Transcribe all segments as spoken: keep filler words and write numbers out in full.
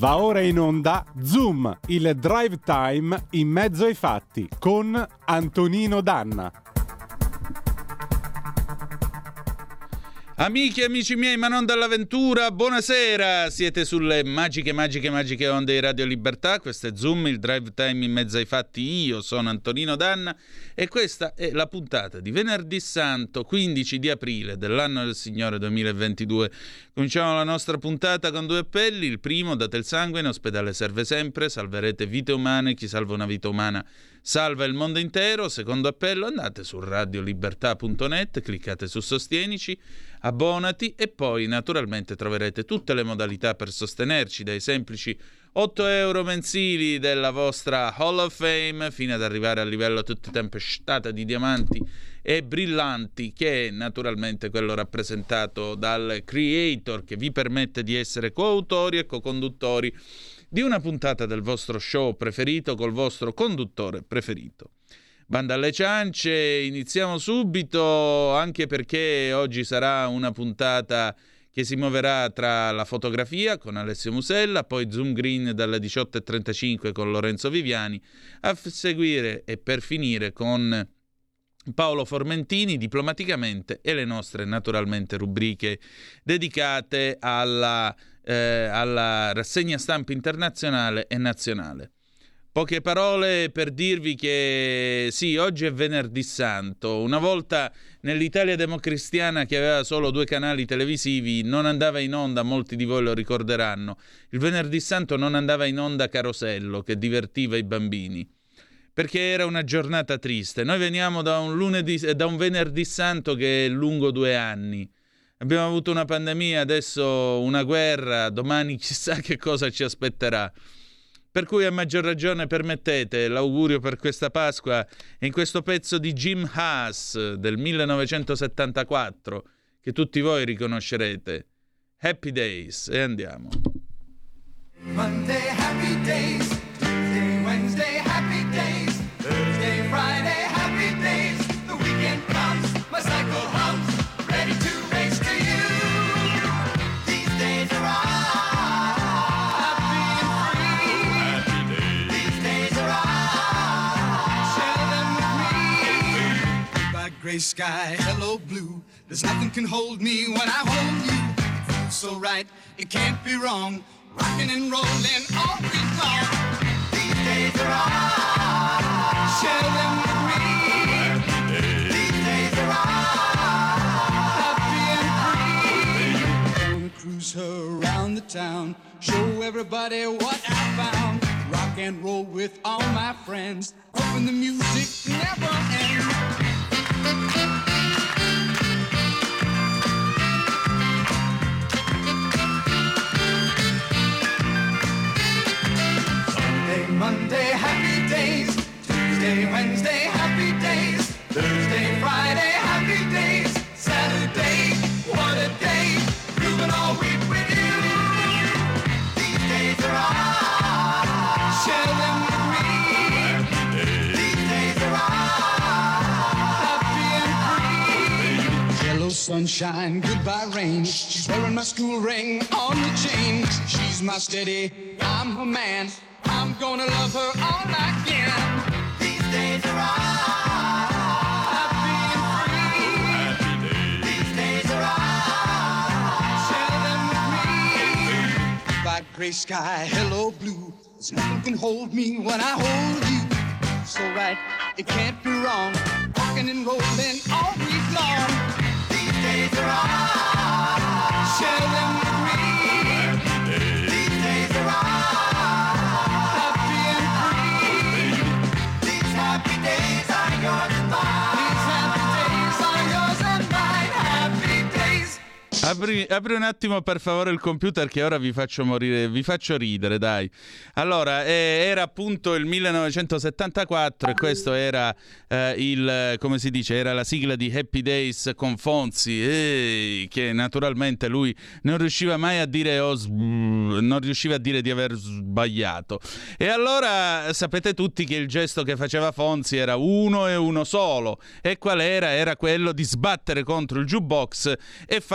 Va ora in onda Zoom, il drive time in mezzo ai fatti con Antonino Danna. Amiche e amici miei, ma non dall'avventura, buonasera! Siete sulle magiche, magiche, magiche onde di Radio Libertà. Questo è Zoom, il drive time in mezzo ai fatti. Io sono Antonino Danna e questa è la puntata di venerdì santo, quindici di aprile dell'anno del Signore duemilaventidue. Cominciamo la nostra puntata con due appelli. Il primo: date il sangue, in ospedale serve sempre, salverete vite umane, chi salva una vita umana salva il mondo intero. Secondo appello: andate su radiolibertà punto net, cliccate su Sostienici, abbonati e poi naturalmente troverete tutte le modalità per sostenerci, dai semplici otto euro mensili della vostra Hall of Fame fino ad arrivare al livello tutta tempestata di diamanti e brillanti, che è naturalmente quello rappresentato dal creator, che vi permette di essere coautori e co-conduttori di una puntata del vostro show preferito col vostro conduttore preferito. Banda alle ciance, iniziamo subito, anche perché oggi sarà una puntata che si muoverà tra la fotografia con Alessio Musella, poi Zoom Green dalle diciotto e trentacinque con Lorenzo Viviani, a seguire e per finire con Paolo Formentini diplomaticamente e le nostre naturalmente rubriche dedicate alla, eh, alla rassegna stampa internazionale e nazionale. Poche parole per dirvi che sì, oggi è venerdì santo. Una volta nell'Italia democristiana, che aveva solo due canali televisivi, non andava in onda, molti di voi lo ricorderanno, il venerdì santo non andava in onda Carosello, che divertiva i bambini, perché era una giornata triste. Noi veniamo da un lunedì, da un venerdì santo che è lungo due anni. Abbiamo avuto una pandemia, adesso una guerra, domani chissà che cosa ci aspetterà. Per cui a maggior ragione permettete l'augurio per questa Pasqua in questo pezzo di Jim Haas del millenovecentosettantaquattro che tutti voi riconoscerete. Happy Days, e andiamo. Monday, happy days. Tuesday, Wednesday, happy days. Thursday, Friday, happy days. The weekend comes, my cycle hums, ready to race to you. These days are all gray sky, hello blue. There's nothing can hold me when I hold you. It feels so right, it can't be wrong. Rocking and rolling all week long. These days are all, share them with me. These days are all, happy and free. Gonna cruise around the town, show everybody what I found. Rock and roll with all my friends, hoping the music never ends. Sunday, Monday, happy days. Tuesday, Wednesday, happy days. Thursday, Friday, happy days. Saturday, what a day. Grooving all week with you. These days are all, share them with me. These days are all sunshine, goodbye rain. She's wearing my school ring on the chain. She's my steady, I'm her man. I'm gonna love her all again. These days are all happy and free. Happy days. These days are all, share them with me. By gray sky, hello blue. There's nothing can hold me when I hold you. So right, it can't be wrong. Rocking and rolling all week long. Days are all, share them with me. These days are all, happy and free. These happy days are yours and mine. These happy days are yours and mine. Happy days. Apri, apri un attimo per favore il computer, che ora vi faccio morire, vi faccio ridere, dai. Allora, eh, era appunto il millenovecentosettantaquattro e questo era eh, il, come si dice, era la sigla di Happy Days con Fonzi, eh, che naturalmente lui non riusciva mai a dire oh, sb- non riusciva a dire di aver sbagliato. E allora sapete tutti che il gesto che faceva Fonzi era uno e uno solo. E qual era? Era quello di sbattere contro il jukebox e farlo partire.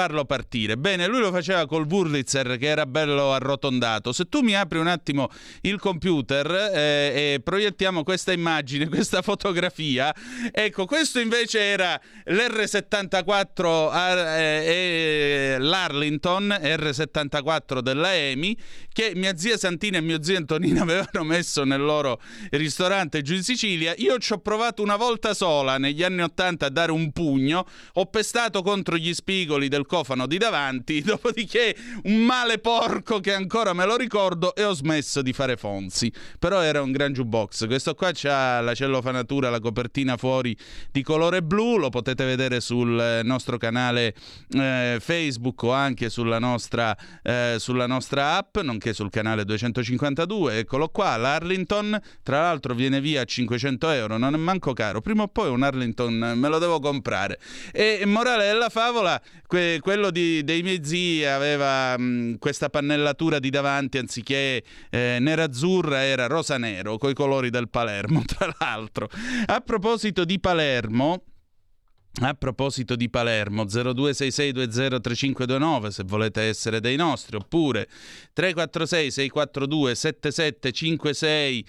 partire. Bene, lui lo faceva col Wurlitzer che era bello arrotondato. Se tu mi apri un attimo il computer eh, e proiettiamo questa immagine, questa fotografia, ecco, questo invece era l'R settantaquattro eh, eh, l'Arlington R settantaquattro della EMI, che mia zia Santina e mio zio Antonino avevano messo nel loro ristorante giù in Sicilia. Io ci ho provato una volta sola negli anni ottanta a dare un pugno, ho pestato contro gli spigoli del cofano di davanti, dopodiché un male porco che ancora me lo ricordo e ho smesso di fare Fonzi. Però era un gran jukebox. Questo qua c'ha la cellofanatura, la copertina fuori di colore blu, lo potete vedere sul nostro canale eh, Facebook o anche sulla nostra, eh, sulla nostra app, nonché sul canale duecentocinquantadue. Eccolo qua, l'Arlington, tra l'altro viene via a cinquecento euro, non è manco caro, prima o poi un Arlington me lo devo comprare. E morale della favola, que- quello di, dei miei zii aveva mh, questa pannellatura di davanti, anziché eh, nerazzurra era rosa nero coi colori del Palermo, tra l'altro. A proposito di Palermo A proposito di Palermo, zero due sei sei due zero tre cinque due nove se volete essere dei nostri, oppure tre quattro sei sei quattro due sette sette cinque sei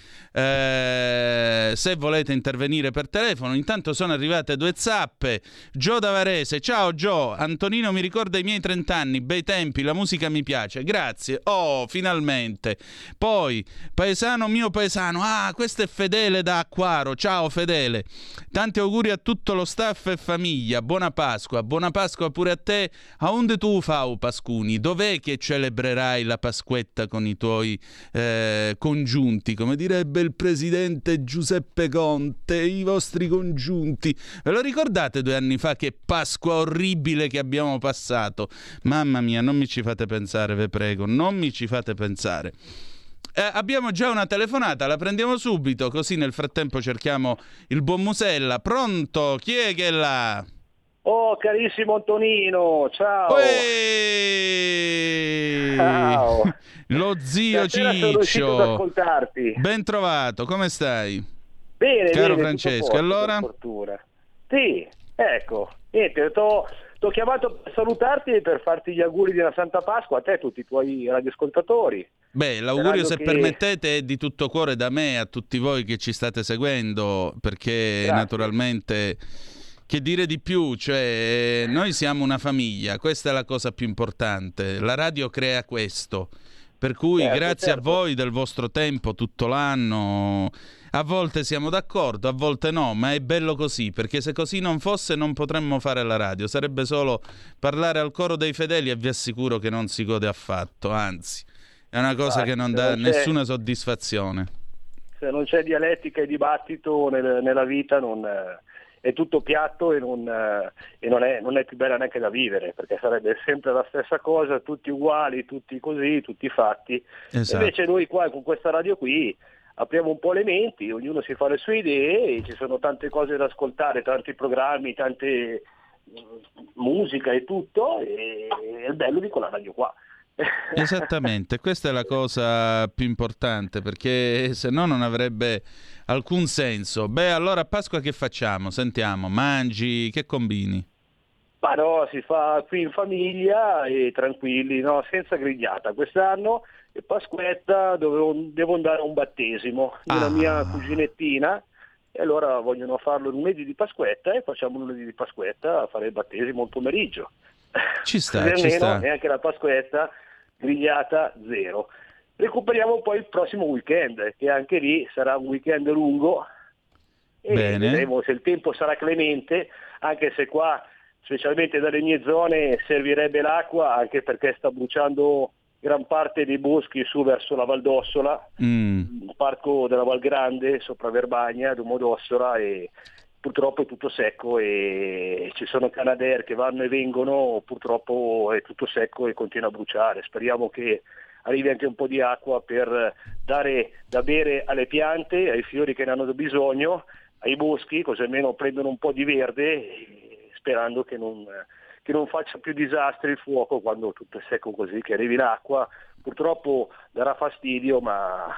eh, se volete intervenire per telefono. Intanto sono arrivate due zappe. Gio da Varese: ciao Gio, Antonino mi ricorda i miei trent'anni, bei tempi, la musica mi piace, grazie, oh finalmente. Poi paesano mio paesano, ah questo è Fedele da Acquaro, ciao Fedele, tanti auguri a tutto lo staff e famiglia, buona Pasqua, buona Pasqua pure a te. A onde tu fau Pascuni? Dov'è che celebrerai la Pasquetta con i tuoi eh, congiunti, come direbbe il presidente Giuseppe Conte, i vostri congiunti? Ve lo ricordate due anni fa che Pasqua orribile che abbiamo passato? Mamma mia, non mi ci fate pensare, ve prego, non mi ci fate pensare. Eh, abbiamo già una telefonata, la prendiamo subito, così nel frattempo cerchiamo il buon Musella. Pronto? Chi è che è là? Oh, carissimo Antonino, ciao! Ueeeh! Ciao! Lo zio Stasera sono riuscito ad Ciccio! ascoltarti. Ben trovato, come stai? Bene, caro bene, Francesco, tutto a posto, allora? per fortuna. Sì, ecco, niente, t'ho, t'ho chiamato per salutarti e per farti gli auguri di una Santa Pasqua a te e a tutti i tuoi radioascoltatori. Beh, l'augurio, se che... permettete, è di tutto cuore da me a tutti voi che ci state seguendo, perché Grazie. naturalmente, che dire di più, cioè noi siamo una famiglia, questa è la cosa più importante, la radio crea questo, per cui certo, grazie certo. a voi del vostro tempo tutto l'anno. A volte siamo d'accordo, a volte no, ma è bello così, perché se così non fosse non potremmo fare la radio, sarebbe solo parlare al coro dei fedeli e vi assicuro che non si gode affatto, anzi è una cosa Ah, che non se dà non c'è- nessuna soddisfazione. Se non c'è dialettica e dibattito nel- nella vita non, eh, è tutto piatto e, non, eh, e non, è, non è più bella neanche da vivere, perché sarebbe sempre la stessa cosa, tutti uguali, tutti così, tutti fatti. Esatto. Invece noi qua con questa radio qui apriamo un po' le menti, ognuno si fa le sue idee e ci sono tante cose da ascoltare, tanti programmi, tante mh, musica e tutto, e è il bello di quella radio qua. Esattamente, questa è la cosa più importante, perché se no non avrebbe alcun senso. Beh, allora a Pasqua che facciamo? Sentiamo, mangi, che combini? Ma no, si fa qui in famiglia e tranquilli, no, senza grigliata. Quest'anno è Pasquetta, dovevo, devo andare a un battesimo di una Ah. mia cuginettina e allora vogliono farlo lunedì di Pasquetta e facciamo lunedì di Pasquetta a fare il battesimo il pomeriggio. Ci sta, Così ci almeno sta. neanche la Pasquetta, grigliata zero. Recuperiamo poi il prossimo weekend, che anche lì sarà un weekend lungo e Bene. vedremo se il tempo sarà clemente, anche se qua, specialmente dalle mie zone, servirebbe l'acqua, anche perché sta bruciando gran parte dei boschi su verso la Valdossola, Mm. il parco della Val Grande, sopra Verbagna, Domodossola, e purtroppo è tutto secco e ci sono Canadair che vanno e vengono, purtroppo è tutto secco e continua a bruciare. Speriamo che arrivi anche un po' di acqua per dare da bere alle piante, ai fiori che ne hanno bisogno, ai boschi, così almeno prendono un po' di verde, sperando che non, che non faccia più disastri il fuoco quando tutto è secco così, che arrivi l'acqua. Purtroppo darà fastidio, ma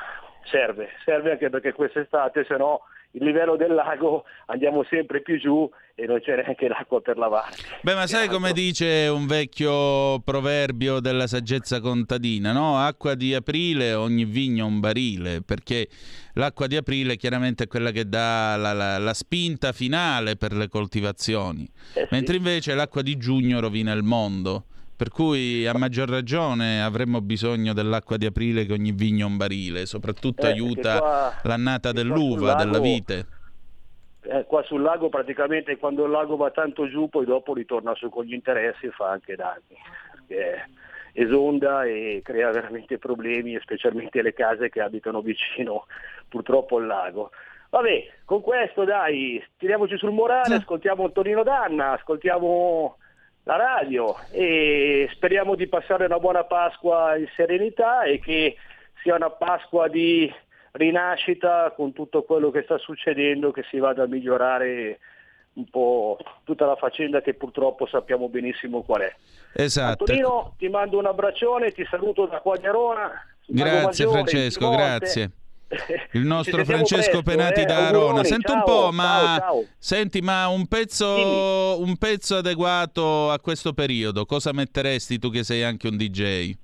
serve, serve anche perché quest'estate se no il livello del lago andiamo sempre più giù e non c'è neanche l'acqua per lavare. Beh, ma sai come dice un vecchio proverbio della saggezza contadina, no? Acqua di aprile, ogni vigna un barile, perché l'acqua di aprile chiaramente è quella che dà la, la, la spinta finale per le coltivazioni, eh sì. Mentre invece l'acqua di giugno rovina il mondo. Per cui a maggior ragione avremmo bisogno dell'acqua di aprile che ogni vigna un barile, soprattutto eh, aiuta qua, l'annata dell'uva, lago, della vite. Eh, qua sul lago praticamente quando il lago va tanto giù poi dopo ritorna su con gli interessi e fa anche danni, perché esonda e crea veramente problemi, specialmente le case che abitano vicino purtroppo al lago. Vabbè, con questo dai, tiriamoci sul morale, sì. Ascoltiamo Antonino Danna, ascoltiamo la radio e speriamo di passare una buona Pasqua in serenità e che sia una Pasqua di rinascita con tutto quello che sta succedendo, che si vada a migliorare un po' tutta la faccenda che purtroppo sappiamo benissimo qual è. Esatto. Antonino, ti mando un abbraccione, ti saluto da qua di Arona. Grazie Maggiore, Francesco, grazie. Il nostro Francesco presto, Penati eh, da Arona. Senti ciao, un po', ma ciao, ciao. Senti, ma un pezzo, un pezzo adeguato a questo periodo, cosa metteresti tu che sei anche un D J?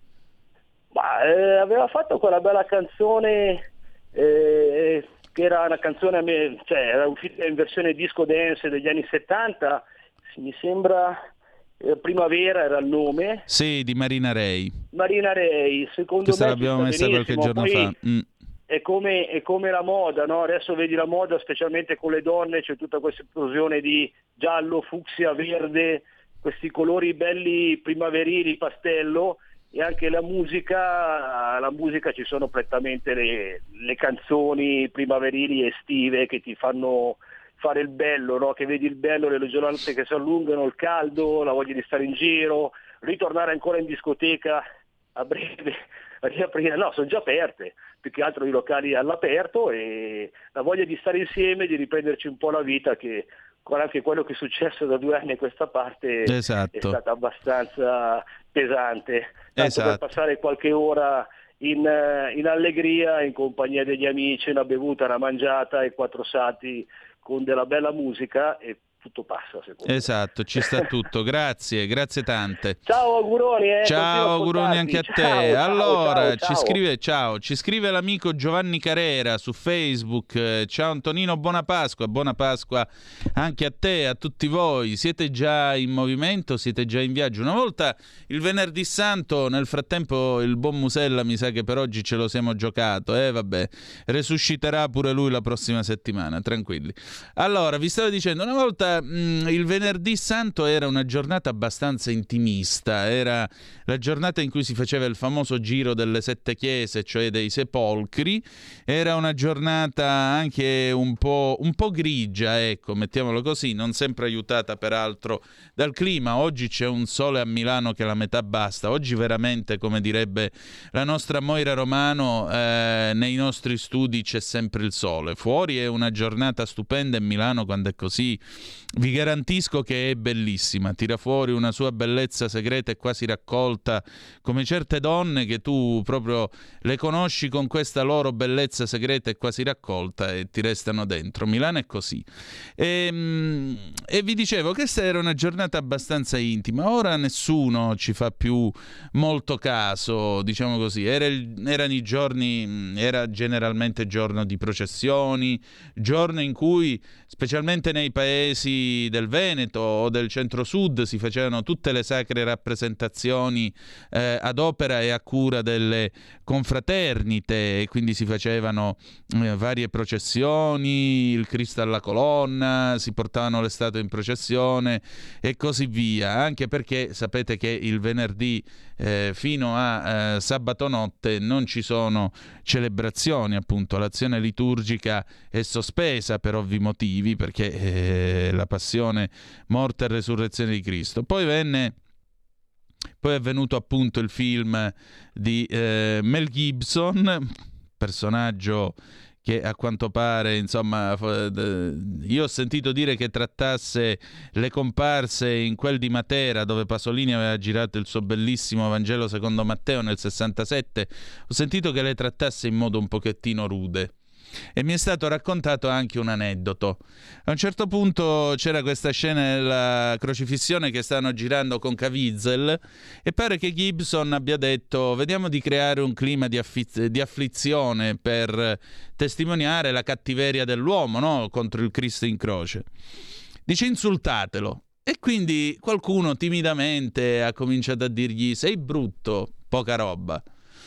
Ma eh, aveva fatto quella bella canzone eh, che era una canzone a me, cioè era uscita in versione disco dance degli anni settanta, mi sembra eh, Primavera era il nome. Sì, di Marina Ray. Marina Ray, secondo Questa me l'abbiamo messa qualche giorno poi, fa. Mm. È come, è come la moda, no? Adesso vedi la moda, specialmente con le donne, c'è tutta questa esplosione di giallo, fucsia, verde, questi colori belli primaverili, pastello, e anche la musica, la musica ci sono prettamente le, le canzoni primaverili estive che ti fanno fare il bello, no? Che vedi il bello, le giornate che si allungano, il caldo, la voglia di stare in giro, ritornare ancora in discoteca a breve, riaprire, no, sono già aperte, più che altro i locali all'aperto, e la voglia di stare insieme, di riprenderci un po' la vita, che con anche quello che è successo da due anni a questa parte esatto. È stata abbastanza pesante, tanto esatto. per passare qualche ora in, in allegria, in compagnia degli amici, una bevuta, una mangiata e quattro salti con della bella musica, e tutto passa, secondo esatto, me. Ci sta tutto. Grazie, grazie tante. Ciao, auguroni, eh, ciao, auguroni anche a te. Ciao, allora, ciao, ciao, ci scrive ciao, ci scrive l'amico Giovanni Carrera su Facebook. Ciao Antonino, buona Pasqua, buona Pasqua anche a te, a tutti voi. Siete già in movimento, siete già in viaggio. Una volta il venerdì santo, nel frattempo il buon Musella mi sa che per oggi ce lo siamo giocato, eh vabbè, resusciterà pure lui la prossima settimana, tranquilli. Allora, vi stavo dicendo, una volta mh, il venerdì santo era una giornata abbastanza intimista, era la giornata in cui si faceva il famoso giro delle sette chiese, cioè dei sepolcri, era una giornata anche un po', un po' grigia, ecco, mettiamolo così, non sempre aiutata peraltro dal clima. Oggi c'è un sole a Milano che la metà basta, oggi veramente, come direbbe la nostra Moira Romano, eh, nei nostri studi c'è sempre il sole, fuori è una giornata stupenda, e Milano quando è così vi garantisco che è bellissima, tira fuori una sua bellezza segreta e quasi raccolta, come certe donne che tu proprio le conosci con questa loro bellezza segreta e quasi raccolta e ti restano dentro. Milano è così. E, e vi dicevo che questa era una giornata abbastanza intima, ora nessuno ci fa più molto caso, diciamo così. Era il, erano i giorni, era generalmente giorno di processioni, giorno in cui, specialmente nei paesi del Veneto o del centro-sud, si facevano tutte le sacre rappresentazioni eh, ad opera e a cura delle confraternite, e quindi si facevano eh, varie processioni, il Cristo alla colonna, si portavano le statue in processione e così via, anche perché sapete che il venerdì eh, fino a eh, sabato notte non ci sono celebrazioni, appunto l'azione liturgica è sospesa per ovvi motivi, perché eh, la passione, morte e resurrezione di Cristo. Poi venne poi è venuto appunto il film di eh, Mel Gibson, personaggio che a quanto pare, insomma, io ho sentito dire che trattasse le comparse in quel di Matera, dove Pasolini aveva girato il suo bellissimo Vangelo secondo Matteo nel sessantasette, ho sentito che le trattasse in modo un pochettino rude. E mi è stato raccontato anche un aneddoto. A un certo punto c'era questa scena della crocifissione che stanno girando con Caviezel e pare che Gibson abbia detto: vediamo di creare un clima di, affiz- di afflizione per testimoniare la cattiveria dell'uomo, no? Contro il Cristo in croce. Dice: insultatelo. E quindi qualcuno timidamente ha cominciato a dirgli: sei brutto, poca roba.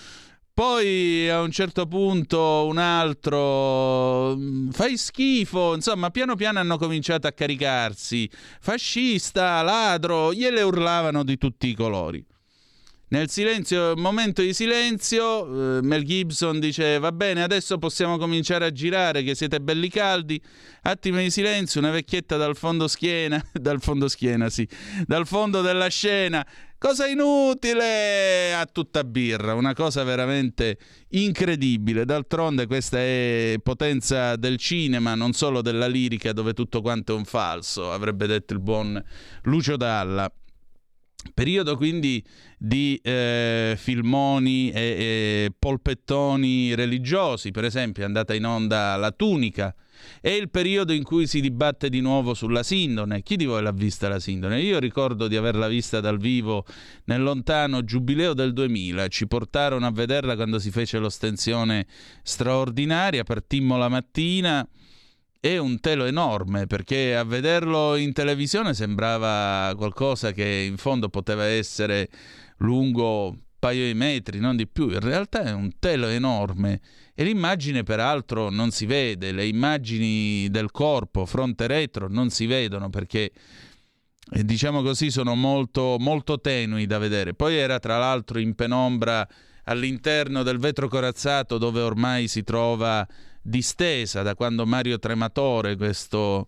Poi a un certo punto un altro: fai schifo. Insomma, piano piano hanno cominciato a caricarsi: fascista, ladro, gliele urlavano di tutti i colori. Nel silenzio, momento di silenzio, eh, Mel Gibson dice: va bene, adesso possiamo cominciare a girare, che siete belli caldi. Attimo di silenzio, una vecchietta dal fondo schiena, dal fondo schiena, sì, dal fondo della scena: cosa inutile, a tutta birra, una cosa veramente incredibile. D'altronde questa è potenza del cinema, non solo della lirica, dove tutto quanto è un falso, avrebbe detto il buon Lucio Dalla. Periodo quindi di eh, filmoni e, e polpettoni religiosi, per esempio è andata in onda La Tunica. È il periodo in cui si dibatte di nuovo sulla Sindone. Chi di voi l'ha vista la Sindone? Io ricordo di averla vista dal vivo nel lontano giubileo del duemila. Ci portarono a vederla quando si fece l'ostensione straordinaria, partimmo la mattina. È un telo enorme, perché a vederlo in televisione sembrava qualcosa che in fondo poteva essere lungo un paio di metri, non di più. In realtà è un telo enorme e l'immagine peraltro non si vede, le immagini del corpo fronte retro non si vedono perché eh, diciamo così sono molto, molto tenui da vedere. Poi era tra l'altro in penombra all'interno del vetro corazzato, dove ormai si trova distesa da quando Mario Trematore, questo,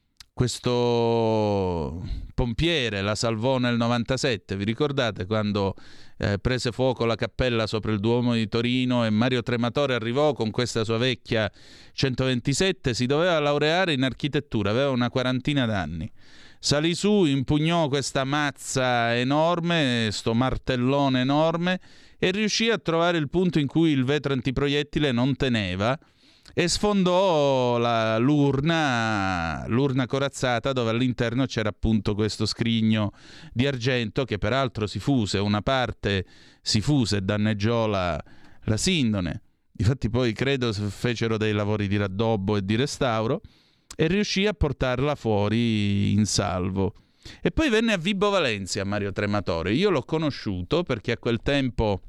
questo pompiere, la salvò nel novantasette. Vi ricordate quando eh, prese fuoco la cappella sopra il Duomo di Torino e Mario Trematore arrivò con questa sua vecchia centoventisette? Si doveva laureare in architettura, aveva una quarantina d'anni. Salì su, impugnò questa mazza enorme, sto martellone enorme, e riuscì a trovare il punto in cui il vetro antiproiettile non teneva e sfondò la, l'urna, l'urna corazzata, dove all'interno c'era appunto questo scrigno di argento che peraltro si fuse, una parte si fuse e danneggiò la, la Sindone. Difatti poi credo fecero dei lavori di raddobbo e di restauro e riuscì a portarla fuori in salvo. E poi venne a Vibo Valentia Mario Trematore. Io l'ho conosciuto perché a quel tempo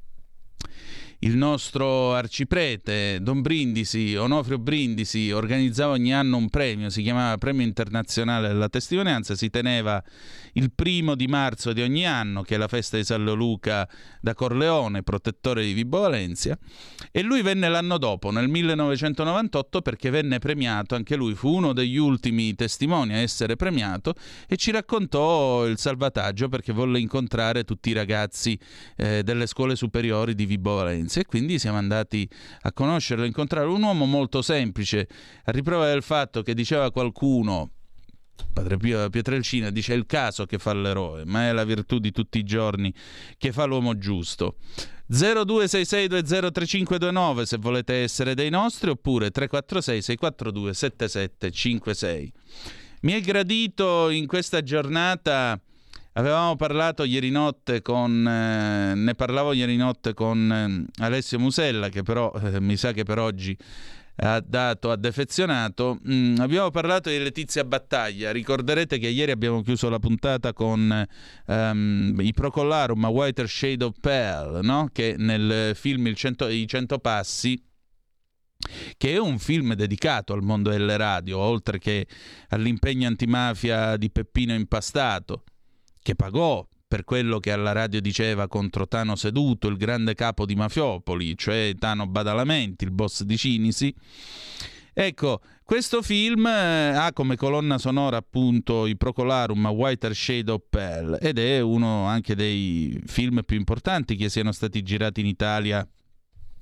il nostro arciprete Don Brindisi, Onofrio Brindisi, organizzava ogni anno un premio, si chiamava Premio Internazionale della Testimonianza, si teneva il primo di marzo di ogni anno, che è la festa di San Leoluca da Corleone, protettore di Vibo Valentia, e lui venne l'anno dopo, nel millenovecentonovantotto, perché venne premiato, anche lui fu uno degli ultimi testimoni a essere premiato, e ci raccontò il salvataggio perché volle incontrare tutti i ragazzi eh, delle scuole superiori di Vibo Valentia. E quindi siamo andati a conoscerlo, a incontrare un uomo molto semplice, a riprova del fatto che diceva qualcuno, Padre Pio Pietrelcina, dice: è il caso che fa l'eroe, ma è la virtù di tutti i giorni che fa l'uomo giusto. zero due sei sei due zero tre cinque due nove se volete essere dei nostri, oppure tre quattro sei sei quattro due sette sette cinque sei. Mi è gradito in questa giornata. Avevamo parlato ieri notte con, eh, ne parlavo ieri notte con eh, Alessio Musella, che però eh, mi sa che per oggi ha dato, ha defezionato. Mm, abbiamo parlato di Letizia Battaglia. Ricorderete che ieri abbiamo chiuso la puntata con um, i Procolarum, A Whiter Shade of Pale, no? Che nel film il cento, I Cento Passi, che è un film dedicato al mondo delle radio, oltre che all'impegno antimafia di Peppino Impastato, che pagò per quello che alla radio diceva contro Tano Seduto, il grande capo di Mafiopoli, cioè Tano Badalamenti, il boss di Cinisi. Ecco, questo film ha come colonna sonora appunto i Procolarum, A Whiter Shade of Pale, ed è uno anche dei film più importanti che siano stati girati in Italia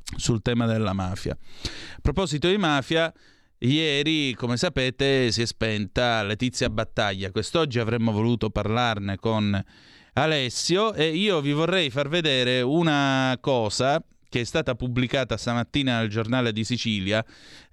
sul tema della mafia. A proposito di mafia, ieri, come sapete, si è spenta Letizia Battaglia. Quest'oggi avremmo voluto parlarne con Alessio e io vi vorrei far vedere una cosa che è stata pubblicata stamattina al Giornale di Sicilia.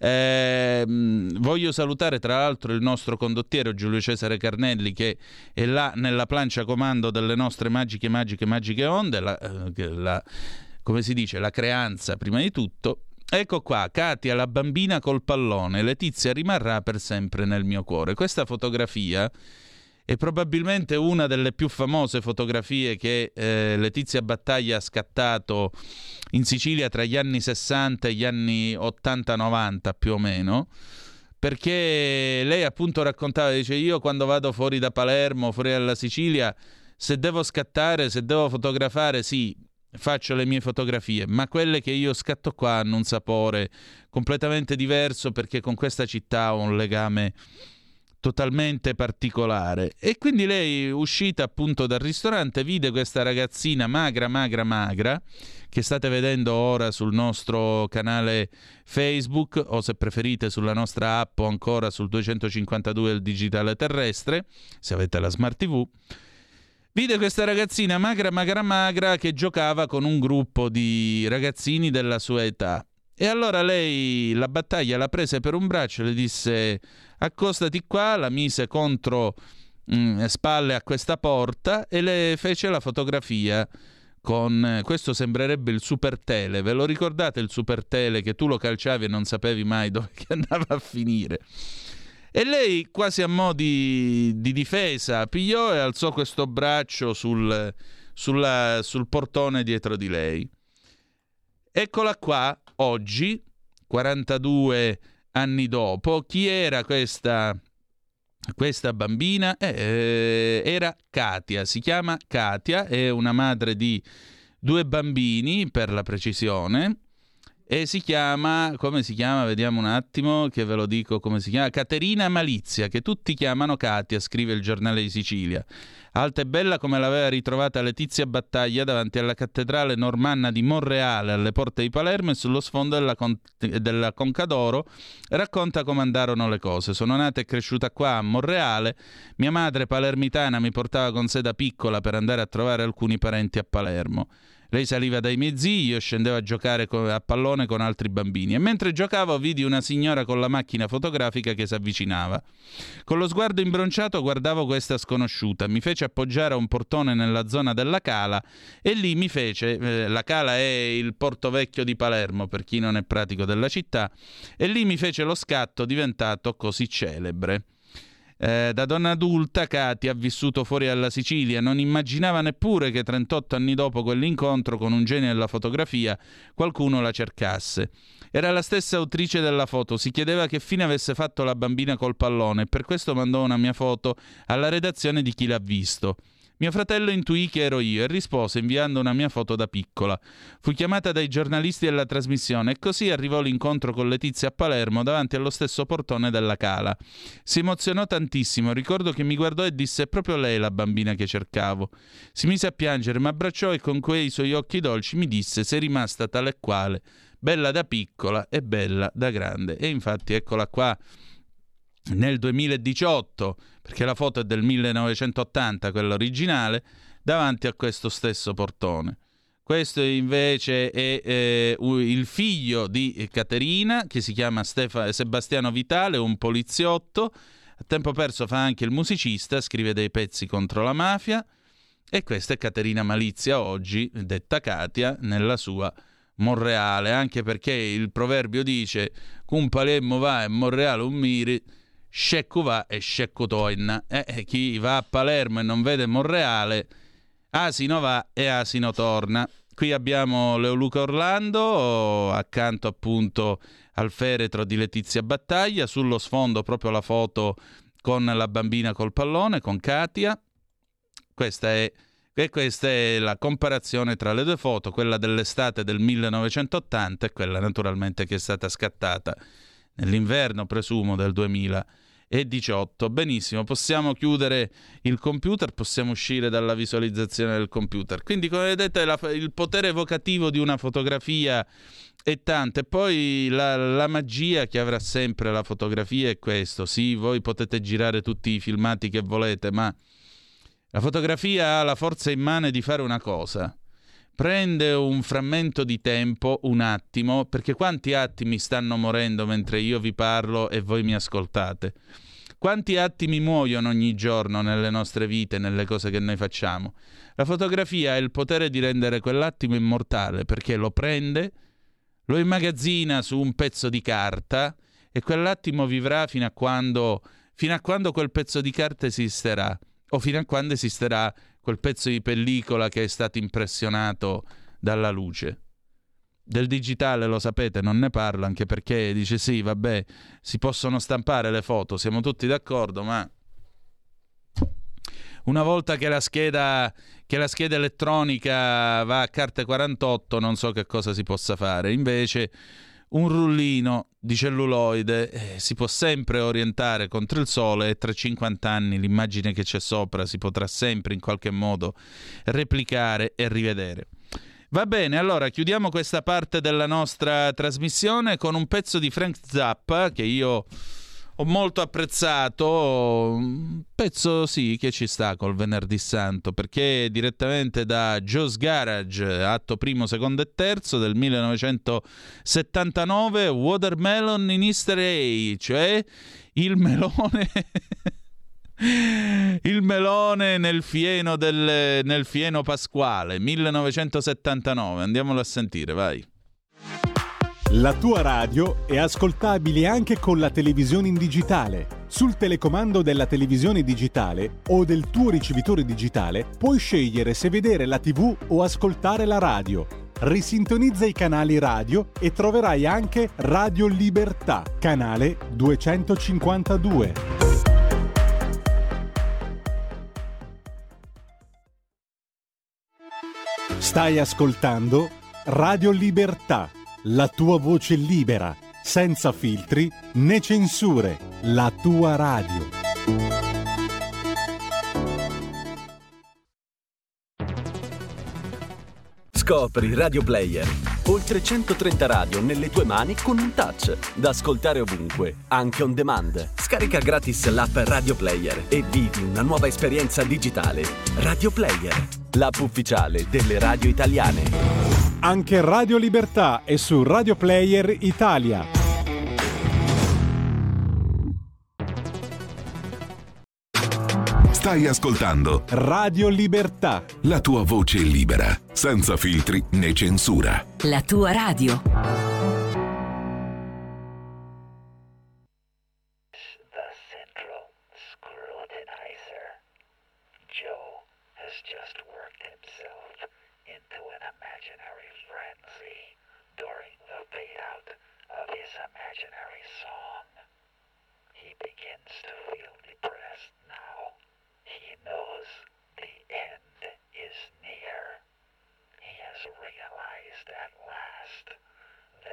Eh, voglio salutare tra l'altro il nostro condottiero Giulio Cesare Carnelli, che è là nella plancia comando delle nostre magiche, magiche, magiche onde, la, la, come si dice, la creanza prima di tutto. Ecco qua, Katia, la bambina col pallone, Letizia rimarrà per sempre nel mio cuore. Questa fotografia è probabilmente una delle più famose fotografie che eh, Letizia Battaglia ha scattato in Sicilia tra gli anni sessanta e gli anni ottanta novanta più o meno, perché lei appunto raccontava, dice: io quando vado fuori da Palermo, fuori dalla Sicilia, se devo scattare, se devo fotografare, sì, faccio le mie fotografie, ma quelle che io scatto qua hanno un sapore completamente diverso, perché con questa città ho un legame totalmente particolare. E quindi lei, uscita appunto dal ristorante, vide questa ragazzina magra magra magra che state vedendo ora sul nostro canale Facebook, o se preferite sulla nostra app, o ancora sul duecentocinquantadue del digitale terrestre se avete la Smart tivù. Vide questa ragazzina magra magra magra che giocava con un gruppo di ragazzini della sua età. E allora lei, la Battaglia, la prese per un braccio e le disse: accostati qua, la mise contro mh, spalle a questa porta e le fece la fotografia con, questo sembrerebbe il Super Tele, ve lo ricordate il Super Tele che tu lo calciavi e non sapevi mai dove andava a finire? E lei, quasi a mo' di, di difesa, pigliò e alzò questo braccio sul, sulla, sul portone dietro di lei. Eccola qua, oggi, quarantadue anni dopo. Chi era questa, questa bambina? Eh, era Katia, si chiama Katia, è una madre di due bambini, per la precisione, e si chiama, come si chiama? Vediamo un attimo che ve lo dico come si chiama. Caterina Malizia, che tutti chiamano Katia, scrive il Giornale di Sicilia. Alta e bella come l'aveva ritrovata Letizia Battaglia davanti alla cattedrale normanna di Monreale alle porte di Palermo, e sullo sfondo della, Con- della Conca d'Oro racconta come andarono le cose. Sono nata e cresciuta qua a Monreale, mia madre palermitana mi portava con sé da piccola per andare a trovare alcuni parenti a Palermo. Lei saliva dai miei zii, io scendevo a giocare a pallone con altri bambini, e mentre giocavo vidi una signora con la macchina fotografica che si avvicinava. Con lo sguardo imbronciato guardavo questa sconosciuta, mi fece appoggiare a un portone nella zona della Cala e lì mi fece, eh, la Cala è il Porto Vecchio di Palermo per chi non è pratico della città, e lì mi fece lo scatto diventato così celebre. Eh, da donna adulta, Katia ha vissuto fuori dalla Sicilia, non immaginava neppure che trentotto anni dopo quell'incontro con un genio della fotografia qualcuno la cercasse. Era la stessa autrice della foto, si chiedeva che fine avesse fatto la bambina col pallone e per questo mandò una mia foto alla redazione di Chi l'ha visto. Mio fratello intuì che ero io e rispose inviando una mia foto da piccola. Fu chiamata dai giornalisti della trasmissione e così arrivò l'incontro con Letizia a Palermo davanti allo stesso portone della Cala. Si emozionò tantissimo, ricordo che mi guardò e disse: è proprio lei la bambina che cercavo. Si mise a piangere, mi abbracciò e con quei suoi occhi dolci mi disse: sei rimasta tale e quale, bella da piccola e bella da grande. E infatti eccola qua nel duemiladiciotto, perché la foto è del millenovecentottanta, quella originale, davanti a questo stesso portone. Questo invece è eh, il figlio di Caterina, che si chiama Stefa- Sebastiano Vitale, un poliziotto, a tempo perso fa anche il musicista, scrive dei pezzi contro la mafia, e questa è Caterina Malizia, oggi detta Katia, nella sua Monreale, anche perché il proverbio dice «Cun Palermo va e Monreale un miri», scecco va e scecco torna. Eh, chi va a Palermo e non vede Monreale, asino va e asino torna. Qui abbiamo Leoluca Orlando accanto appunto al feretro di Letizia Battaglia, sullo sfondo proprio la foto con la bambina col pallone, con Katia. Questa è, e questa è la comparazione tra le due foto, quella dell'estate del millenovecentottanta e quella naturalmente che è stata scattata nell'inverno, presumo, del duemiladiciotto. e diciotto. Benissimo, possiamo chiudere il computer, possiamo uscire dalla visualizzazione del computer. Quindi, come vedete, la, il potere evocativo di una fotografia è tanto. E poi la, la magia che avrà sempre la fotografia è questo. Sì, voi potete girare tutti i filmati che volete, ma la fotografia ha la forza immane di fare una cosa. Prende un frammento di tempo, un attimo, perché quanti attimi stanno morendo mentre io vi parlo e voi mi ascoltate? Quanti attimi muoiono ogni giorno nelle nostre vite, nelle cose che noi facciamo? La fotografia ha il potere di rendere quell'attimo immortale, perché lo prende, lo immagazzina su un pezzo di carta e quell'attimo vivrà fino a quando, fino a quando quel pezzo di carta esisterà, o fino a quando esisterà quel pezzo di pellicola che è stato impressionato dalla luce. Del digitale, lo sapete, non ne parlo, anche perché dice sì, vabbè, si possono stampare le foto, siamo tutti d'accordo, ma una volta che la scheda, che la scheda elettronica va a carte quarantotto, non so che cosa si possa fare. Invece un rullino di celluloide eh, si può sempre orientare contro il sole e tra cinquanta anni l'immagine che c'è sopra si potrà sempre in qualche modo replicare e rivedere. Va bene, allora chiudiamo questa parte della nostra trasmissione con un pezzo di Frank Zappa che io ho molto apprezzato, un pezzo sì che ci sta col Venerdì Santo, perché direttamente da Joe's Garage, atto primo, secondo e terzo del millenovecentosettantanove, Watermelon in Easter Egg, cioè il melone il melone nel fieno, del, nel fieno pasquale, millenovecentosettantanove. Andiamolo a sentire, vai. La tua radio è ascoltabile anche con la televisione in digitale. Sul telecomando della televisione digitale o del tuo ricevitore digitale puoi scegliere se vedere la tivù o ascoltare la radio. Risintonizza i canali radio e troverai anche Radio Libertà, canale duecentocinquantadue. Stai ascoltando Radio Libertà. La tua voce libera, senza filtri né censure, la tua radio. Scopri Radio Player. Oltre centotrenta radio nelle tue mani con un touch, da ascoltare ovunque, anche on demand. Scarica gratis l'app Radio Player e vivi una nuova esperienza digitale. Radio Player, l'app ufficiale delle radio italiane. Anche Radio Libertà è su Radio Player Italia. Stai ascoltando Radio Libertà. La tua voce libera, senza filtri né censura. La tua radio. The central scrutinizer. Joe has just worked himself into an imaginary frenzy during the fade-out of his imaginary song. He begins to feel depressed now. He knows the end is near. He has realized at last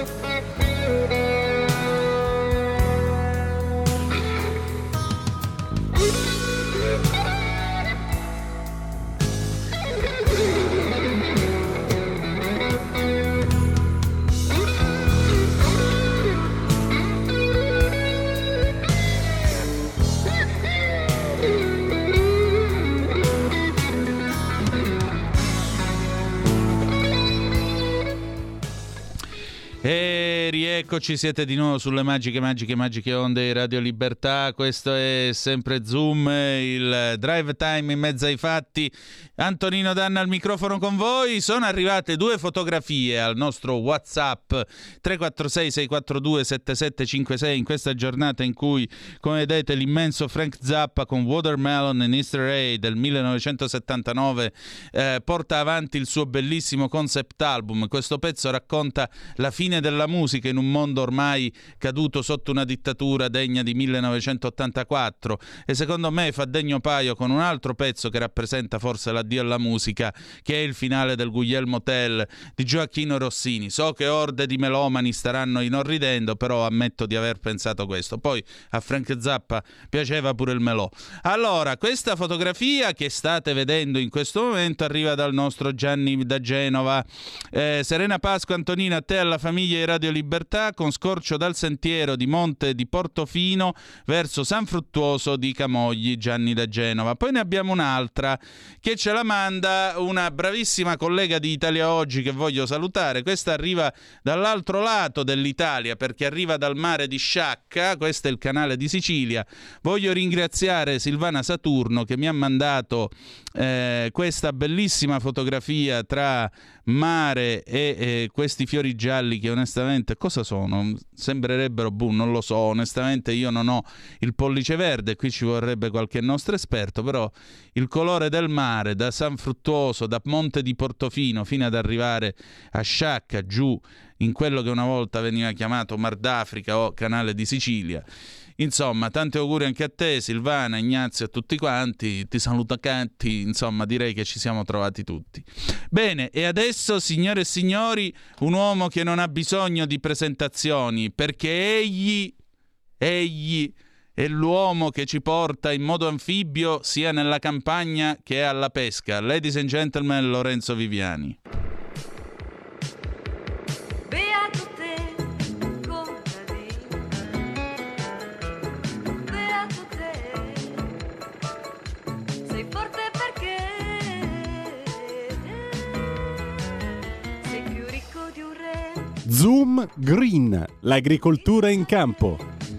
E rieccoci, siete di nuovo sulle magiche, magiche, magiche onde di Radio Libertà. Questo è sempre Zoom, il drive time in mezzo ai fatti. Antonino Danna al microfono con voi. Sono arrivate due fotografie al nostro WhatsApp tre quattro sei sei quattro due sette sette cinque sei in questa giornata in cui, come vedete, l'immenso Frank Zappa con Watermelon and Easter Egg del millenovecentosettantanove eh, porta avanti il suo bellissimo concept album. Questo pezzo racconta la fine della musica in un mondo ormai caduto sotto una dittatura degna di millenovecentottantaquattro, e secondo me fa degno paio con un altro pezzo che rappresenta forse l'addio alla musica, che è il finale del Guglielmo Tell di Gioacchino Rossini. So che orde di melomani staranno inorridendo, però ammetto di aver pensato questo. Poi a Frank Zappa piaceva pure il melò. Allora, questa fotografia che state vedendo in questo momento arriva dal nostro Gianni da Genova. eh, Serena Pasqua, Antonino, a te e alla famiglia di Radio Libertà, con scorcio dal sentiero di Monte di Portofino verso San Fruttuoso di Camogli, Gianni da Genova. Poi ne abbiamo un'altra che ce la manda una bravissima collega di Italia Oggi che voglio salutare. Questa arriva dall'altro lato dell'Italia perché arriva dal mare di Sciacca, questo è il canale di Sicilia. Voglio ringraziare Silvana Saturno che mi ha mandato eh, questa bellissima fotografia tra mare e eh, questi fiori gialli che onestamente cosa sono? Sembrerebbero, boh, non lo so, onestamente io non ho il pollice verde, qui ci vorrebbe qualche nostro esperto, però il colore del mare da San Fruttuoso, da Monte di Portofino fino ad arrivare a Sciacca, giù in quello che una volta veniva chiamato Mar d'Africa o Canale di Sicilia. Insomma, tanti auguri anche a te, Silvana, Ignazio, a tutti quanti, ti saluta Catti, insomma direi che ci siamo trovati tutti. Bene, e adesso, signore e signori, un uomo che non ha bisogno di presentazioni, perché egli, egli è l'uomo che ci porta in modo anfibio sia nella campagna che alla pesca. Ladies and gentlemen, Lorenzo Viviani. Zoom Green, l'agricoltura in campo.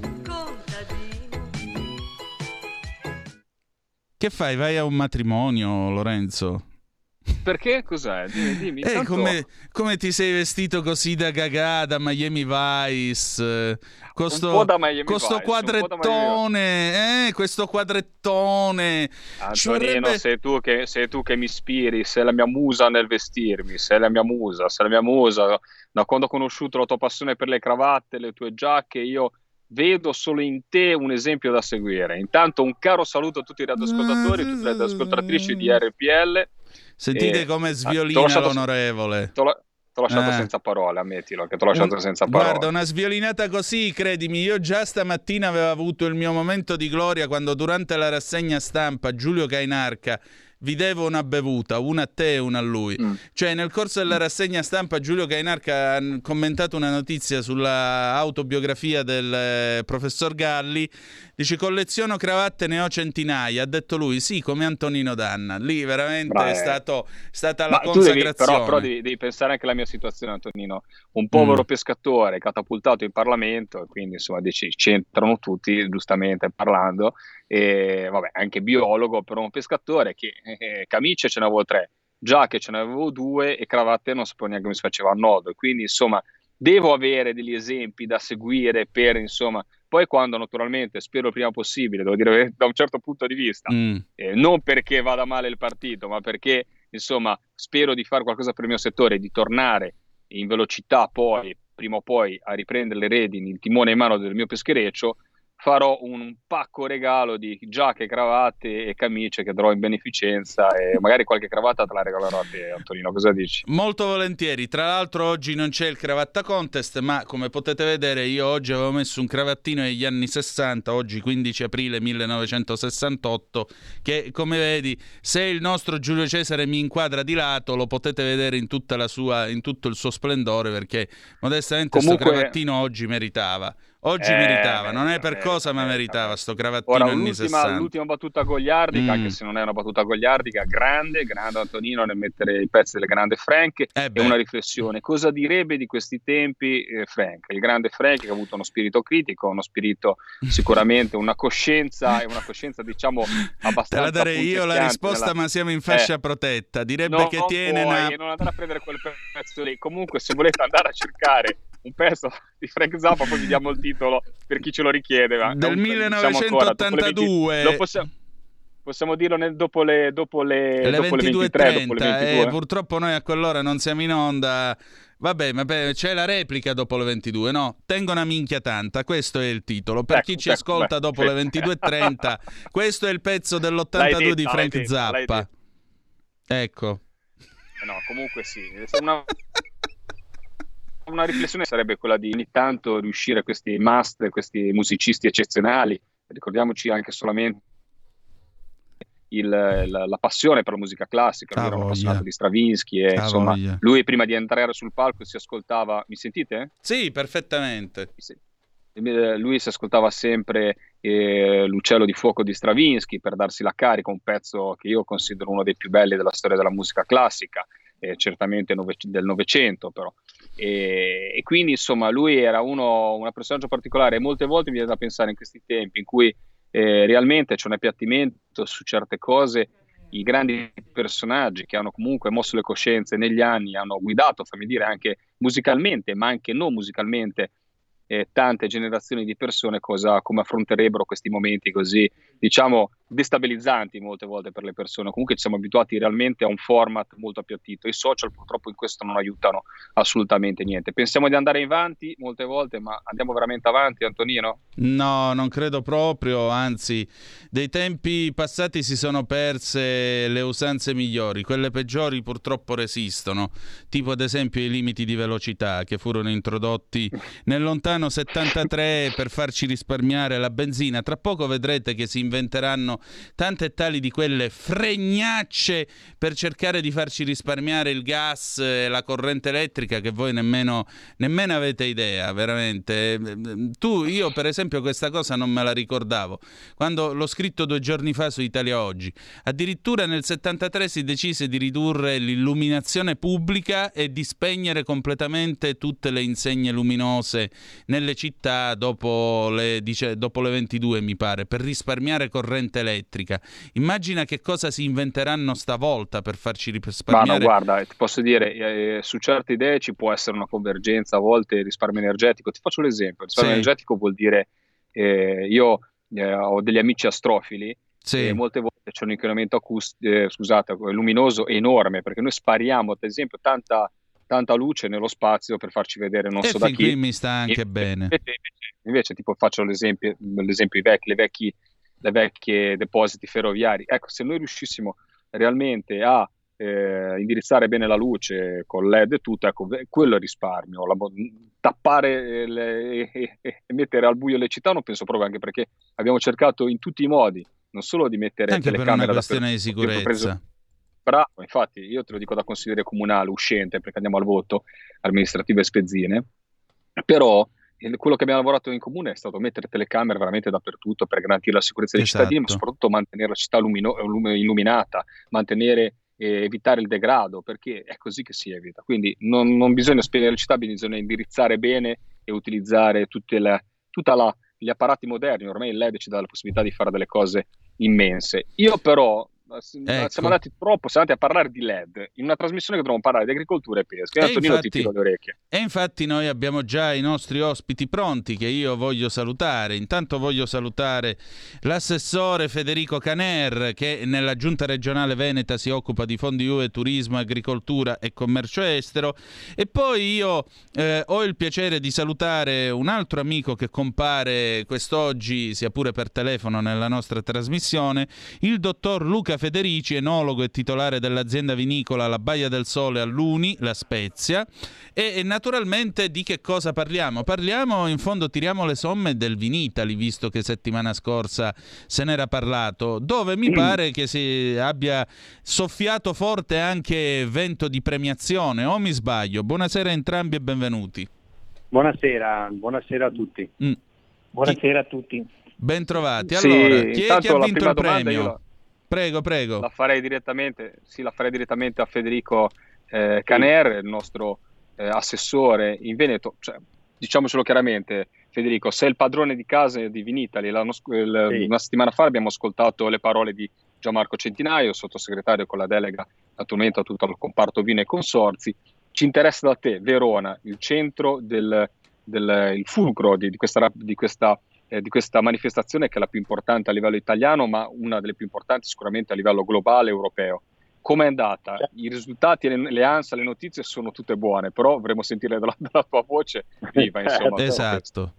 Che fai? Vai a un matrimonio, Lorenzo? Perché? Cos'è? Dimmi, dimmi. Eh, Tanto... come, come ti sei vestito così da Gaga, da Miami Vice, questo, un po' da Miami questo Vice, quadrettone, eh, questo quadrettone. Antonino, vorrebbe... sei tu che sei tu che mi ispiri, sei la mia musa nel vestirmi, sei la mia musa, sei la mia musa. Da quando ho conosciuto la tua passione per le cravatte, le tue giacche, io vedo solo in te un esempio da seguire. Intanto un caro saluto a tutti i radioascoltatori, tutte le radioascoltatrici di R P L. Sentite e... come sviolina lasciato... l'onorevole. T'ho, t'ho lasciato eh. senza parole, ammettilo, che t'ho lasciato un... senza parole. Guarda, una sviolinata così, credimi, io già stamattina avevo avuto il mio momento di gloria quando durante la rassegna stampa Giulio Cainarca vi devo una bevuta, una a te e una a lui. Mm. Cioè, nel corso della rassegna stampa Giulio Cainarca ha commentato una notizia sulla autobiografia del eh, professor Galli. Dice: colleziono cravatte, ne ho centinaia. Ha detto lui, sì, come Antonino Danna. Lì veramente Beh. è stato è stata la Ma consacrazione. Tu devi, però, però devi, devi pensare anche alla mia situazione, Antonino. Un povero mm. pescatore catapultato in Parlamento, e quindi insomma dici, c'entrano tutti, giustamente parlando. E vabbè, anche biologo, però un pescatore che eh, camicie ce ne avevo tre, giacche ce ne avevo due e cravatte non sapevo neanche come si faceva a nodo, e quindi insomma devo avere degli esempi da seguire per insomma poi quando naturalmente spero il prima possibile, devo dire da un certo punto di vista mm. eh, non perché vada male il partito, ma perché insomma spero di fare qualcosa per il mio settore, di tornare in velocità poi prima o poi a riprendere le redini, il timone in mano del mio peschereccio. farò un pacco regalo di giacche, cravatte e camicie che darò in beneficenza, e magari qualche cravatta te la regalerò a te, Antonino, cosa dici? Molto volentieri. Tra l'altro oggi non c'è il cravatta contest, ma come potete vedere io oggi avevo messo un cravattino degli anni sessanta, oggi quindici aprile millenovecentosessantotto, che come vedi, se il nostro Giulio Cesare mi inquadra di lato, lo potete vedere in tutta la sua, in tutto il suo splendore, perché modestamente questo cravattino oggi meritava. Oggi eh, meritava, non è merita, per cosa, merita, ma meritava merita. sto cravattino Ora, anni l'ultima, sessanta. l'ultima battuta goliardica, Mm. anche se non è una battuta goliardica, grande, grande Antonino nel mettere i pezzi delle grandi Frank, Eh e beh. una riflessione. Cosa direbbe di questi tempi eh, Frank? Il grande Frank, che ha avuto uno spirito critico, uno spirito sicuramente, una coscienza, e una coscienza diciamo abbastanza Te la darei io la risposta, nella... ma siamo in fascia eh, protetta. Direbbe non che tiene puoi, una... non andare a prendere quel pezzo lì. Comunque, se volete andare a cercare un pezzo di Frank Zappa, poi vi diamo il titolo per chi ce lo richiede, ma del non, millenovecentotantadue. Diciamo ancora, lo possiamo, possiamo dirlo nel, dopo le dopo le, le dopo ventidue le e ventitré, dopo le trenta, ventidue. eh, purtroppo noi a quell'ora non siamo in onda. Vabbè, ma beh, c'è la replica dopo le ventidue, no? Tengo una minchia tanta, questo è il titolo. Per ecco, chi ci ecco, ascolta beh, dopo sì. le ventidue e trenta, questo è il pezzo L'hai dell'ottantadue detta, di l'hai Frank detta, l'hai Zappa. detta. Ecco. Eh no, comunque sì, una, una riflessione sarebbe quella di ogni tanto riuscire a questi master, questi musicisti eccezionali, ricordiamoci anche solamente il, la, la passione per la musica classica. Lui Ah, era un voglia. appassionato di Stravinsky e Ah, insomma voglia. lui prima di entrare sul palco si ascoltava, mi sentite? Sì, perfettamente. Sì. Eh, Lui si ascoltava sempre eh, l'Uccello di fuoco di Stravinsky per darsi la carica, un pezzo che io considero uno dei più belli della storia della musica classica, eh, certamente nove- del Novecento però. E, e quindi insomma lui era uno, un personaggio particolare, e molte volte mi viene da pensare in questi tempi in cui eh, realmente c'è un appiattimento su certe cose. I grandi personaggi che hanno comunque mosso le coscienze negli anni, hanno guidato, fammi dire, anche musicalmente, ma anche non musicalmente, eh, tante generazioni di persone, cosa, come affronterebbero questi momenti così, diciamo, destabilizzanti molte volte per le persone. Comunque ci siamo abituati realmente a un format molto appiattito. I social purtroppo in questo non aiutano assolutamente niente. Pensiamo di andare avanti molte volte, ma andiamo veramente avanti, Antonino? No, non credo proprio, anzi, dei tempi passati si sono perse le usanze migliori, quelle peggiori purtroppo resistono, tipo ad esempio i limiti di velocità che furono introdotti nel lontano settantatré per farci risparmiare la benzina. Tra poco vedrete che si inventeranno tante e tali di quelle fregnacce per cercare di farci risparmiare il gas e la corrente elettrica che voi nemmeno, nemmeno avete idea, veramente. Tu, io per esempio questa cosa non me la ricordavo, quando l'ho scritto due giorni fa su Italia Oggi. Addirittura nel settantatré si decise di ridurre l'illuminazione pubblica e di spegnere completamente tutte le insegne luminose nelle città dopo le, dice, dopo le ventidue, mi pare, per risparmiare corrente elettrica. Immagina che cosa si inventeranno stavolta per farci risparmiare. Ma no, guarda, ti posso dire, eh, su certe idee ci può essere una convergenza, a volte risparmio energetico. Ti faccio l'esempio, risparmio Sì. energetico vuol dire, eh, io eh, ho degli amici astrofili, Sì. e molte volte c'è un inquinamento acust- eh, scusate, luminoso enorme, perché noi spariamo, ad esempio, tanta, tanta luce nello spazio per farci vedere non e so da fin chi. qui mi sta anche E- bene. Invece, invece, invece, tipo faccio l'esempio, l'esempio i vecchi, le, vecchi, le vecchie depositi ferroviari. Ecco, se noi riuscissimo realmente a eh, indirizzare bene la luce con L E D e tutto, ecco, ve- quello è risparmio. La, tappare le, e, e mettere al buio le città non penso proprio, anche perché abbiamo cercato in tutti i modi non solo di mettere Anche per telecamere una questione di dappertutto. Io ho preso- sicurezza. Bravo, infatti io te lo dico da consigliere comunale uscente, perché andiamo al voto amministrativo e spezzine, però il- quello che abbiamo lavorato in comune è stato mettere telecamere veramente dappertutto per garantire la sicurezza dei Esatto. cittadini, ma soprattutto mantenere la città lumino- lum- illuminata, mantenere e evitare il degrado, perché è così che si evita. Quindi non, non bisogna spegnere le città, bisogna indirizzare bene e utilizzare tutte le, tutta la, gli apparati moderni. Ormai il L E D ci dà la possibilità di fare delle cose immense. Io però, Ecco. Siamo andati troppo, siamo andati a parlare di L E D in una trasmissione che dovremmo parlare di agricoltura e pesca. E, E Antonino infatti, ti tiro le orecchie. E infatti noi abbiamo già i nostri ospiti pronti che io voglio salutare. Intanto voglio salutare l'assessore Federico Caner, che nella giunta regionale veneta si occupa di fondi U E, turismo, agricoltura e commercio estero. E poi io eh, ho il piacere di salutare un altro amico che compare quest'oggi, sia pure per telefono, nella nostra trasmissione, il dottor Luca Federici, enologo e titolare dell'azienda vinicola La Baia del Sole a Luni, La Spezia. E, e naturalmente di che cosa parliamo? Parliamo, in fondo tiriamo le somme del Vinitaly, visto che settimana scorsa se n'era parlato, dove mi pare che si abbia soffiato forte anche vento di premiazione, o mi sbaglio? Buonasera a entrambi e benvenuti. Buonasera, buonasera a tutti. Mm. Buonasera a tutti. Ben trovati. Sì, Allora, chi è intanto che ha la vinto prima il domanda premio? io la- Prego, prego. La farei direttamente, sì, la farei direttamente a Federico eh, Caner, il nostro eh, assessore in Veneto. Cioè, diciamocelo chiaramente, Federico, sei il padrone di casa di Vinitaly. L'anno sc- il- Sì. Una settimana fa abbiamo ascoltato le parole di Gianmarco Centinaio, sottosegretario con la delega naturalmente a tutto il comparto vino e consorzi. Ci interessa da te, Verona, il centro del, del il fulcro di, di questa, rap- di questa eh, di questa manifestazione, che è la più importante a livello italiano, ma una delle più importanti sicuramente a livello globale europeo. Come è andata? I risultati, le, le ansie, le notizie sono tutte buone, però vorremmo sentire dalla, dalla tua voce viva, insomma. Esatto.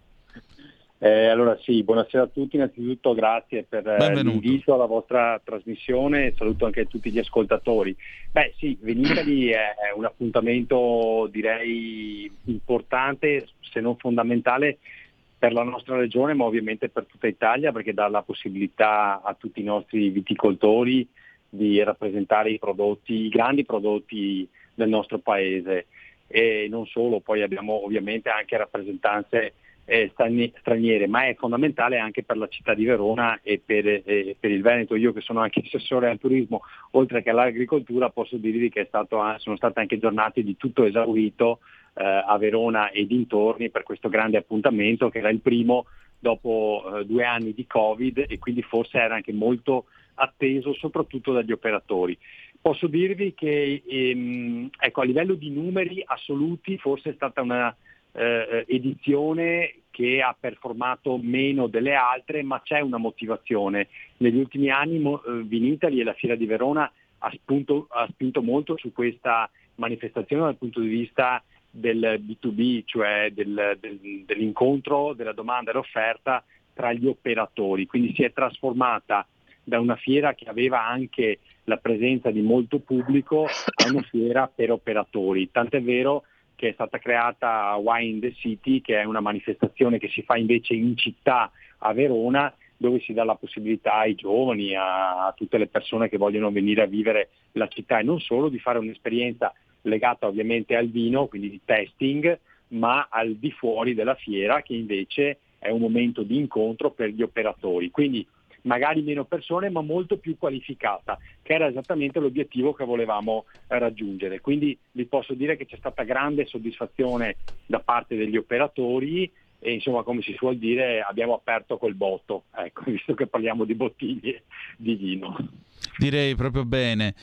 Eh, allora sì, buonasera a tutti, innanzitutto grazie per eh, Benvenuto. l'invito alla vostra trasmissione e saluto anche tutti gli ascoltatori. Beh sì, Vinitaly è un appuntamento direi importante, se non fondamentale, per la nostra regione, ma ovviamente per tutta Italia, perché dà la possibilità a tutti i nostri viticoltori di rappresentare i prodotti, i grandi prodotti del nostro paese. E non solo, poi abbiamo ovviamente anche rappresentanze eh, straniere, ma è fondamentale anche per la città di Verona e per, eh, per il Veneto. Io che sono anche assessore al turismo, oltre che all'agricoltura, posso dirvi che è stato, sono state anche giornate di tutto esaurito eh, a Verona e dintorni per questo grande appuntamento, che era il primo dopo eh, due anni di Covid, e quindi forse era anche molto atteso soprattutto dagli operatori. Posso dirvi che ehm, ecco, a livello di numeri assoluti forse è stata una eh, edizione che ha performato meno delle altre, ma c'è una motivazione. Negli ultimi anni mo, eh, Vinitaly e la Fiera di Verona ha, spunto, ha spinto molto su questa manifestazione dal punto di vista del B due B, cioè del, del, dell'incontro della domanda e l'offerta tra gli operatori. Quindi si è trasformata da una fiera che aveva anche la presenza di molto pubblico a una fiera per operatori. Tant'è vero che è stata creata Wine in the City, che è una manifestazione che si fa invece in città a Verona, dove si dà la possibilità ai giovani, a, a tutte le persone che vogliono venire a vivere la città, e non solo, di fare un'esperienza legata ovviamente al vino, quindi di tasting, ma al di fuori della fiera, che invece è un momento di incontro per gli operatori. Quindi magari meno persone, ma molto più qualificata, che era esattamente l'obiettivo che volevamo raggiungere. Quindi vi posso dire che c'è stata grande soddisfazione da parte degli operatori e, insomma, come si suol dire, abbiamo aperto col botto, ecco, visto che parliamo di bottiglie di vino. Direi proprio bene.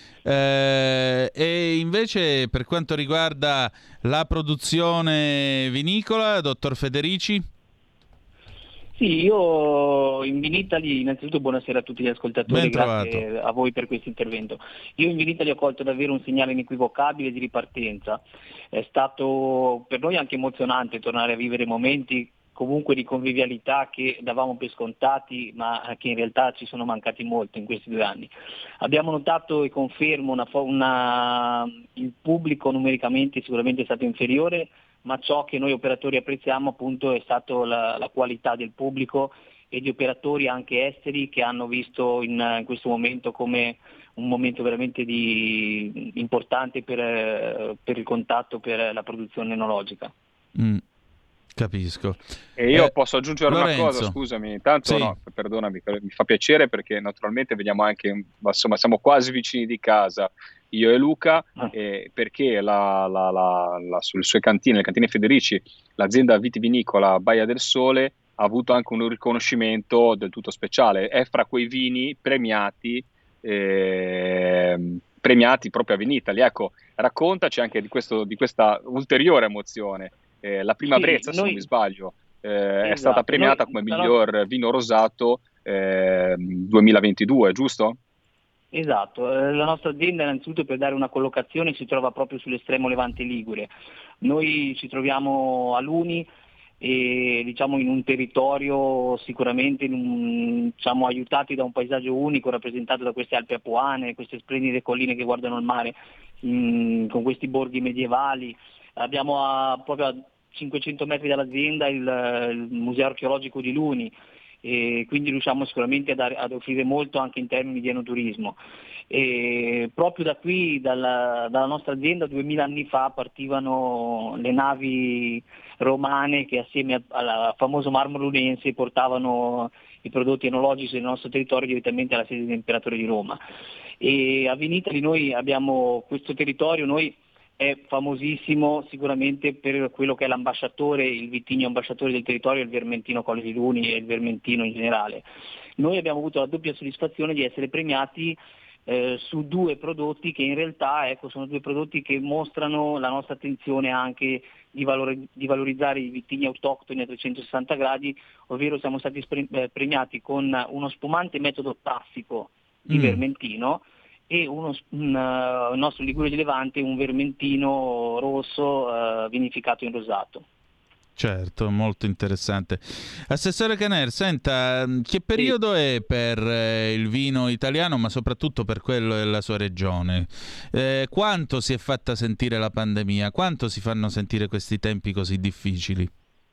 Eh, e invece per quanto riguarda la produzione vinicola, dottor Federici? Sì, io in Vinitaly, innanzitutto buonasera a tutti gli ascoltatori, Ben grazie trovato. a voi per questo intervento. Io in Vinitaly ho colto davvero un segnale inequivocabile di ripartenza. È stato per noi anche emozionante tornare a vivere momenti comunque di convivialità che davamo per scontati, ma che in realtà ci sono mancati molto in questi due anni. Abbiamo notato, e confermo, una, una, il pubblico numericamente sicuramente è stato inferiore, ma ciò che noi operatori apprezziamo appunto è stato la, la qualità del pubblico e di operatori anche esteri che hanno visto in, in questo momento come un momento veramente di, importante per, per il contatto, per la produzione enologica. Mm, capisco. E io Eh, posso aggiungere Lorenzo. una cosa, scusami, tanto Sì. no, perdonami, mi fa piacere perché naturalmente vediamo anche, insomma, siamo quasi vicini di casa, io e Luca, eh, perché la, la, la, la, sulle sue cantine, le cantine Federici, l'azienda vitivinicola Baia del Sole ha avuto anche un riconoscimento del tutto speciale, è fra quei vini premiati eh, premiati proprio a Vinitaly. Ecco, raccontaci anche di, questo, di questa ulteriore emozione. Eh, la prima Sì, Brezza, se noi- non mi sbaglio, eh, è Esatto, stata premiata noi- come la miglior vino rosato eh, duemilaventidue, giusto? Esatto, eh, la nostra azienda innanzitutto per dare una collocazione si trova proprio sull'estremo levante ligure. Noi ci troviamo a Luni e diciamo in un territorio sicuramente in un- diciamo, aiutati da un paesaggio unico rappresentato da queste Alpi Apuane, queste splendide colline che guardano il mare, mh, con questi borghi medievali. Abbiamo a, proprio a cinquecento metri dall'azienda il, il Museo Archeologico di Luni, e quindi riusciamo sicuramente a dare- ad offrire molto anche in termini di enoturismo. E proprio da qui, dalla, dalla nostra azienda, duemila anni fa partivano le navi romane che assieme a- al famoso marmo lunense portavano i prodotti enologici del nostro territorio direttamente alla sede dell'imperatore di Roma. E a Vinitaly noi abbiamo questo territorio, noi è famosissimo sicuramente per quello che è l'ambasciatore, il vitigno ambasciatore del territorio, il Vermentino Colle di Luni e il Vermentino in generale. Noi abbiamo avuto la doppia soddisfazione di essere premiati eh, su due prodotti che in realtà ecco, sono due prodotti che mostrano la nostra attenzione anche di, valori- di valorizzare i vitigni autoctoni a trecentosessanta gradi, ovvero siamo stati spre- eh, premiati con uno spumante metodo classico di Mm. Vermentino e uno, un uh, nostro Liguria di Levante, un Vermentino rosso uh, vinificato in rosato. Certo, molto interessante. Assessore Caner, senta, che periodo è per eh, il vino italiano, ma soprattutto per quello della sua regione? Eh, quanto si è fatta sentire la pandemia? Quanto si fanno sentire questi tempi così difficili?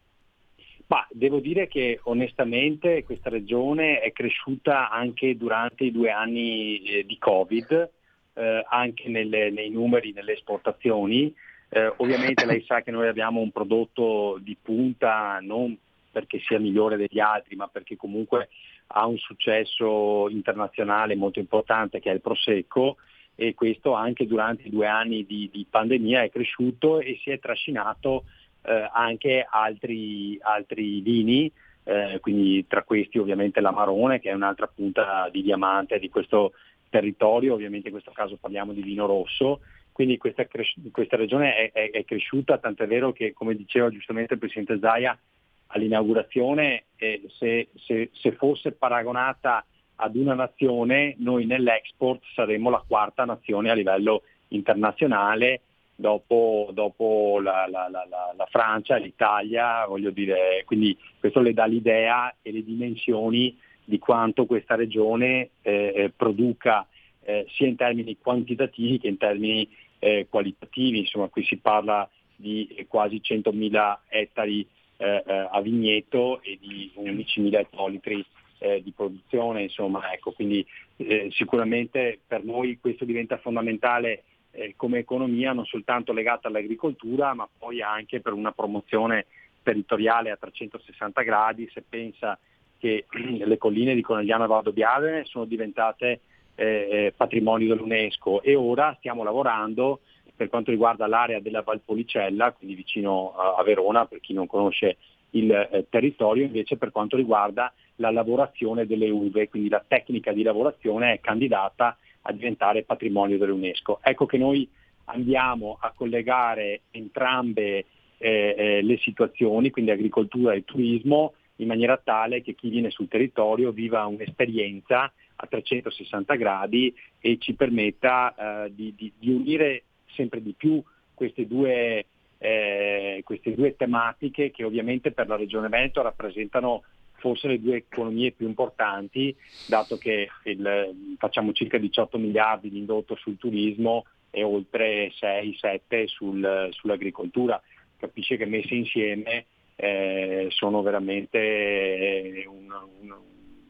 Ma devo dire che onestamente questa regione è cresciuta anche durante i due anni eh, di Covid, eh, anche nelle, nei numeri, nelle esportazioni. Eh, ovviamente lei sa che noi abbiamo un prodotto di punta, non perché sia migliore degli altri, ma perché comunque ha un successo internazionale molto importante che è il Prosecco, e questo anche durante i due anni di, di pandemia è cresciuto e si è trascinato eh, anche altri, altri vini, eh, quindi tra questi ovviamente l'Amarone, che è un'altra punta di diamante di questo territorio, ovviamente in questo caso parliamo di vino rosso. Quindi questa, cres- questa regione è, è, è cresciuta, tant'è vero che, come diceva giustamente il Presidente Zaia all'inaugurazione, eh, se, se, se fosse paragonata ad una nazione, noi nell'export saremmo la quarta nazione a livello internazionale, dopo, dopo la, la, la, la, la Francia e l'Italia, voglio dire, quindi questo le dà l'idea e le dimensioni di quanto questa regione eh, produca eh, sia in termini quantitativi che in termini eh, qualitativi. Insomma, qui si parla di eh, quasi centomila ettari eh, eh, a vigneto e di undicimila ettolitri eh, di produzione, insomma, ecco, quindi eh, sicuramente per noi questo diventa fondamentale eh, come economia, non soltanto legata all'agricoltura, ma poi anche per una promozione territoriale a trecentosessanta gradi. Se pensa che le colline di Conegliano e Valdobbiadene sono diventate eh, patrimonio dell'UNESCO e ora stiamo lavorando per quanto riguarda l'area della Valpolicella, quindi vicino a, a Verona, per chi non conosce il eh, territorio, invece per quanto riguarda la lavorazione delle uve, quindi la tecnica di lavorazione è candidata a diventare patrimonio dell'UNESCO. Ecco che noi andiamo a collegare entrambe eh, eh, le situazioni, quindi agricoltura e turismo, in maniera tale che chi viene sul territorio viva un'esperienza a trecentosessanta gradi e ci permetta eh, di, di, di unire sempre di più queste due, eh, queste due tematiche che ovviamente per la Regione Veneto rappresentano forse le due economie più importanti, dato che il, facciamo circa diciotto miliardi di indotto sul turismo e oltre sei sette sul, sull'agricoltura. Capisce che messe insieme eh, sono veramente una, una,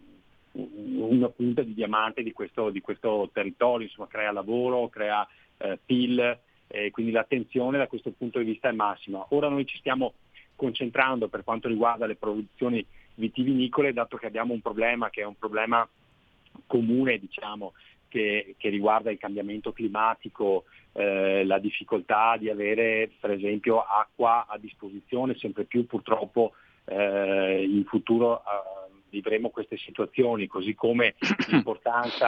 una punta di diamante di questo, di questo territorio, insomma, crea lavoro, crea eh, P I L, eh, quindi l'attenzione da questo punto di vista è massima. Ora noi ci stiamo concentrando per quanto riguarda le produzioni vitivinicole, dato che abbiamo un problema che è un problema comune, diciamo, che, che riguarda il cambiamento climatico, eh, la difficoltà di avere per esempio acqua a disposizione, sempre più purtroppo eh, in futuro eh, vivremo queste situazioni, così come l'importanza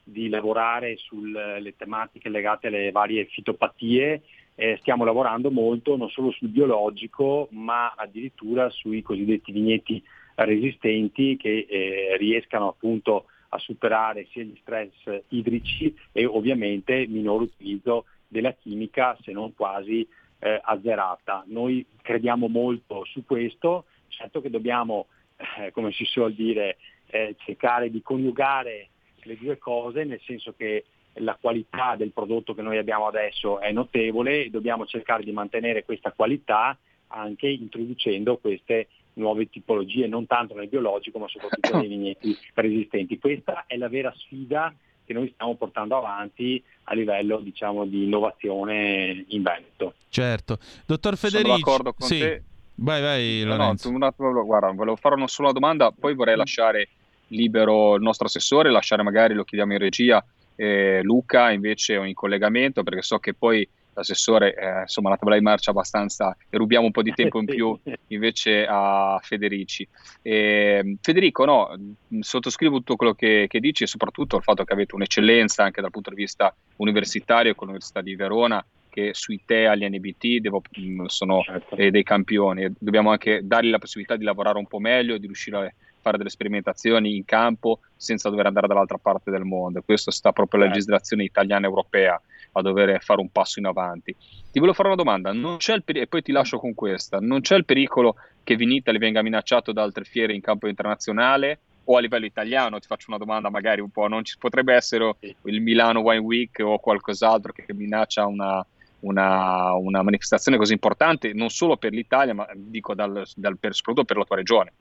di lavorare sulle tematiche legate alle varie fitopatie. Eh, stiamo lavorando molto non solo sul biologico, ma addirittura sui cosiddetti vigneti resistenti che eh, riescano appunto a superare sia gli stress idrici e ovviamente minor utilizzo della chimica, se non quasi eh, azzerata. Noi crediamo molto su questo, certo che dobbiamo, eh, come si suol dire, eh, cercare di coniugare le due cose, nel senso che la qualità del prodotto che noi abbiamo adesso è notevole e dobbiamo cercare di mantenere questa qualità anche introducendo queste nuove tipologie, non tanto nel biologico ma soprattutto nei vigneti resistenti. Questa è la vera sfida che noi stiamo portando avanti a livello, diciamo, di innovazione in Veneto. Certo. Dottor Federici, sono d'accordo con sì. te. Vai, vai No, Lorenzo. no, un attimo, guarda, volevo fare una sola domanda, poi vorrei lasciare libero il nostro assessore, lasciare magari, lo chiediamo in regia, eh, Luca invece o in collegamento, perché so che poi l'assessore, eh, insomma, la tabella di marcia abbastanza, e rubiamo un po' di tempo in più invece a Federici. Eh, Federico, no, sottoscrivo tutto quello che, che dici e soprattutto il fatto che avete un'eccellenza anche dal punto di vista universitario con l'Università di Verona, che sui T E A, gli N B T devo, sono certo. eh, dei campioni, e dobbiamo anche dargli la possibilità di lavorare un po' meglio, di riuscire a fare delle sperimentazioni in campo senza dover andare dall'altra parte del mondo. Questo sta proprio alla legislazione italiana e europea a dover fare un passo in avanti. Ti volevo fare una domanda, non c'è il peri- e poi ti lascio con questa, non c'è il pericolo che Vinitaly venga minacciato da altre fiere in campo internazionale o a livello italiano? Ti faccio una domanda magari un po', non ci potrebbe essere il Milano Wine Week o qualcos'altro che minaccia una Una, una manifestazione così importante non solo per l'Italia ma dico dal, dal, per, soprattutto per la tua regione?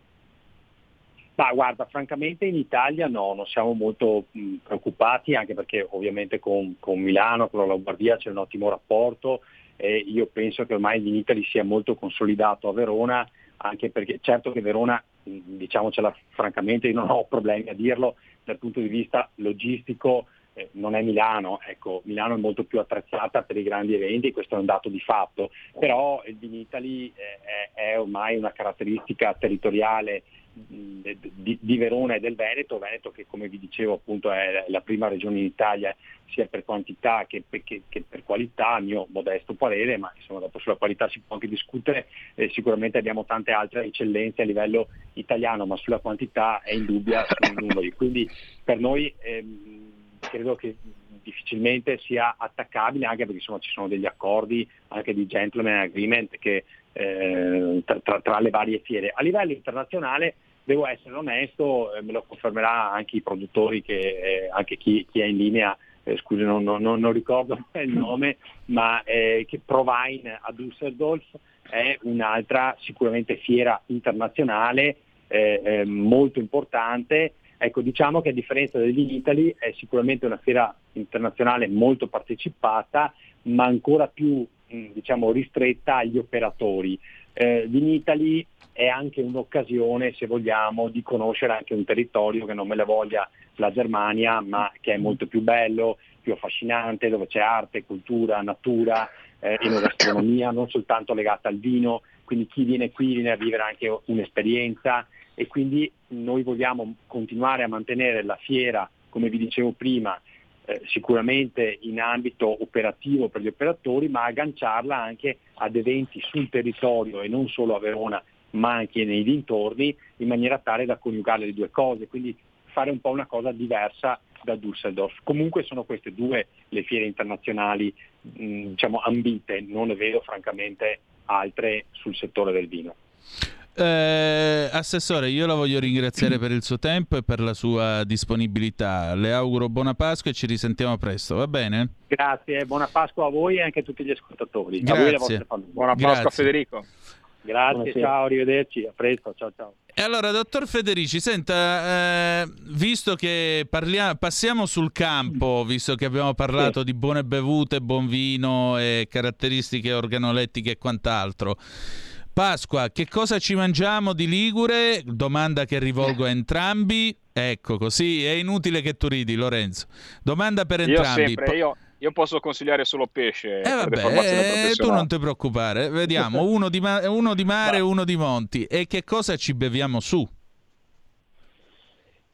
Ma guarda, francamente in Italia no, non siamo molto mh, preoccupati, anche perché ovviamente con, con Milano, con la Lombardia c'è un ottimo rapporto e io penso che ormai il Vinitaly sia molto consolidato a Verona, anche perché certo che Verona, mh, diciamocela francamente, io non ho problemi a dirlo, dal punto di vista logistico eh, non è Milano, ecco, Milano è molto più attrezzata per i grandi eventi, questo è un dato di fatto, però il Vinitaly eh, è, è ormai una caratteristica territoriale Di, di Verona e del Veneto, Veneto che come vi dicevo appunto è la prima regione in Italia sia per quantità che, che, che per qualità, a mio modesto parere, ma insomma dopo sulla qualità si può anche discutere, eh, sicuramente abbiamo tante altre eccellenze a livello italiano, ma sulla quantità è indubbia sui numeri, quindi per noi ehm, credo che difficilmente sia attaccabile, anche perché insomma ci sono degli accordi anche di gentleman agreement che eh, tra, tra le varie fiere. A livello internazionale devo essere onesto, eh, me lo confermerà anche i produttori, che eh, anche chi, chi è in linea, eh, scusi non, non, non ricordo il nome, ma eh, che Provine a Düsseldorf è un'altra sicuramente fiera internazionale eh, eh, molto importante. Ecco, diciamo che a differenza del Vinitaly è sicuramente una fiera internazionale molto partecipata, ma ancora più mh, diciamo ristretta agli operatori. Eh, Vinitaly è anche un'occasione, se vogliamo, di conoscere anche un territorio che non me la voglia la Germania, ma che è molto più bello, più affascinante, dove c'è arte, cultura, natura, eh, enogastronomia, non soltanto legata al vino, quindi chi viene qui viene a vivere anche un'esperienza. E quindi noi vogliamo continuare a mantenere la fiera, come vi dicevo prima, eh, sicuramente in ambito operativo per gli operatori, ma agganciarla anche ad eventi sul territorio e non solo a Verona, ma anche nei dintorni, in maniera tale da coniugare le due cose, quindi fare un po' una cosa diversa da Düsseldorf. Comunque sono queste due le fiere internazionali mh, diciamo ambite, non ne vedo francamente altre sul settore del vino. Eh, Assessore, io la voglio ringraziare per il suo tempo e per la sua disponibilità. Le auguro buona Pasqua e ci risentiamo presto, va bene? Grazie, buona Pasqua a voi e anche a tutti gli ascoltatori. Grazie. A voi e alle vostre famiglie. Buona Pasqua. Grazie. Federico. Grazie, Buonasera. Ciao, arrivederci, a presto, ciao ciao. E allora, dottor Federici, senta, eh, visto che parliamo, passiamo sul campo, visto che abbiamo parlato sì. di buone bevute, buon vino e caratteristiche organolettiche e quant'altro. Pasqua, che cosa ci mangiamo di Ligure? Domanda che rivolgo a entrambi. Ecco, così è inutile che tu ridi, Lorenzo. Domanda per entrambi. Io sempre, io, io posso consigliare solo pesce. Eh vabbè, eh, tu non ti preoccupare. Vediamo, uno di, ma- uno di mare e uno di monti. E che cosa ci beviamo su?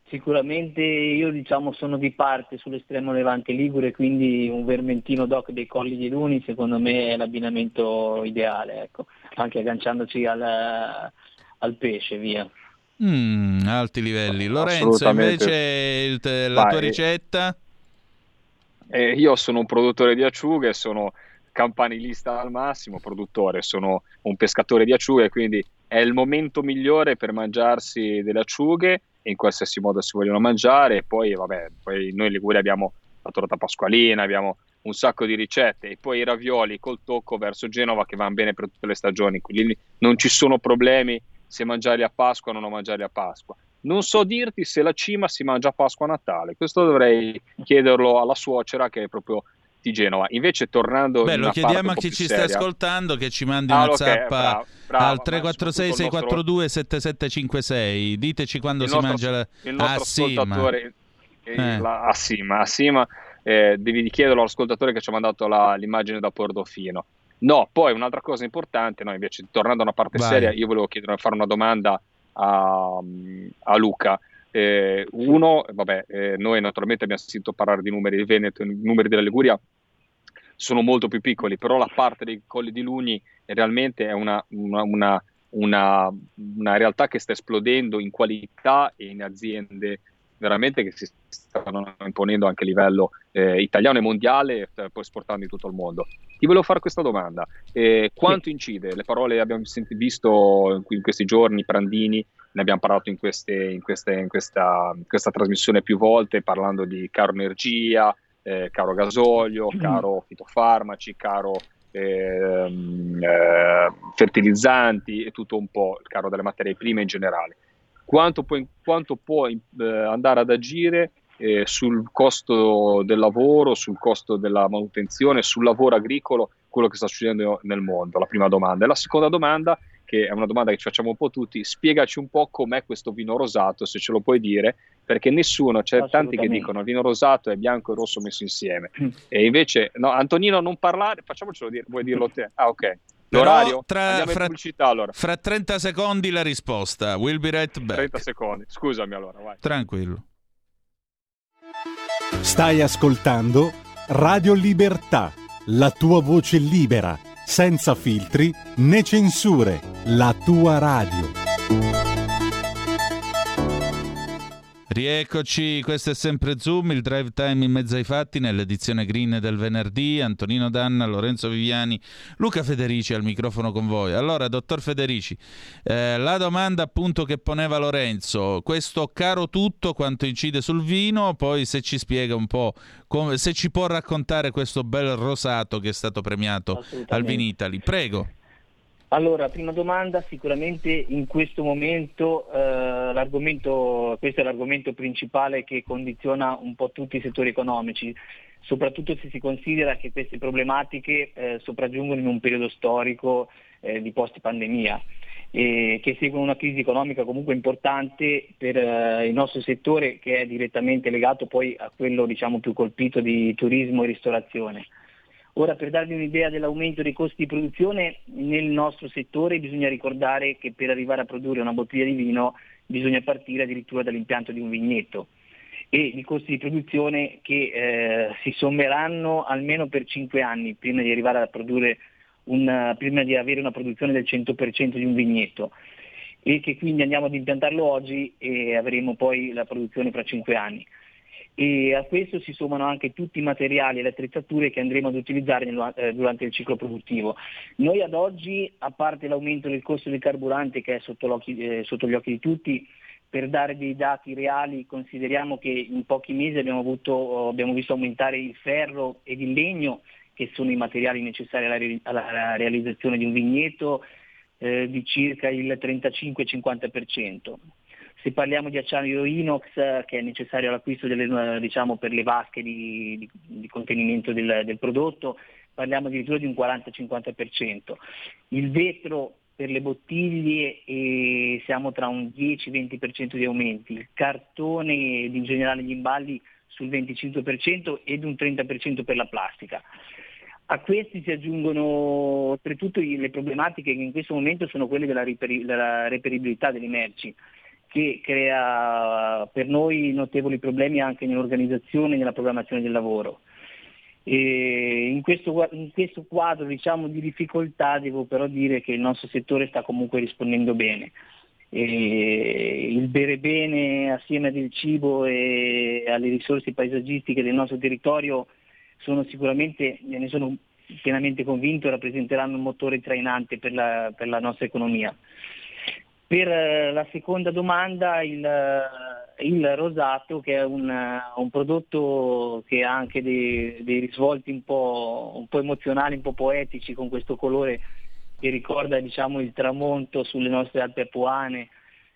Sicuramente io diciamo sono di parte sull'estremo levante ligure, quindi un vermentino doc dei Colli di Luni secondo me è l'abbinamento ideale, ecco, anche agganciandoci al, al pesce, via. Mm, alti livelli. Lorenzo, Assolutamente. invece il te- la Vai. tua ricetta? Eh, io sono un produttore di acciughe, sono campanilista al massimo, produttore, sono un pescatore di acciughe, quindi è il momento migliore per mangiarsi delle acciughe in qualsiasi modo si vogliono mangiare. E poi vabbè, poi noi in Liguria abbiamo la torta pasqualina, abbiamo un sacco di ricette, e poi i ravioli col tocco verso Genova che vanno bene per tutte le stagioni, quindi non ci sono problemi se mangiarli a Pasqua o non mangiarli a Pasqua. Non so dirti se la cima si mangia a Pasqua o a Natale, questo dovrei chiederlo alla suocera che è proprio di Genova. Invece tornando Beh, in lo una chiediamo parte a un po' chi più ci sta seria. ascoltando che ci mandi Ah, una ok, zappa bravo, bravo, al tre ma quattro sei soprattutto sei il nostro- quattro due sette sette cinque sei. Diteci quando il si nostro, mangia la... il nostro Ah, sì, ma... ascoltatore eh, Eh. la- a Sima, a Sima eh, devi chiederlo all'ascoltatore che ci ha mandato la- l'immagine da Portofino. No, poi un'altra cosa importante, no, invece tornando a una parte Vai. seria, io volevo chiedere, fare una domanda a, a Luca. Eh, uno, vabbè, eh, noi naturalmente abbiamo sentito parlare di numeri del Veneto, i numeri della Liguria sono molto più piccoli, però la parte dei Colli di Luni realmente è una, una, una, una, una realtà che sta esplodendo in qualità e in aziende veramente che si stanno imponendo anche a livello eh, italiano e mondiale, eh, poi esportando in tutto il mondo. Ti volevo fare questa domanda: eh, quanto incide? Le parole abbiamo senti- visto in questi giorni, Prandini, ne abbiamo parlato in, queste, in, queste, in, questa, in questa trasmissione più volte, parlando di caro energia, eh, caro gasolio, caro fitofarmaci, caro ehm, eh, fertilizzanti e tutto un po', il caro delle materie prime in generale. Quanto può, quanto può eh, andare ad agire eh, sul costo del lavoro, sul costo della manutenzione, sul lavoro agricolo, quello che sta succedendo nel mondo? La prima domanda. E la seconda domanda, che è una domanda che ci facciamo un po' tutti: spiegaci un po' com'è questo vino rosato, se ce lo puoi dire, perché nessuno, c'è tanti che dicono il vino rosato è bianco e rosso messo insieme, e invece no. Antonino, non parlare, facciamocelo dire, vuoi dirlo te? Ah, ok. L'orario? Però tra, Andiamo in fra, pubblicità allora. fra trenta secondi la risposta. We'll be right back. trenta secondi, scusami allora, vai. Tranquillo. Stai ascoltando Radio Libertà, la tua voce libera, senza filtri né censure, la tua radio. Rieccoci, questo è sempre Zoom, il drive time in mezzo ai fatti nell'edizione green del venerdì. Antonino Danna, Lorenzo Viviani, Luca Federici al microfono con voi. Allora, dottor Federici, eh, la domanda appunto che poneva Lorenzo, questo caro tutto quanto incide sul vino, poi se ci spiega un po', come, se ci può raccontare questo bel rosato che è stato premiato al Vinitaly, prego. Allora, prima domanda, sicuramente in questo momento eh, l'argomento, questo è l'argomento principale che condiziona un po' tutti i settori economici, soprattutto se si considera che queste problematiche eh, sopraggiungono in un periodo storico eh, di post-pandemia, e che seguono una crisi economica comunque importante per eh, il nostro settore, che è direttamente legato poi a quello diciamo più colpito di turismo e ristorazione. Ora, per darvi un'idea dell'aumento dei costi di produzione, nel nostro settore bisogna ricordare che per arrivare a produrre una bottiglia di vino bisogna partire addirittura dall'impianto di un vigneto, e i costi di produzione che eh, si sommeranno almeno per cinque anni prima di arrivare a produrre una, prima di avere una produzione del cento per cento di un vigneto, e che quindi andiamo ad impiantarlo oggi e avremo poi la produzione fra cinque anni. E a questo si sommano anche tutti i materiali e le attrezzature che andremo ad utilizzare nel, eh, durante il ciclo produttivo. Noi ad oggi, a parte l'aumento del costo del carburante che è sotto, l'occhi, eh, sotto gli occhi di tutti, per dare dei dati reali consideriamo che in pochi mesi abbiamo, avuto, abbiamo visto aumentare il ferro ed il legno, che sono i materiali necessari alla, re, alla realizzazione di un vigneto, eh, di circa il trentacinque cinquanta per cento. Se parliamo di acciaio inox, che è necessario all'acquisto delle, diciamo, per le vasche di, di, di contenimento del, del prodotto, parliamo addirittura di un quaranta cinquanta per cento. Il vetro per le bottiglie eh, siamo tra un dieci venti per cento di aumenti, il cartone ed in generale gli imballi sul venticinque per cento ed un trenta per cento per la plastica. A questi si aggiungono oltretutto le problematiche che in questo momento sono quelle della, riperi- della reperibilità delle merci, che crea per noi notevoli problemi anche nell'organizzazione e nella programmazione del lavoro. E in, questo, in questo quadro, diciamo, di difficoltà devo però dire che il nostro settore sta comunque rispondendo bene. E il bere bene assieme al cibo e alle risorse paesaggistiche del nostro territorio sono sicuramente, ne sono pienamente convinto, rappresenteranno un motore trainante per la, per la nostra economia. Per la seconda domanda, il, il rosato, che è un, un prodotto che ha anche dei, dei risvolti un po', un po' emozionali, un po' poetici, con questo colore che ricorda, diciamo, il tramonto sulle nostre Alpi apuane,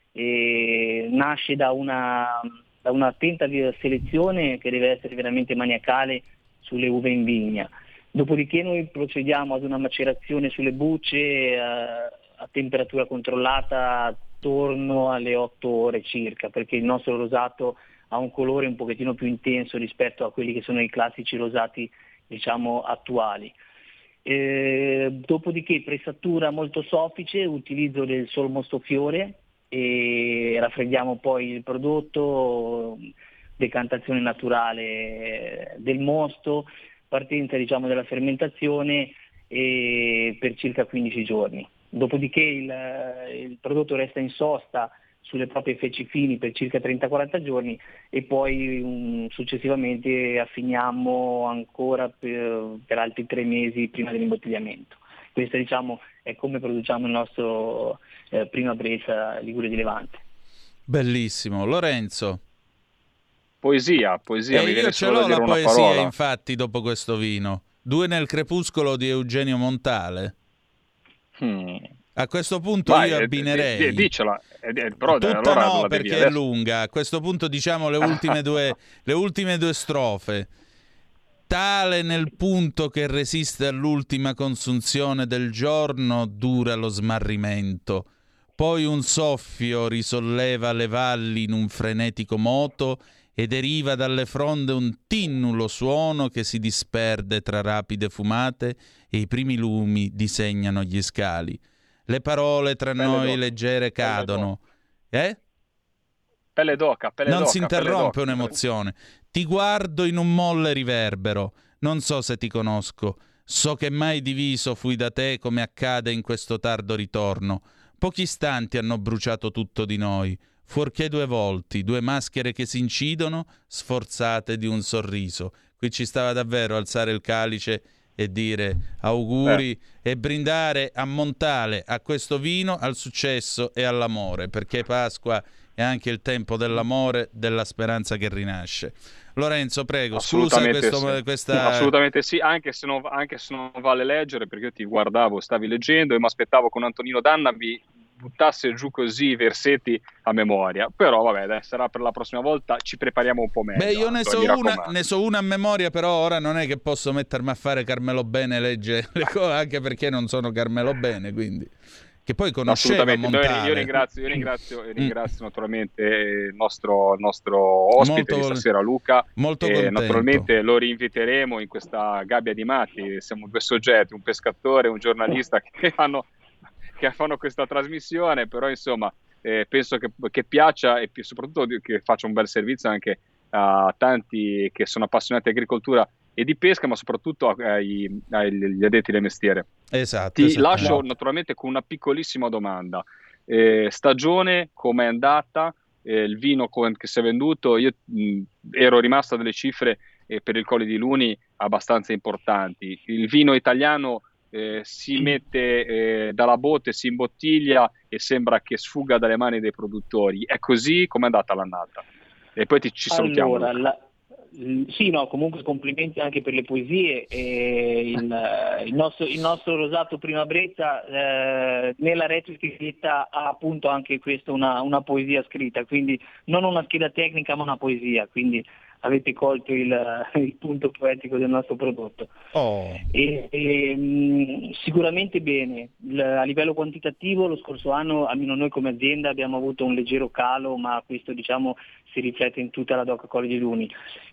e nasce da una, da un'attenta selezione che deve essere veramente maniacale sulle uve in vigna. Dopodiché noi procediamo ad una macerazione sulle bucce eh, a temperatura controllata attorno alle otto ore circa, perché il nostro rosato ha un colore un pochettino più intenso rispetto a quelli che sono i classici rosati, diciamo, attuali. Eh, dopodiché pressatura molto soffice, utilizzo del solmostofiore e raffreddiamo poi il prodotto, decantazione naturale del mosto, partenza, diciamo, della fermentazione e per circa quindici giorni. Dopodiché il, il prodotto resta in sosta sulle proprie feci fini per circa trenta quaranta giorni e poi um, successivamente affiniamo ancora per, per altri tre mesi prima dell'imbottigliamento. Questo, diciamo, è come produciamo il nostro eh, Prima Brezza Liguria di Levante. Bellissimo. Lorenzo? Poesia, poesia. E mi io ce l'ho la poesia, infatti, dopo questo vino. Due nel crepuscolo di Eugenio Montale. Hmm. A questo punto Vai, io abbinerei. Eh, dicela, eh, eh, però, Tutta allora no, la perché devi è adesso. lunga. A questo punto diciamo le ultime due, le ultime due strofe. Tale nel punto che resiste all'ultima consunzione del giorno dura lo smarrimento. Poi un soffio risolleva le valli in un frenetico moto e deriva dalle fronde un tinnulo suono che si disperde tra rapide fumate e i primi lumi disegnano gli scali. Le parole tra Pelle noi d'oca, leggere cadono. Eh? Pelle d'oca, pelle Non d'oca, si interrompe pelle d'oca. un'emozione. Ti guardo in un molle riverbero. Non so se ti conosco. So che mai diviso fui da te come accade in questo tardo ritorno. Pochi istanti hanno bruciato tutto di noi. Fuorché due volti, due maschere che si incidono, sforzate di un sorriso. Qui ci stava davvero alzare il calice e dire auguri eh. e brindare a Montale, a questo vino, al successo e all'amore, perché Pasqua è anche il tempo dell'amore, della speranza che rinasce. Lorenzo, prego, scusa questo, sì. questa... Assolutamente sì, anche se, non, anche se non vale leggere, perché io ti guardavo, stavi leggendo e mi aspettavo con Antonino Danna vi buttasse giù così i versetti a memoria, però vabbè, dai, sarà per la prossima volta, ci prepariamo un po' meglio. Beh, io ne so, Antonio, una, ne so una a memoria, però ora non è che posso mettermi a fare Carmelo Bene legge le cose, anche perché non sono Carmelo Bene, quindi che poi conosceva Montale. Noi, io ringrazio, io ringrazio, io ringrazio mm. naturalmente il nostro, il nostro ospite molto, di stasera, Luca. Molto e contento. Naturalmente lo rinviteremo in questa gabbia di matti. Siamo due soggetti, un pescatore e un giornalista che fanno, che fanno questa trasmissione, però insomma eh, penso che, che piaccia e soprattutto che faccia un bel servizio anche a tanti che sono appassionati di agricoltura e di pesca, ma soprattutto ai, agli addetti del mestiere. Esatto. Ti esatto. lascio naturalmente con una piccolissima domanda. Eh, stagione, com'è andata? Eh, il vino che si è venduto? Io mh, ero rimasto a delle cifre eh, per il Colli di Luni abbastanza importanti. Il vino italiano eh, si mette eh, dalla botte, si imbottiglia e sembra che sfugga dalle mani dei produttori. È così? Com'è andata l'annata? E poi ti, ci salutiamo. Allora, la... Sì, no, comunque complimenti anche per le poesie. Eh, il, il, nostro, il nostro rosato Prima Brezza eh, nella retroetichetta ha appunto anche questa una, una poesia scritta, quindi non una scheda tecnica ma una poesia, quindi avete colto il, il punto poetico del nostro prodotto. Oh. E, e, mh, sicuramente bene. L- a livello quantitativo lo scorso anno, almeno noi come azienda, abbiamo avuto un leggero calo, ma questo diciamo si riflette in tutta la Doc Colli di Luni.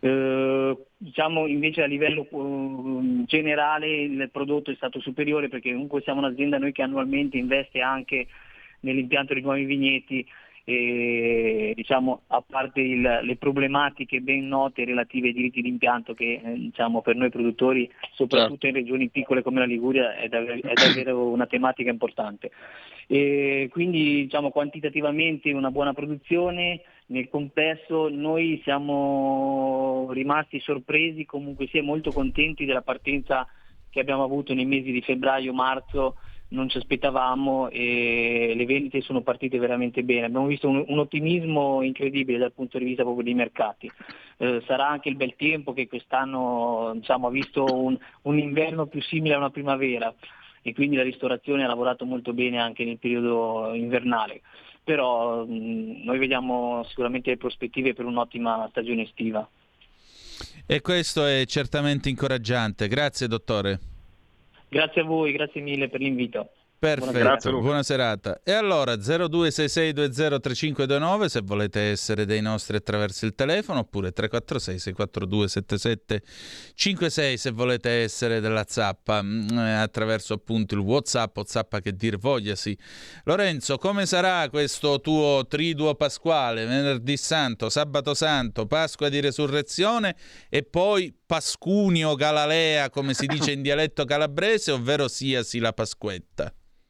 Eh, diciamo invece a livello uh, generale il prodotto è stato superiore, perché comunque siamo un'azienda noi che annualmente investe anche nell'impianto di nuovi vigneti e diciamo a parte il, le problematiche ben note relative ai diritti d'impianto che eh, diciamo per noi produttori, soprattutto in regioni piccole come la Liguria, è, dav- è davvero una tematica importante. E quindi diciamo quantitativamente una buona produzione. Nel complesso noi siamo rimasti sorpresi, comunque sia molto contenti della partenza che abbiamo avuto nei mesi di febbraio-marzo. Non ci aspettavamo e le vendite sono partite veramente bene. Abbiamo visto un, un ottimismo incredibile dal punto di vista proprio dei mercati. Eh, sarà anche il bel tempo che quest'anno diciamo, ha visto un, un inverno più simile a una primavera e quindi la ristorazione ha lavorato molto bene anche nel periodo invernale. Però mh, noi vediamo sicuramente le prospettive per un'ottima stagione estiva. E questo è certamente incoraggiante. Grazie dottore. Grazie a voi, grazie mille per l'invito. Perfetto, Buona, buona serata. E allora zero due sei sei due zero tre cinque due nove se volete essere dei nostri attraverso il telefono, oppure tre quattro sei sei quattro due sette sette cinque sei se volete essere della zappa mh, attraverso appunto il WhatsApp o zappa che dir vogliasi. Lorenzo, come sarà questo tuo triduo pasquale, venerdì santo, sabato santo, Pasqua di Resurrezione e poi Pascunio Galalea, come si dice in dialetto calabrese, ovvero siasi la Pasquetta?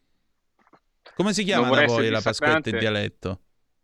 Come si chiama da voi la Pasquetta in dialetto?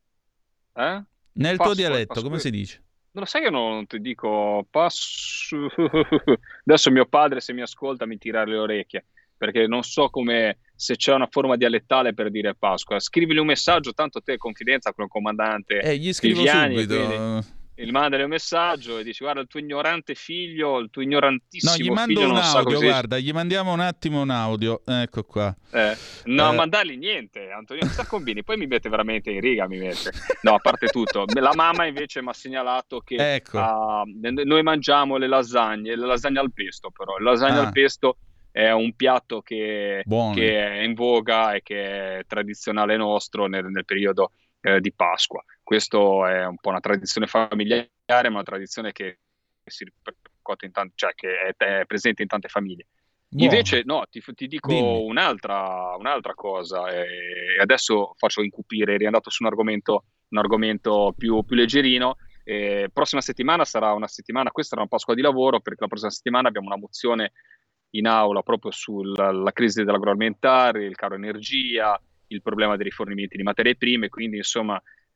Eh? Nel Pasqua, tuo dialetto, Pasqua. Come si dice? Non lo sai che non ti dico pass... Adesso mio padre, se mi ascolta, mi tira le orecchie, perché non so come, se c'è una forma dialettale per dire Pasqua. Scrivili un messaggio, tanto te confidenza con il comandante Eh, gli scrivo Viviani, subito. quindi il mandale un messaggio e dici guarda il tuo ignorante figlio, il tuo ignorantissimo No, gli figlio mando un non sa audio, così. guarda, gli mandiamo un attimo un audio, ecco qua. Eh, no, Eh. mandargli niente, Antonio, cosa combini? Poi mi mette veramente in riga, mi mette. No, a parte tutto, la mamma invece mi ha segnalato che Ecco. ah, noi mangiamo le lasagne, le lasagne al pesto però, le lasagne Ah. al pesto è un piatto che, Buone. che è in voga e che è tradizionale nostro nel, nel periodo eh, di Pasqua. Questo è un po' una tradizione familiare, ma una tradizione che si ripercuote in tante, cioè che è, è presente in tante famiglie. Buono. Invece, no, ti, ti dico Dimmi. un'altra, un'altra cosa, e adesso faccio incupire, eri andato su un argomento, un argomento più, più leggerino. E prossima settimana sarà una settimana, questa è una Pasqua di lavoro, perché la prossima settimana abbiamo una mozione in aula proprio sulla la crisi dell'agroalimentare, il caro energia, il problema dei rifornimenti di materie prime, quindi insomma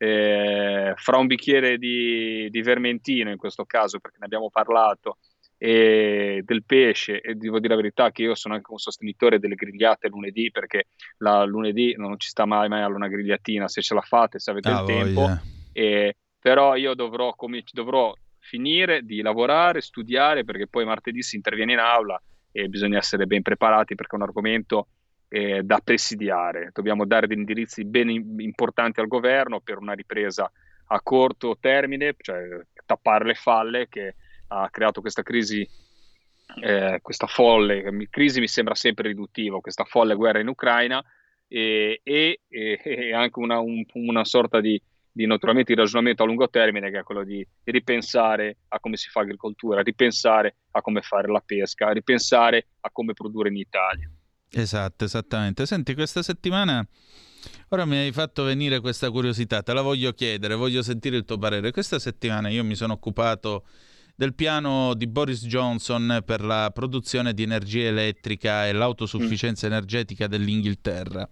eh, fra un bicchiere di, di vermentino in questo caso, perché ne abbiamo parlato, e del pesce, e devo dire la verità che io sono anche un sostenitore delle grigliate lunedì, perché la lunedì non ci sta mai mai alla una grigliatina, se ce la fate, se avete Ah, il tempo, voglia. e, però io dovrò, come, dovrò finire di lavorare, studiare, perché poi martedì si interviene in aula e bisogna essere ben preparati, perché è un argomento eh, da presidiare. Dobbiamo dare degli indirizzi ben in- importanti al governo per una ripresa a corto termine, cioè tappare le falle che ha creato questa crisi, eh, questa folle crisi mi sembra sempre riduttivo, questa folle guerra in Ucraina, e, e, e, e anche una, un, una sorta di, di naturalmente di ragionamento a lungo termine, che è quello di, di ripensare a come si fa agricoltura, ripensare a come fare la pesca, ripensare a come produrre in Italia. Esatto, esattamente. Senti, questa settimana ora mi hai fatto venire questa curiosità, te la voglio chiedere, voglio sentire il tuo parere. Questa settimana io mi sono occupato del piano di Boris Johnson per la produzione di energia elettrica e l'autosufficienza energetica dell'Inghilterra.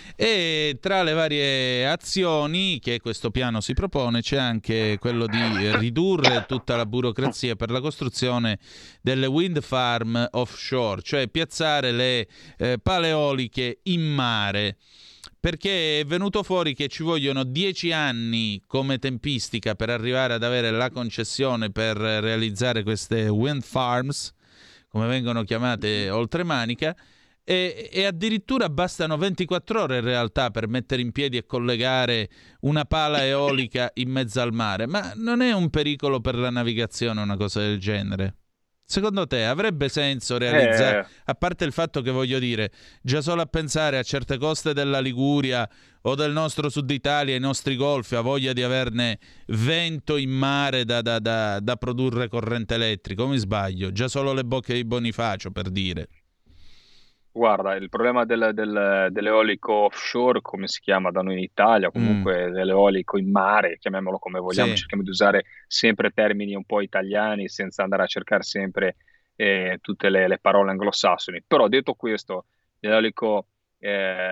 E tra le varie azioni che questo piano si propone c'è anche quello di ridurre tutta la burocrazia per la costruzione delle wind farm offshore, cioè piazzare le eh, pale eoliche in mare, perché è venuto fuori che ci vogliono dieci anni come tempistica per arrivare ad avere la concessione per realizzare queste wind farms, come vengono chiamate oltremanica, e, e addirittura bastano ventiquattro ore in realtà per mettere in piedi e collegare una pala eolica in mezzo al mare. Ma non è un pericolo per la navigazione una cosa del genere? Secondo te avrebbe senso realizzare, Eh. a parte il fatto che, voglio dire, già solo a pensare a certe coste della Liguria o del nostro Sud Italia, i nostri golfi, ha voglia di averne vento in mare da, da, da, da produrre corrente elettrica, o mi sbaglio? Già solo le bocche di Bonifacio, per dire. Guarda, il problema del, del- dell'eolico offshore, come si chiama da noi in Italia, comunque dell'eolico in mare, chiamiamolo come vogliamo, Sì. cerchiamo di usare sempre termini un po' italiani senza andare a cercare sempre eh, tutte le, le parole anglosassoni. Però detto questo, l'eolico eh,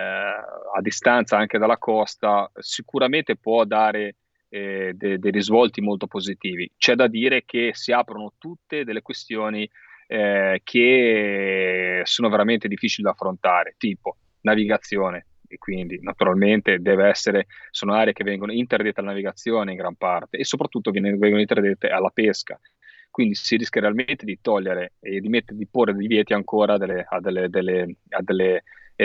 a distanza anche dalla costa sicuramente può dare eh, de- dei risvolti molto positivi. C'è da dire che si aprono tutte delle questioni eh, che sono veramente difficili da affrontare, tipo navigazione, e quindi naturalmente deve essere, sono aree che vengono interdette alla navigazione in gran parte e soprattutto viene- vengono interdette alla pesca. Quindi si rischia realmente di togliere e di, mettere, di porre divieti ancora delle- a, delle, delle- a delle,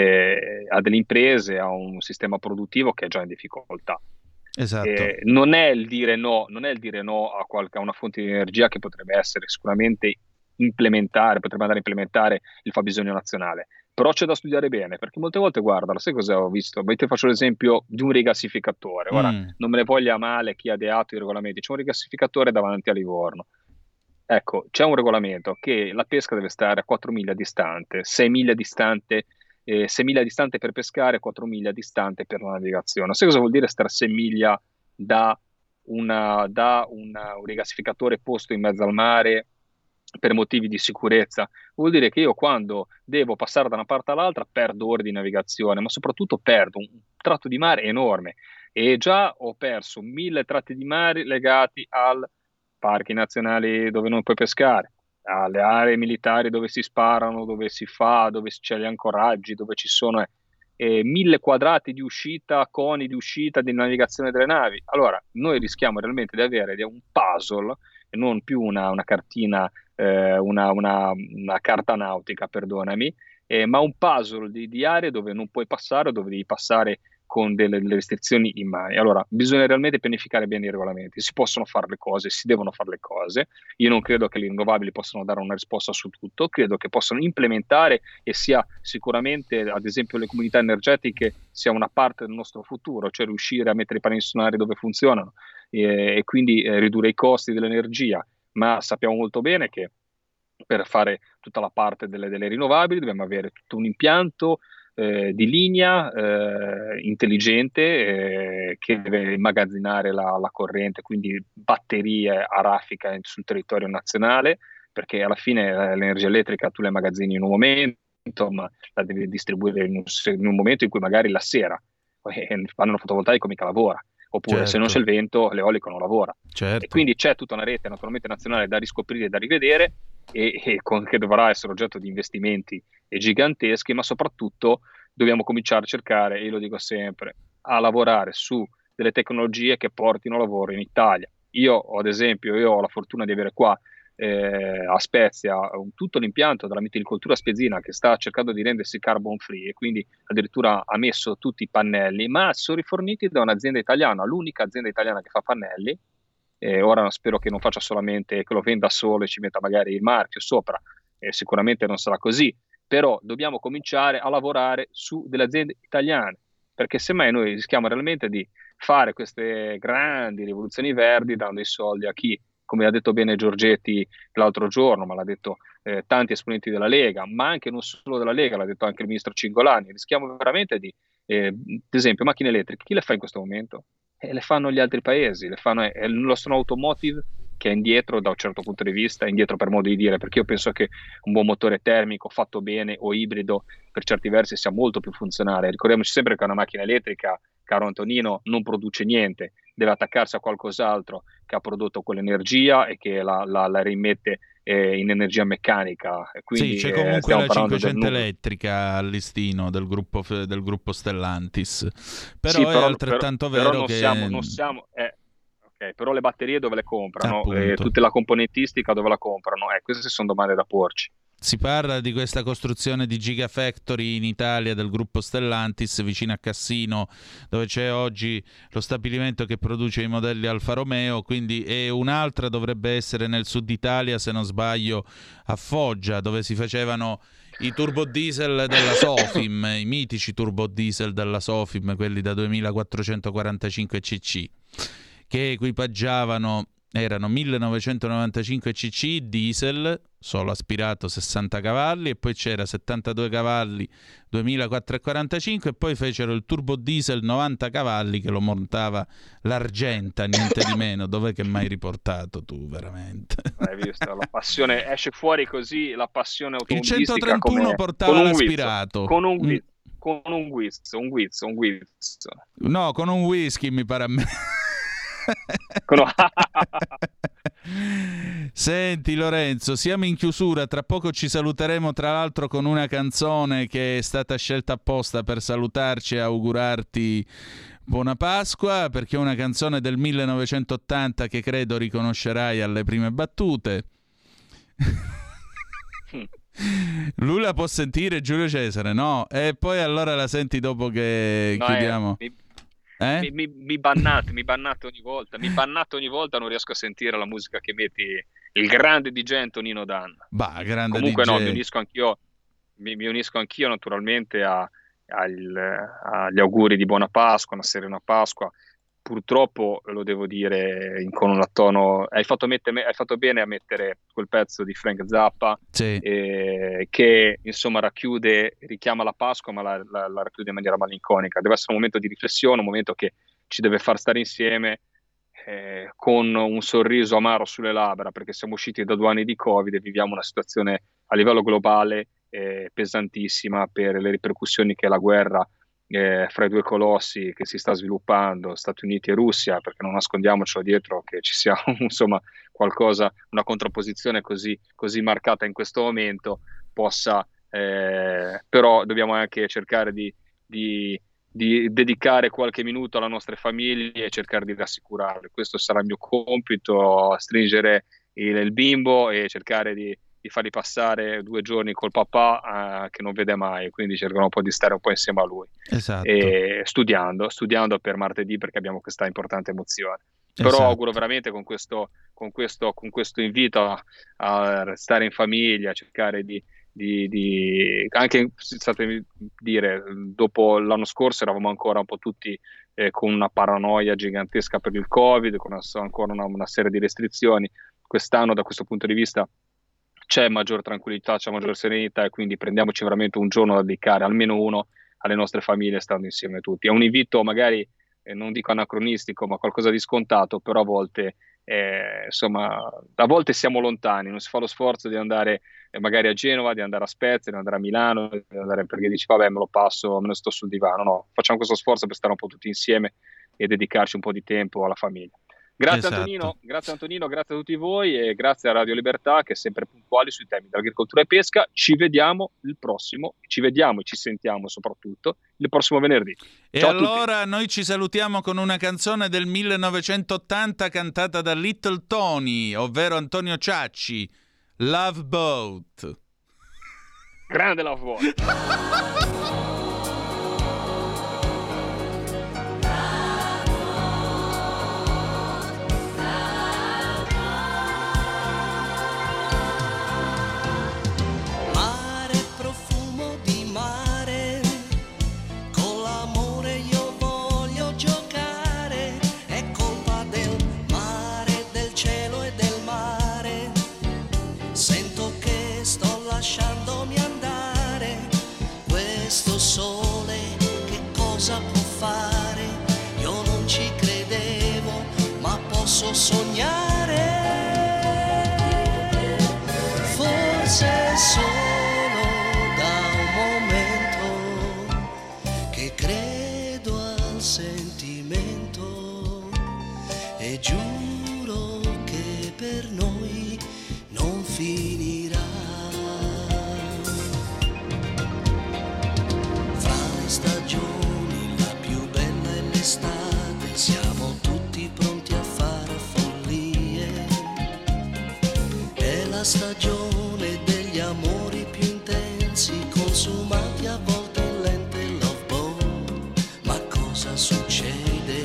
eh, a delle imprese, a un sistema produttivo che è già in difficoltà. Esatto. Eh, non è il dire no, non è il dire no a, qualche, a una fonte di energia che potrebbe essere sicuramente implementare, potrebbe andare a implementare il fabbisogno nazionale. Però c'è da studiare bene, perché molte volte, guarda, sai cosa ho visto? Beh, ti faccio l'esempio di un rigassificatore. Ora, Mm. non me ne voglia male chi ha ideato i regolamenti, c'è un rigassificatore davanti a Livorno. Ecco, c'è un regolamento che la pesca deve stare a quattro miglia distante, sei miglia distante, eh, sei miglia distante per pescare, quattro miglia distante per la navigazione. Sai cosa vuol dire stare a sei miglia da, una, da una- un rigassificatore posto in mezzo al mare per motivi di sicurezza? Vuol dire che io quando devo passare da una parte all'altra perdo ore di navigazione, ma soprattutto perdo un tratto di mare enorme e già ho perso mille tratti di mare legati al parchi nazionali dove non puoi pescare, alle aree militari dove si sparano, dove si fa, dove c'è gli ancoraggi, dove ci sono eh, mille quadrati di uscita, coni di uscita, di navigazione delle navi. Allora, noi rischiamo realmente di avere un puzzle e non più una, una cartina, eh, una, una, una carta nautica, perdonami, eh, ma un puzzle di, di aree dove non puoi passare, dove devi passare con delle, delle restrizioni in mano. Allora, bisogna realmente pianificare bene i regolamenti. Si possono fare le cose, si devono fare le cose. Io non credo che le rinnovabili possano dare una risposta su tutto, credo che possano implementare e sia sicuramente, ad esempio, le comunità energetiche sia una parte del nostro futuro, cioè riuscire a mettere i pannelli solari dove funzionano eh, e quindi eh, ridurre i costi dell'energia. Ma sappiamo molto bene che per fare tutta la parte delle, delle rinnovabili dobbiamo avere tutto un impianto eh, di linea eh, intelligente eh, che deve immagazzinare la, la corrente, quindi batterie a raffica sul territorio nazionale, perché alla fine eh, l'energia elettrica tu la immagazzini in un momento, ma la devi distribuire in un, in un momento in cui magari la sera eh, il pannello fotovoltaico mica lavora, oppure Certo. se non c'è il vento l'eolico non lavora. Certo. E quindi c'è tutta una rete naturalmente nazionale da riscoprire e da rivedere e, e con, che dovrà essere oggetto di investimenti giganteschi, ma soprattutto dobbiamo cominciare a cercare, e io lo dico sempre, a lavorare su delle tecnologie che portino lavoro in Italia. Io ho, ad esempio, io ho la fortuna di avere qua eh, a Spezia un, tutto l'impianto della mitilicoltura spezzina che sta cercando di rendersi carbon free e quindi addirittura ha messo tutti i pannelli, ma sono riforniti da un'azienda italiana, l'unica azienda italiana che fa pannelli. Eh, ora spero che non faccia solamente, che lo venda solo e ci metta magari il marchio sopra, eh, sicuramente non sarà così, però dobbiamo cominciare a lavorare su delle aziende italiane, perché semmai noi rischiamo realmente di fare queste grandi rivoluzioni verdi dando i soldi a chi, come ha detto bene Giorgetti l'altro giorno, ma l'ha detto eh, tanti esponenti della Lega, ma anche non solo della Lega, l'ha detto anche il ministro Cingolani, rischiamo veramente di, eh, ad esempio, macchine elettriche, chi le fa in questo momento? E le fanno gli altri paesi, le fanno è il nostro automotive che è indietro da un certo punto di vista, indietro per modo di dire, perché io penso che un buon motore termico fatto bene o ibrido per certi versi sia molto più funzionale. Ricordiamoci sempre che una macchina elettrica, caro Antonino, non produce niente, deve attaccarsi a qualcos'altro che ha prodotto quell'energia e che la, la, la rimette eh, in energia meccanica. Quindi, sì, c'è eh, comunque la cinquecento del... elettrica al listino del gruppo, del gruppo Stellantis, però, sì, è però altrettanto però, vero però non che siamo, non siamo eh, okay, però le batterie dove le comprano, eh, Appunto. tutta la componentistica dove la comprano, eh, queste sono domande da porci. Si parla di questa costruzione di Gigafactory in Italia del gruppo Stellantis vicino a Cassino, dove c'è oggi lo stabilimento che produce i modelli Alfa Romeo, quindi e un'altra dovrebbe essere nel sud Italia, se non sbaglio a Foggia, dove si facevano i turbo diesel della Sofim, i mitici turbo diesel della Sofim, quelli da duemilaquattrocentoquarantacinque cc, che equipaggiavano erano millenovecentonovantacinque cc diesel, solo aspirato sessanta cavalli, e poi c'era settantadue cavalli duemilaquattrocentoquarantacinque, e poi fecero il turbo diesel novanta cavalli che lo montava l'Argenta, niente di meno. Dov'è che mai riportato tu, veramente? Hai visto, la passione esce fuori così, la passione Il automobilistica. centotrentuno come, portava con un l'aspirato. Con un Mm. guizzo, con un guizzo, un guizzo, un guizzo. No, con un whisky mi pare a me. Con... Senti Lorenzo, siamo in chiusura, tra poco ci saluteremo tra l'altro con una canzone che è stata scelta apposta per salutarci e augurarti buona Pasqua, perché è una canzone del millenovecentottanta che credo riconoscerai alle prime battute. Lui la può sentire, Giulio Cesare, no? E poi allora la senti dopo che No, chiudiamo. eh, mi, Eh? mi, mi, mi bannate, mi bannate ogni volta, mi bannate ogni volta, non riesco a sentire la musica che metti il grande D J Antonino Danna. Bah, grande Comunque D J. no, mi unisco anch'io, mi, mi unisco anch'io naturalmente a, al, agli auguri di buona Pasqua, una serena Pasqua. Purtroppo, lo devo dire in, con un tono, hai fatto, mettere, hai fatto bene a mettere quel pezzo di Frank Zappa, sì. eh, che insomma racchiude, richiama la Pasqua, ma la, la, la racchiude in maniera malinconica. Deve essere un momento di riflessione, un momento che ci deve far stare insieme eh, con un sorriso amaro sulle labbra, perché siamo usciti da due anni di Covid e viviamo una situazione a livello globale eh, pesantissima per le ripercussioni che la guerra Eh, fra i due colossi che si sta sviluppando, Stati Uniti e Russia, perché non nascondiamocelo dietro che ci sia insomma qualcosa, una contrapposizione così, così marcata in questo momento, possa eh, però dobbiamo anche cercare di, di, di dedicare qualche minuto alle nostre famiglie e cercare di rassicurarle. Questo sarà il mio compito, stringere il, il bimbo e cercare di di farli passare due giorni col papà uh, che non vede mai, quindi cercherò un po' di stare un po' insieme a lui. Esatto. E studiando, studiando per martedì, perché abbiamo questa importante emozione. Però Esatto. auguro veramente con questo, con questo, con questo invito a, a restare in famiglia, a cercare di, di, di anche sapete dire, dopo l'anno scorso eravamo ancora un po' tutti eh, con una paranoia gigantesca per il Covid, con una, ancora una, una serie di restrizioni. Quest'anno da questo punto di vista c'è maggior tranquillità, c'è maggior serenità, e quindi prendiamoci veramente un giorno da dedicare, almeno uno, alle nostre famiglie, stando insieme tutti. È un invito magari, eh, non dico anacronistico, ma qualcosa di scontato, però a volte, eh, insomma, a volte siamo lontani, non si fa lo sforzo di andare eh, magari a Genova, di andare a Spezia, di andare a Milano, di andare, perché dici vabbè me lo passo, me lo sto sul divano. No, facciamo questo sforzo per stare un po' tutti insieme e dedicarci un po' di tempo alla famiglia. Grazie Esatto. Antonino, grazie Antonino, grazie a tutti voi e grazie a Radio Libertà che è sempre puntuali sui temi dell'agricoltura e pesca. Ci vediamo il prossimo, ci vediamo e ci sentiamo soprattutto il prossimo venerdì. E Ciao allora noi ci salutiamo con una canzone del millenovecentottanta cantata da Little Tony, ovvero Antonio Ciacci, Love Boat. Grande Love Boat. Lasciandomi andare, questo sole che cosa può fare? Io non ci credevo, ma posso sognare. Forse solo da un momento che credo al sentimento e giuro che per noi non finirà. Stagioni, la più bella è l'estate, siamo tutti pronti a fare follie. È la stagione degli amori più intensi, consumati a volte in lente love boat. Ma cosa succede?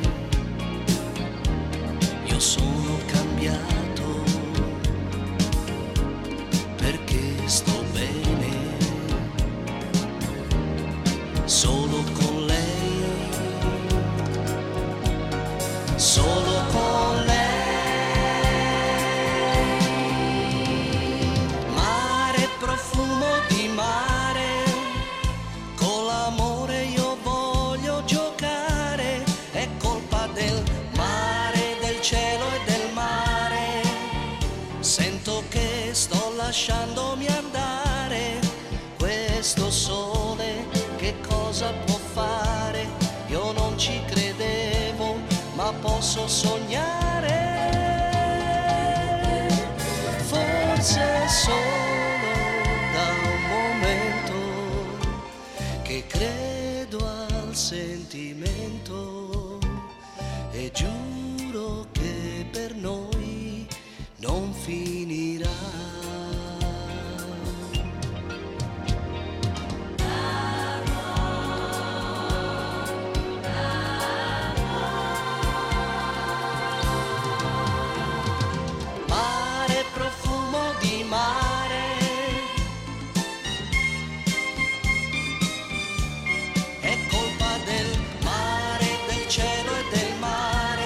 Io sono cambiato perché sto bene solo con lei, solo con lei. lasciandomi andare. Questo sole che cosa può fare? Io non ci credevo, ma posso sognare. Forse solo da un momento che credo al sentimento e giuro che per noi non finirà. Mare, profumo di mare, è colpa del mare, del cielo e del mare.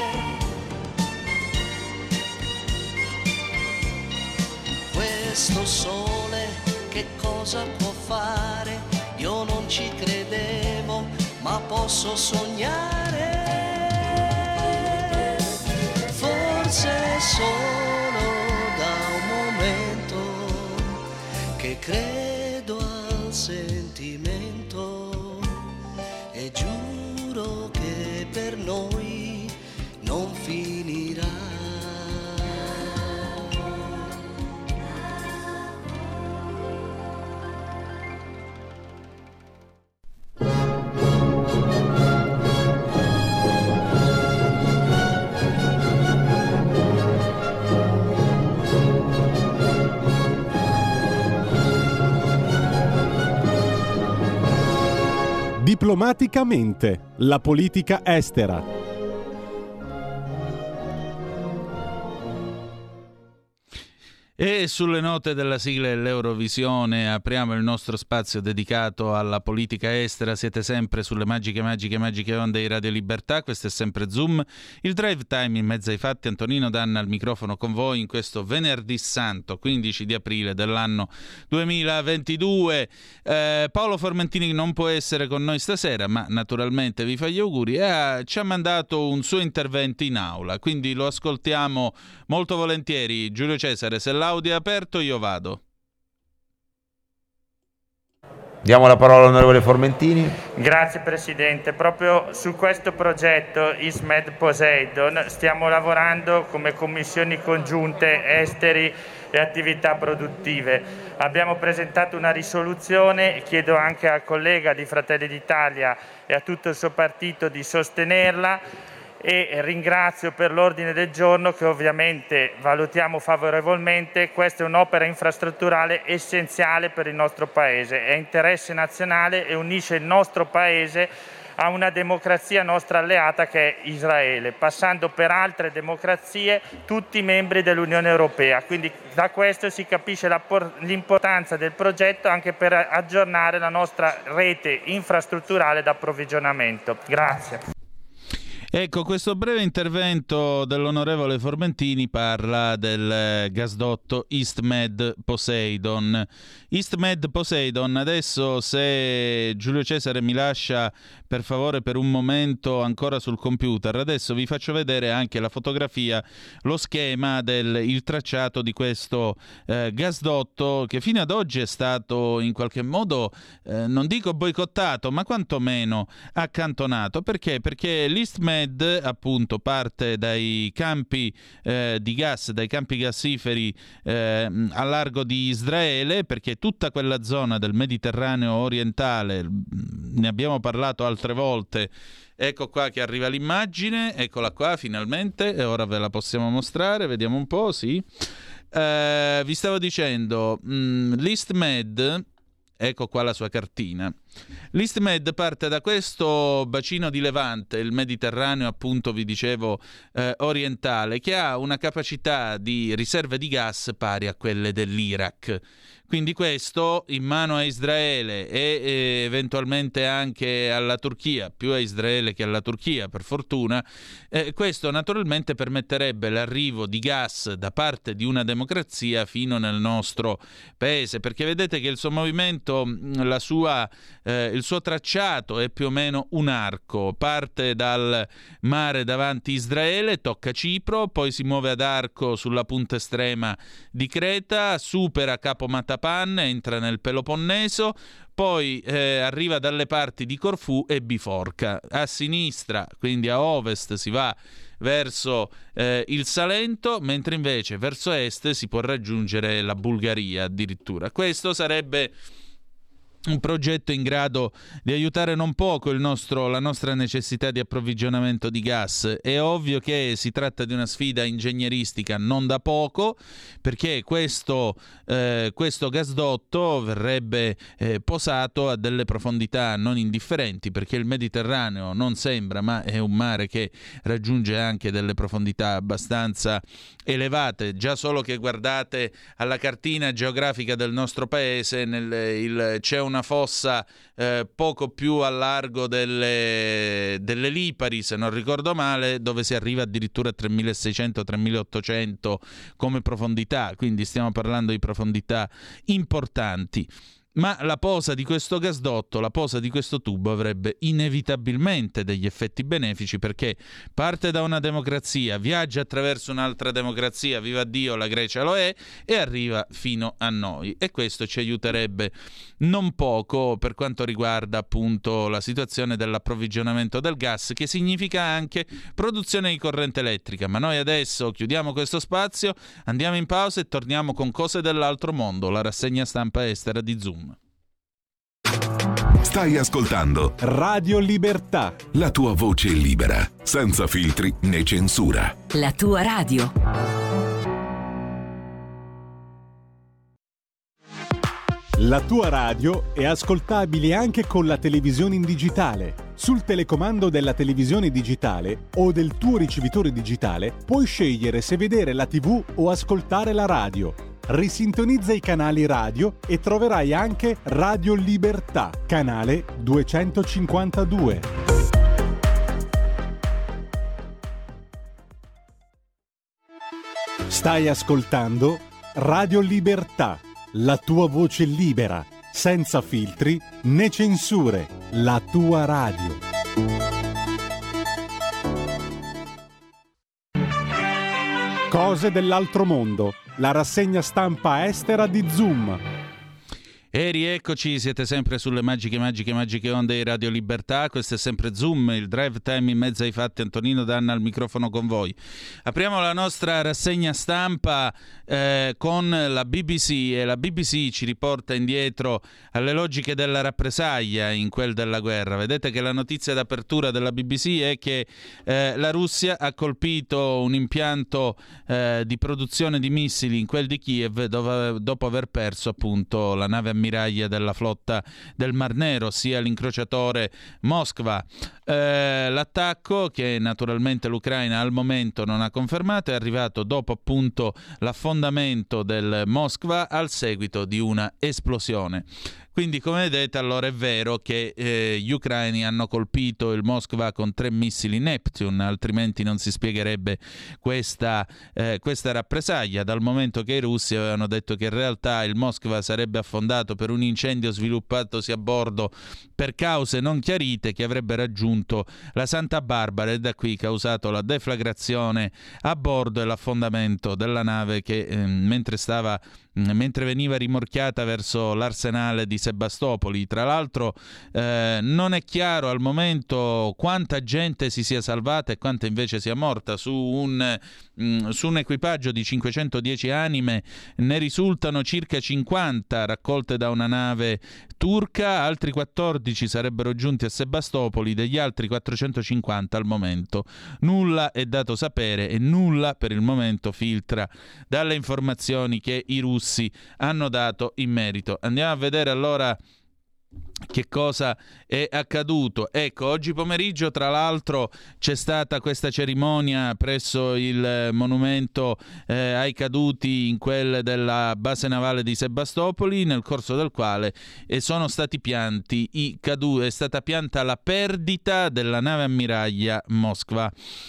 Questo sole che cosa può fare? Io non ci credevo, ma posso sognare. Forse solo da un momento che credo al sentimento e giuro che per noi non finirà. Diplomaticamente, la politica estera. E sulle note della sigla dell'Eurovisione apriamo il nostro spazio dedicato alla politica estera. Siete sempre sulle magiche, magiche, magiche onde di Radio Libertà. Questo è sempre Zoom, il drive time in mezzo ai fatti. Antonino Danna al microfono con voi in questo venerdì santo, quindici di aprile dell'anno duemilaventidue. Eh, Paolo Formentini non può essere con noi stasera, ma naturalmente vi fa gli auguri e ha, ci ha mandato un suo intervento in aula, quindi lo ascoltiamo molto volentieri. Giulio Cesare, se l'audio è aperto io vado. Diamo la parola all'onorevole Formentini. Grazie Presidente. Proprio su questo progetto ISMED Poseidon stiamo lavorando come commissioni congiunte esteri e attività produttive. Abbiamo presentato una risoluzione, chiedo anche al collega di Fratelli d'Italia e a tutto il suo partito di sostenerla. E ringrazio per l'ordine del giorno che ovviamente valutiamo favorevolmente. Questa è un'opera infrastrutturale essenziale per il nostro Paese, è interesse nazionale e unisce il nostro Paese a una democrazia nostra alleata che è Israele, passando per altre democrazie tutti membri dell'Unione Europea. Quindi da questo si capisce la, l'importanza del progetto anche per aggiornare la nostra rete infrastrutturale d'approvvigionamento. Grazie. Ecco, questo breve intervento dell'onorevole Formentini parla del gasdotto EastMed Poseidon. EastMed Poseidon, adesso se Giulio Cesare mi lascia per favore per un momento ancora sul computer, adesso vi faccio vedere anche la fotografia, lo schema del il tracciato di questo eh, gasdotto che fino ad oggi è stato in qualche modo, eh, non dico boicottato, ma quantomeno accantonato. Perché? Perché l'EastMed appunto parte dai campi eh, di gas, dai campi gassiferi eh, a largo di Israele, perché tutta quella zona del Mediterraneo orientale, ne abbiamo parlato altre volte, ecco qua che arriva l'immagine, eccola qua finalmente, e ora ve la possiamo mostrare, vediamo un po', sì. Eh, vi stavo dicendo, mh, l'EastMed, ecco qua la sua cartina. L'EastMed parte da questo bacino di Levante, il Mediterraneo appunto vi dicevo eh, orientale, che ha una capacità di riserve di gas pari a quelle dell'Iraq. Quindi questo in mano a Israele e, e eventualmente anche alla Turchia, più a Israele che alla Turchia per fortuna, eh, questo naturalmente permetterebbe l'arrivo di gas da parte di una democrazia fino nel nostro paese, perché vedete che il suo movimento, la sua eh, il suo tracciato è più o meno un arco, parte dal mare davanti Israele, tocca Cipro, poi si muove ad arco sulla punta estrema di Creta, supera Capo Matapan, entra nel Peloponneso, poi eh, arriva dalle parti di Corfù e biforca. A sinistra, quindi a ovest, si va verso eh, il Salento, mentre invece verso est si può raggiungere la Bulgaria addirittura. Questo sarebbe un progetto in grado di aiutare non poco il nostro, la nostra necessità di approvvigionamento di gas. È ovvio che si tratta di una sfida ingegneristica non da poco, perché questo, eh, questo gasdotto verrebbe eh, posato a delle profondità non indifferenti, perché il Mediterraneo non sembra, ma è un mare che raggiunge anche delle profondità abbastanza elevate. Già solo che guardate alla cartina geografica del nostro paese, nel, il, c'è una fossa eh, poco più a largo delle, delle Lipari, se non ricordo male, dove si arriva addirittura a tremilaseicento tremilaottocento come profondità, quindi stiamo parlando di profondità importanti. Ma la posa di questo gasdotto, la posa di questo tubo avrebbe inevitabilmente degli effetti benefici, perché parte da una democrazia, viaggia attraverso un'altra democrazia, viva Dio la Grecia lo è, e arriva fino a noi, e questo ci aiuterebbe non poco per quanto riguarda appunto la situazione dell'approvvigionamento del gas, che significa anche produzione di corrente elettrica. Ma noi adesso chiudiamo questo spazio, andiamo in pausa e torniamo con Cose dell'altro mondo, la rassegna stampa estera di Zoom. Stai ascoltando Radio Libertà, la tua voce libera, senza filtri né censura. La tua radio. La tua radio è ascoltabile anche con la televisione in digitale. Sul telecomando della televisione digitale o del tuo ricevitore digitale puoi scegliere se vedere la tivù o ascoltare la radio. Risintonizza i canali radio e troverai anche Radio Libertà, canale duecentocinquantadue. Stai ascoltando Radio Libertà, la tua voce libera, senza filtri né censure, la tua radio. Cose dell'altro mondo, la rassegna stampa estera di Zoom. E rieccoci, siete sempre sulle magiche, magiche, magiche onde di Radio Libertà. Questo è sempre Zoom, il drive time in mezzo ai fatti. Antonino Danna al microfono con voi. Apriamo la nostra rassegna stampa eh, con la B B C, e la B B C ci riporta indietro alle logiche della rappresaglia in quel della guerra. Vedete che la notizia d'apertura della B B C è che eh, la Russia ha colpito un impianto eh, di produzione di missili in quel di Kiev, dove, dopo aver perso appunto la nave ammiraglia della flotta del Mar Nero, ossia l'incrociatore Moskva. Eh, l'attacco, che naturalmente l'Ucraina al momento non ha confermato, è arrivato dopo appunto l'affondamento del Moskva al seguito di una esplosione. Quindi, come vedete, allora è vero che eh, gli ucraini hanno colpito il Moskva con tre missili Neptune, altrimenti non si spiegherebbe questa, eh, questa rappresaglia, dal momento che i russi avevano detto che in realtà il Moskva sarebbe affondato per un incendio sviluppatosi a bordo per cause non chiarite, che avrebbe raggiunto la Santa Barbara e da qui causato la deflagrazione a bordo e l'affondamento della nave che eh, mentre stava mentre veniva rimorchiata verso l'arsenale di Sebastopoli. Tra l'altro eh, non è chiaro al momento quanta gente si sia salvata e quanta invece sia morta. Su un, mh, su un equipaggio di cinquecentodieci anime ne risultano circa cinquanta raccolte da una nave turca, altri quattordici sarebbero giunti a Sebastopoli, degli altri quattrocentocinquanta al momento nulla è dato sapere e nulla per il momento filtra dalle informazioni che i russi hanno dato in merito. Andiamo a vedere allora che cosa è accaduto. Ecco, oggi pomeriggio tra l'altro c'è stata questa cerimonia presso il monumento eh, ai caduti in quel della base navale di Sebastopoli, nel corso del quale eh, sono stati pianti i caduti, è stata pianta la perdita della nave ammiraglia Moskva.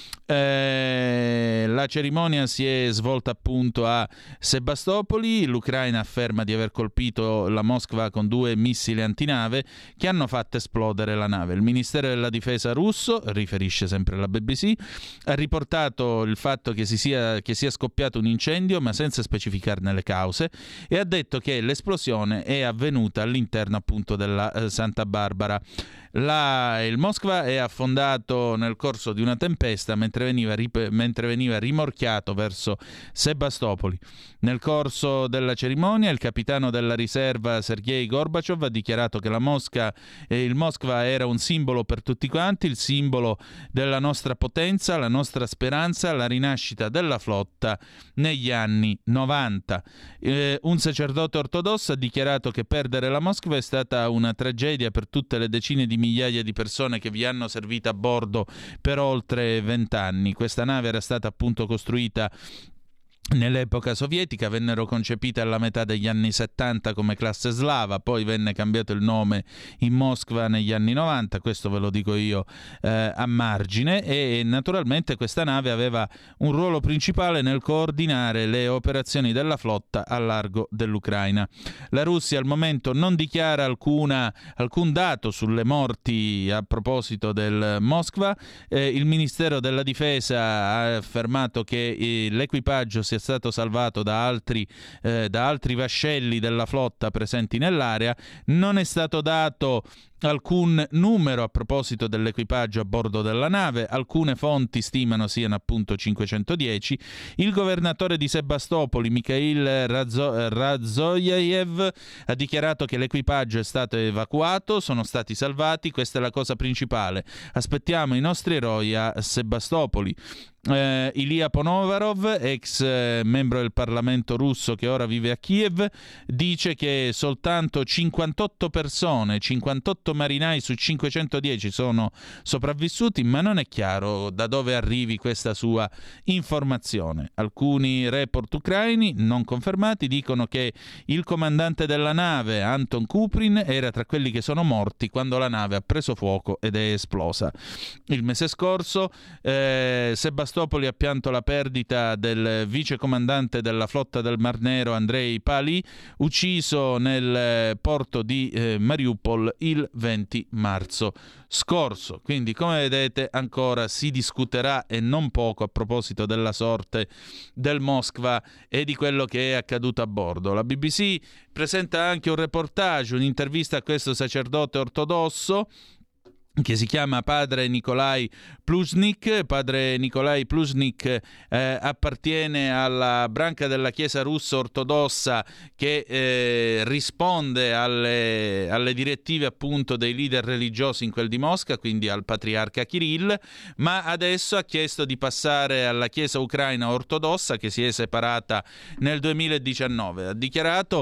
Eh, la cerimonia si è svolta appunto a Sebastopoli. L'Ucraina afferma di aver colpito la Moskva con due missili antinave, che hanno fatto esplodere la nave. Il Ministero della Difesa russo, riferisce sempre la B B C, ha riportato il fatto che, si sia, che sia scoppiato un incendio, ma senza specificarne le cause, e ha detto che l'esplosione è avvenuta all'interno appunto della eh, Santa Barbara. La, il Moskva è affondato nel corso di una tempesta mentre veniva, rip- mentre veniva rimorchiato verso Sebastopoli. Nel corso della cerimonia il capitano della riserva Sergei Gorbaciov ha dichiarato che la Mosca, eh, il Moskva era un simbolo per tutti quanti, il simbolo della nostra potenza, la nostra speranza, la rinascita della flotta negli anni novanta. Eh, un sacerdote ortodosso ha dichiarato che perdere la Moskva è stata una tragedia per tutte le decine di migliaia di persone che vi hanno servito a bordo per oltre vent'anni. Questa nave era stata appunto costruita nell'epoca sovietica, vennero concepite alla metà degli anni settanta come classe slava, poi venne cambiato il nome in Moskva negli anni novanta, questo ve lo dico io eh, a margine, e naturalmente questa nave aveva un ruolo principale nel coordinare le operazioni della flotta a largo dell'Ucraina. La Russia al momento non dichiara alcuna, alcun dato sulle morti a proposito del Moskva. Eh, il Ministero della Difesa ha affermato che eh, l'equipaggio si è stato salvato da altri, eh, da altri vascelli della flotta presenti nell'area. Non è stato dato alcun numero a proposito dell'equipaggio a bordo della nave, alcune fonti stimano siano appunto cinquecentodieci. Il governatore di Sebastopoli, Mikhail Razo- Razoyaev, ha dichiarato che l'equipaggio è stato evacuato, sono stati salvati, questa è la cosa principale. Aspettiamo i nostri eroi a Sebastopoli. Uh, Ilya Ponovarov, ex uh, membro del Parlamento russo che ora vive a Kiev, dice che soltanto cinquantotto persone, cinquantotto marinai su cinquecentodieci sono sopravvissuti, ma non è chiaro da dove arrivi questa sua informazione. Alcuni report ucraini non confermati dicono che il comandante della nave, Anton Kuprin, era tra quelli che sono morti quando la nave ha preso fuoco ed è esplosa. Il mese scorso eh, Sebastopoli ha pianto la perdita del vice comandante della flotta del Mar Nero, Andrei Pali, ucciso nel porto di eh, Mariupol il venti marzo scorso. Quindi, come vedete, ancora si discuterà e non poco a proposito della sorte del Moskva e di quello che è accaduto a bordo. La B B C presenta anche un reportage, un'intervista a questo sacerdote ortodosso che si chiama padre Nikolai Plusnik. Padre Nikolai Plusnik eh, appartiene alla branca della Chiesa russa ortodossa che eh, risponde alle, alle direttive appunto dei leader religiosi in quel di Mosca, quindi al patriarca Kirill, ma adesso ha chiesto di passare alla Chiesa ucraina ortodossa che si è separata nel duemiladiciannove. Ha dichiarato: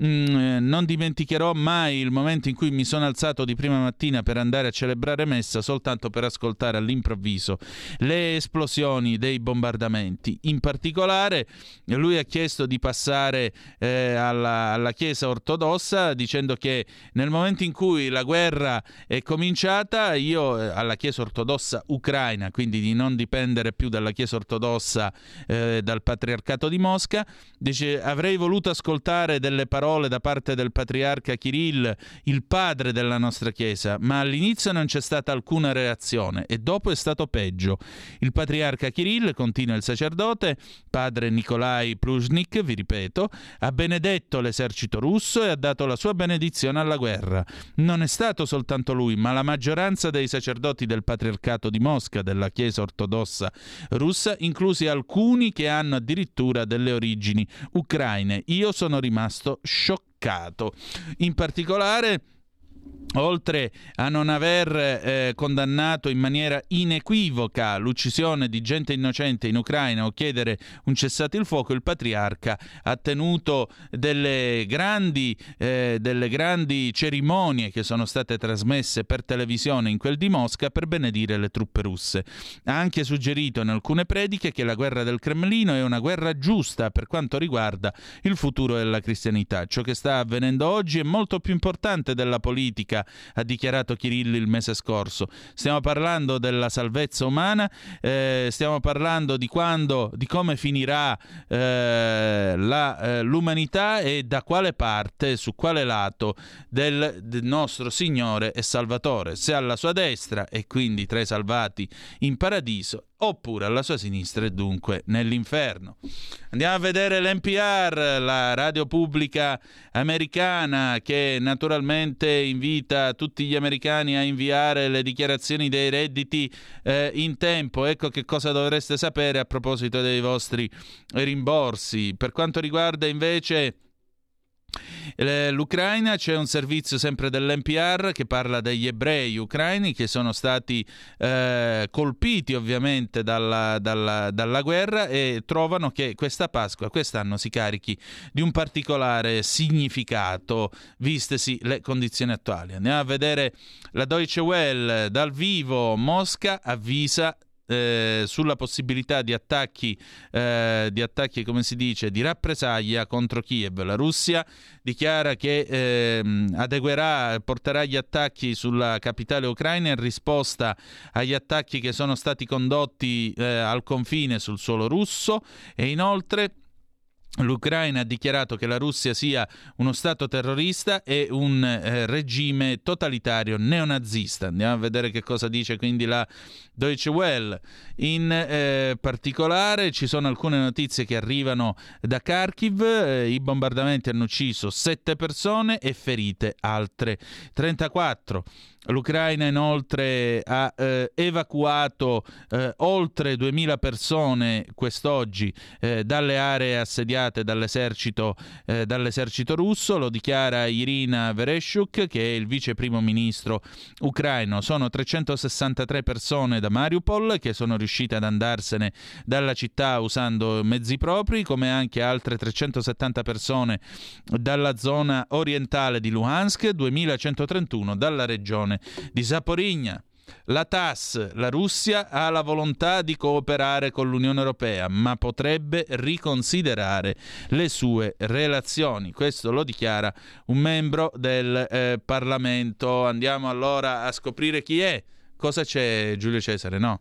non dimenticherò mai il momento in cui mi sono alzato di prima mattina per andare a celebrare messa soltanto per ascoltare all'improvviso le esplosioni dei bombardamenti. In particolare lui ha chiesto di passare eh, alla, alla Chiesa ortodossa, dicendo che nel momento in cui la guerra è cominciata, io eh, alla Chiesa ortodossa ucraina, quindi di non dipendere più dalla Chiesa ortodossa eh, dal patriarcato di Mosca, dice: avrei voluto ascoltare delle parole da parte del patriarca Kirill, il padre della nostra Chiesa, ma all'inizio non c'è stata alcuna reazione e dopo è stato peggio. Il patriarca Kirill, continua il sacerdote, padre Nikolai Plusnik, vi ripeto, ha benedetto l'esercito russo e ha dato la sua benedizione alla guerra. Non è stato soltanto lui, ma la maggioranza dei sacerdoti del patriarcato di Mosca, della Chiesa ortodossa russa, inclusi alcuni che hanno addirittura delle origini ucraine. Io sono rimasto scioccato. In particolare, oltre a non aver eh, condannato in maniera inequivoca l'uccisione di gente innocente in Ucraina o chiedere un cessate il fuoco, il patriarca ha tenuto delle grandi, eh, delle grandi cerimonie che sono state trasmesse per televisione in quel di Mosca per benedire le truppe russe. Ha anche suggerito in alcune prediche che la guerra del Cremlino è una guerra giusta per quanto riguarda il futuro della cristianità. Ciò che sta avvenendo oggi è molto più importante della politica politica, ha dichiarato Kirill il mese scorso. Stiamo parlando della salvezza umana, eh, stiamo parlando di quando, di come finirà eh, la, eh, l'umanità e da quale parte, su quale lato del, del nostro Signore e Salvatore, se alla sua destra e quindi tra i salvati in paradiso, oppure alla sua sinistra e dunque nell'inferno. Andiamo a vedere l'N P R, la radio pubblica americana, che naturalmente invita tutti gli americani a inviare le dichiarazioni dei redditi eh, in tempo. Ecco che cosa dovreste sapere a proposito dei vostri rimborsi. Per quanto riguarda invece l'Ucraina, c'è un servizio sempre dell'N P R che parla degli ebrei ucraini che sono stati eh, colpiti ovviamente dalla, dalla, dalla guerra, e trovano che questa Pasqua quest'anno si carichi di un particolare significato vistesi le condizioni attuali. Andiamo a vedere la Deutsche Welle dal vivo. Mosca avvisa Eh, sulla possibilità di attacchi, eh, di attacchi, come si dice, di rappresaglia contro Kiev. La Russia dichiara che eh, adeguerà, porterà gli attacchi sulla capitale ucraina in risposta agli attacchi che sono stati condotti eh, al confine sul suolo russo, e inoltre l'Ucraina ha dichiarato che la Russia sia uno stato terrorista e un eh, regime totalitario neonazista. Andiamo a vedere che cosa dice quindi la Deutsche Welle. In eh, particolare ci sono alcune notizie che arrivano da Kharkiv. Eh, i bombardamenti hanno ucciso sette persone e ferite altre trentaquattro. L'Ucraina inoltre ha eh, evacuato eh, oltre duemila persone quest'oggi eh, dalle aree assediate dall'esercito, eh, dall'esercito russo. Lo dichiara Irina Vereshchuk, che è il vice primo ministro ucraino. Sono trecentosessantatré persone da Mariupol che sono riuscite ad andarsene dalla città usando mezzi propri, come anche altre trecentosettanta persone dalla zona orientale di Luhansk, duemilacentotrentuno dalla regione di Zaporizhzhia. La T A S S, la Russia ha la volontà di cooperare con l'Unione Europea, ma potrebbe riconsiderare le sue relazioni. Questo lo dichiara un membro del eh, Parlamento. Andiamo allora a scoprire chi è. Cosa c'è, Giulio Cesare? No.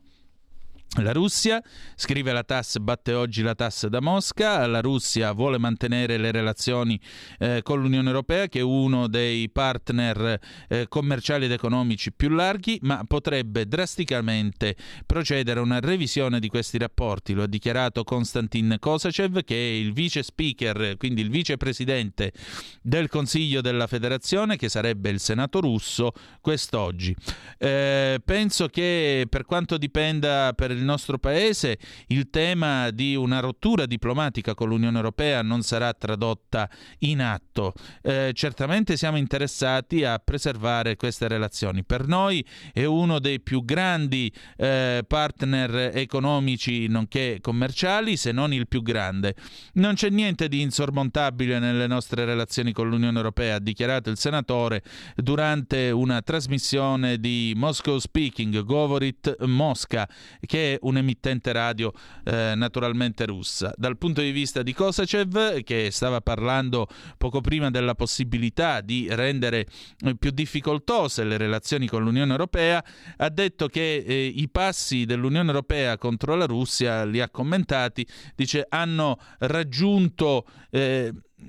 La Russia, scrive la T A S S, batte oggi la T A S S da Mosca. La Russia vuole mantenere le relazioni eh, con l'Unione Europea, che è uno dei partner eh, commerciali ed economici più larghi, ma potrebbe drasticamente procedere a una revisione di questi rapporti. Lo ha dichiarato Konstantin Kosachev, che è il vice speaker, quindi il vicepresidente del Consiglio della Federazione, che sarebbe il Senato russo, quest'oggi. Eh, penso che per quanto dipenda per il nostro paese, il tema di una rottura diplomatica con l'Unione Europea non sarà tradotta in atto. Eh, certamente siamo interessati a preservare queste relazioni. Per noi è uno dei più grandi eh, partner economici nonché commerciali, se non il più grande. Non c'è niente di insormontabile nelle nostre relazioni con l'Unione Europea, ha dichiarato il senatore durante una trasmissione di Moscow Speaking, Govorit Mosca, che è un'emittente radio eh, naturalmente russa. Dal punto di vista di Kosachev, che stava parlando poco prima della possibilità di rendere eh, più difficoltose le relazioni con l'Unione Europea, ha detto che eh, i passi dell'Unione Europea contro la Russia, li ha commentati, dice hanno raggiunto eh,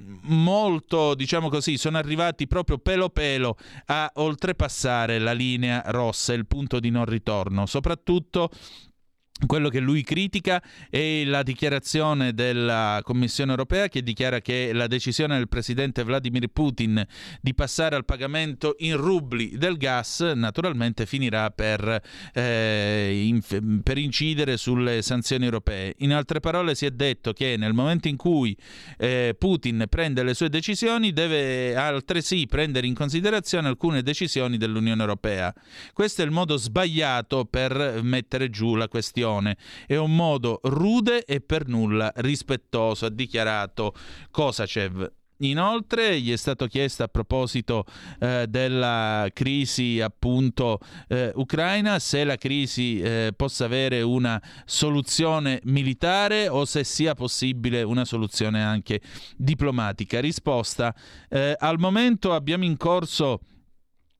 molto, diciamo così, sono arrivati proprio pelo pelo a oltrepassare la linea rossa, il punto di non ritorno. Soprattutto quello che lui critica è la dichiarazione della Commissione europea, che dichiara che la decisione del presidente Vladimir Putin di passare al pagamento in rubli del gas naturalmente finirà per, eh, in, per incidere sulle sanzioni europee. In altre parole, si è detto che nel momento in cui eh, Putin prende le sue decisioni deve altresì prendere in considerazione alcune decisioni dell'Unione Europea. Questo è il modo sbagliato per mettere giù la questione. È un modo rude e per nulla rispettoso, ha dichiarato Kosachev. Inoltre gli è stato chiesto a proposito eh, della crisi appunto eh, ucraina se la crisi eh, possa avere una soluzione militare o se sia possibile una soluzione anche diplomatica. Risposta: eh, al momento abbiamo in corso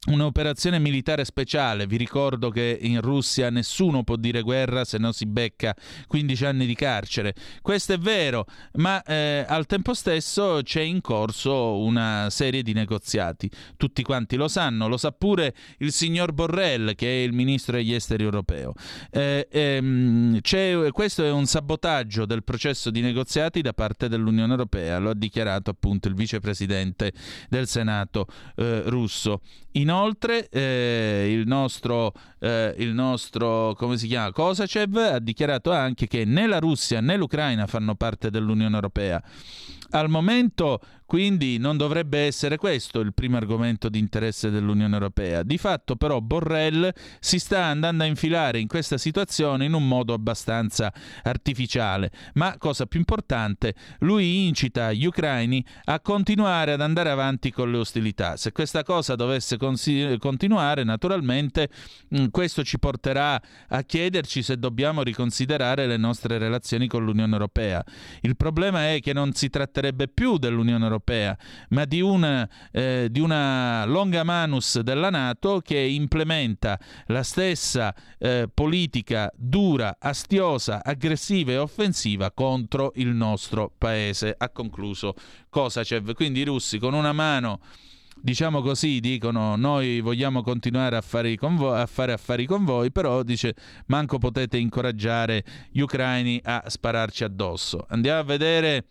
un'operazione militare speciale. Vi ricordo che in Russia nessuno può dire guerra se non si becca quindici anni di carcere. Questo è vero, ma eh, al tempo stesso c'è in corso una serie di negoziati. Tutti quanti lo sanno, lo sa pure il signor Borrell, che è il ministro degli esteri europeo. Eh, ehm, c'è, questo è un sabotaggio del processo di negoziati da parte dell'Unione Europea, lo ha dichiarato appunto il vicepresidente del Senato eh, russo. Inoltre eh, il nostro, eh, il nostro, come si chiama, Kosachev ha dichiarato anche che né la Russia né l'Ucraina fanno parte dell'Unione Europea. Al momento, quindi, non dovrebbe essere questo il primo argomento di interesse dell'Unione Europea. Di fatto, però, Borrell si sta andando a infilare in questa situazione in un modo abbastanza artificiale. Ma, cosa più importante, lui incita gli ucraini a continuare ad andare avanti con le ostilità. Se questa cosa dovesse consi- continuare, naturalmente, mh, questo ci porterà a chiederci se dobbiamo riconsiderare le nostre relazioni con l'Unione Europea. Il problema è che non si tratterebbe più dell'Unione Europea, ma di una, eh, di una longa manus della NATO che implementa la stessa eh, politica dura, astiosa, aggressiva e offensiva contro il nostro paese, ha concluso Kosachev. Quindi i russi con una mano, diciamo così, dicono noi vogliamo continuare a fare, con voi, a fare affari con voi, però dice manco potete incoraggiare gli ucraini a spararci addosso. Andiamo a vedere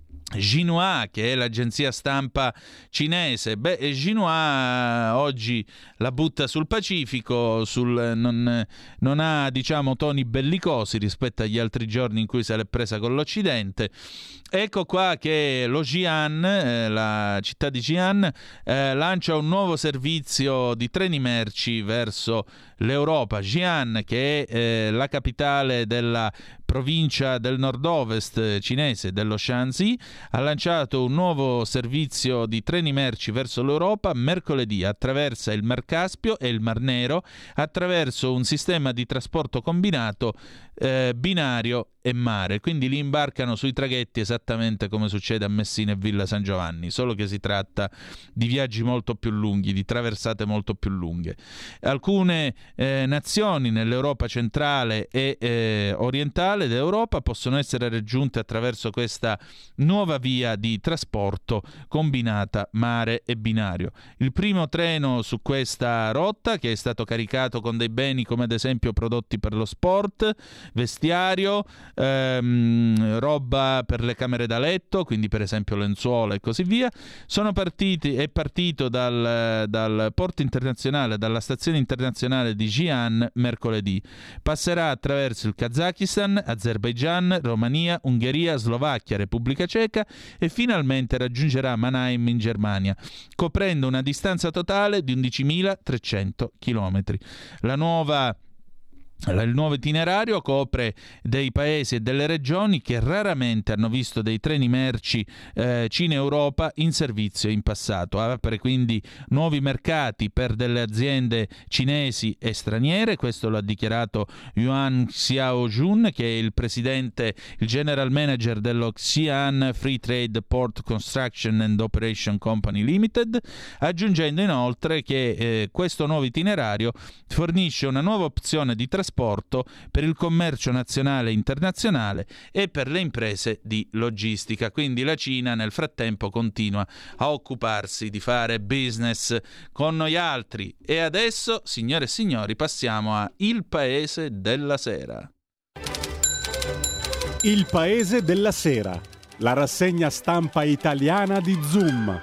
Xinhua, che è l'agenzia stampa cinese. Beh, Xinhua oggi la butta sul Pacifico, sul, non, non ha, diciamo, toni bellicosi rispetto agli altri giorni in cui se l'è presa con l'Occidente. Ecco qua che lo Xi'an, eh, la città di Xi'an, eh, lancia un nuovo servizio di treni merci verso l'Europa. Xi'an, che è eh, la capitale della provincia del nord-ovest cinese, dello Shanxi, ha lanciato un nuovo servizio di treni merci verso l'Europa mercoledì. Attraversa il Mar Caspio e il Mar Nero attraverso un sistema di trasporto combinato eh, binario e mare. Quindi li imbarcano sui traghetti esattamente come succede a Messina e Villa San Giovanni, solo che si tratta di viaggi molto più lunghi, di traversate molto più lunghe. Alcune eh, nazioni nell'Europa centrale e eh, orientale d'Europa possono essere raggiunte attraverso questa nuova via di trasporto combinata mare e binario. Il primo treno su questa rotta, che è stato caricato con dei beni come ad esempio prodotti per lo sport, vestiario, ehm, roba per le camere da letto, quindi per esempio lenzuola e così via, sono partiti, è partito dal, dal porto internazionale, dalla stazione internazionale di Xi'an mercoledì. Passerà attraverso il Kazakistan, Azerbaigian, Romania, Ungheria, Slovacchia, Repubblica Ceca e finalmente raggiungerà Mannheim in Germania, coprendo una distanza totale di undicimilatrecento chilometri. La nuova Il nuovo itinerario copre dei paesi e delle regioni che raramente hanno visto dei treni merci eh, Cina-Europa in servizio in passato. Apre quindi nuovi mercati per delle aziende cinesi e straniere. Questo lo ha dichiarato Yuan Xiaojun, che è il presidente, il general manager dello Xi'an Free Trade Port Construction and Operation Company Limited, aggiungendo inoltre che eh, questo nuovo itinerario fornisce una nuova opzione di trasporto per il commercio nazionale e internazionale e per le imprese di logistica. Quindi la Cina nel frattempo continua a occuparsi di fare business con noi altri. E adesso, signore e signori, passiamo a Il Paese della Sera. Il Paese della Sera, la rassegna stampa italiana di Zoom.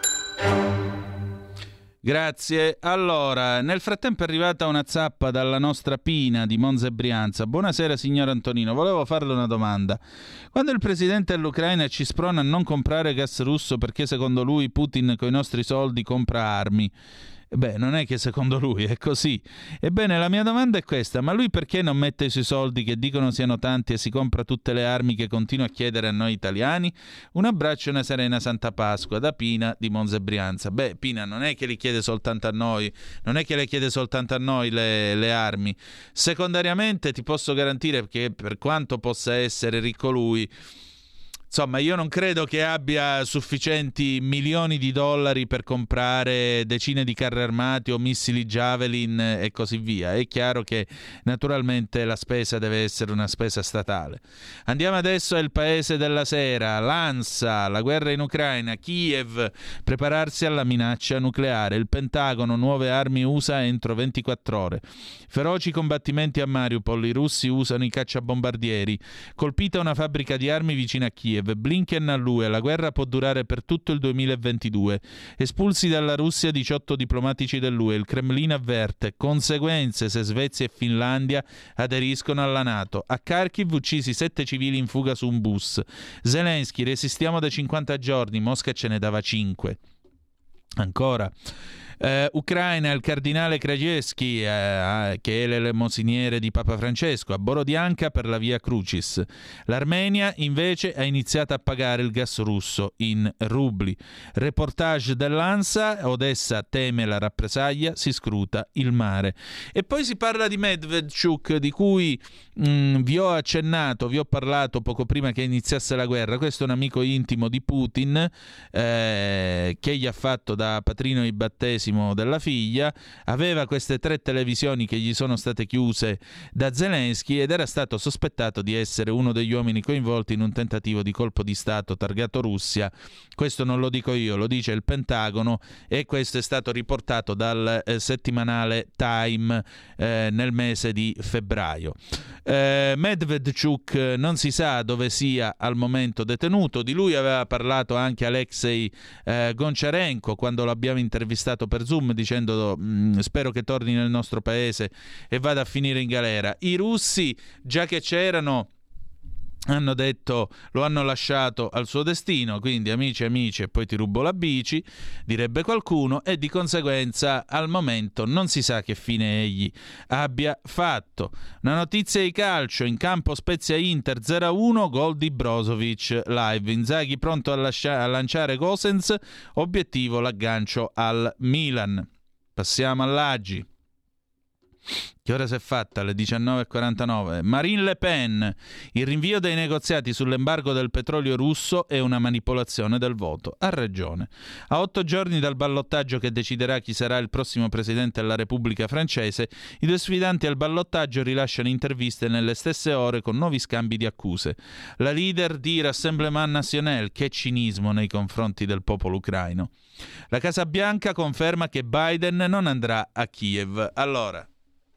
Grazie. Allora, nel frattempo è arrivata una zappa dalla nostra Pina di Monza e Brianza. Buonasera signor Antonino, volevo farle una domanda. Quando il presidente dell'Ucraina ci sprona a non comprare gas russo perché secondo lui Putin coi nostri soldi compra armi, beh, non è che secondo lui, è così. Ebbene, la mia domanda è questa: ma lui perché non mette i suoi soldi, che dicono siano tanti, e si compra tutte le armi che continua a chiedere a noi italiani? Un abbraccio e una serena Santa Pasqua da Pina di Monza e Brianza. Beh, Pina non è che li chiede soltanto a noi, non è che le chiede soltanto a noi le, le armi. Secondariamente ti posso garantire che per quanto possa essere ricco lui, Insomma, io non credo che abbia sufficienti milioni di dollari per comprare decine di carri armati o missili Javelin e così via. È chiaro che naturalmente la spesa deve essere una spesa statale. Andiamo adesso al paese della sera, l'ANSA, la guerra in Ucraina, Kiev, prepararsi alla minaccia nucleare, il Pentagono, nuove armi U S A entro ventiquattro ore. Feroci combattimenti a Mariupol, i russi usano i cacciabombardieri, colpita una fabbrica di armi vicino a Kiev. Blinken all'U E, la guerra può durare per tutto il duemilaventidue. Espulsi dalla Russia diciotto diplomatici dell'U E, il Cremlino avverte conseguenze se Svezia e Finlandia aderiscono alla NATO. A Kharkiv uccisi sette civili in fuga su un bus. Zelensky, resistiamo da cinquanta giorni, Mosca ce ne dava cinque. Ancora Uh, Ucraina, il cardinale Krajewski, uh, che è l'elemosiniere di Papa Francesco, a Borodianka per la Via Crucis. L'Armenia invece ha iniziato a pagare il gas russo in rubli. Reportage dell'ANSA, Odessa teme la rappresaglia, si scruta il mare. E poi si parla di Medvedchuk, di cui mh, vi ho accennato, vi ho parlato poco prima che iniziasse la guerra. Questo è un amico intimo di Putin, eh, che gli ha fatto da patrino di battesimo della figlia, aveva queste tre televisioni che gli sono state chiuse da Zelensky ed era stato sospettato di essere uno degli uomini coinvolti in un tentativo di colpo di Stato targato Russia. Questo non lo dico io, lo dice il Pentagono, e questo è stato riportato dal eh, settimanale Time eh, nel mese di febbraio. Eh, Medvedchuk non si sa dove sia al momento detenuto, di lui aveva parlato anche Alexei eh, Goncharenko quando l'abbiamo intervistato per Zoom, dicendo spero che torni nel nostro paese e vada a finire in galera. I russi, già che c'erano, hanno detto lo hanno lasciato al suo destino, quindi amici amici e poi ti rubo la bici, direbbe qualcuno, e di conseguenza al momento non si sa che fine egli abbia fatto. Una notizia di calcio, in campo Spezia Inter zero a uno, gol di Brozovic live, Inzaghi pronto a, lascia- a lanciare Gosens, obiettivo l'aggancio al Milan. Passiamo all'Agi. Che ora si è fatta? Alle diciannove e quarantanove. Marine Le Pen, il rinvio dei negoziati sull'embargo del petrolio russo è una manipolazione del voto. Ha ragione. A otto giorni dal ballottaggio che deciderà chi sarà il prossimo presidente della Repubblica francese, i due sfidanti al ballottaggio rilasciano interviste nelle stesse ore con nuovi scambi di accuse. La leader di Rassemblement National, che cinismo nei confronti del popolo ucraino. La Casa Bianca conferma che Biden non andrà a Kiev. Allora,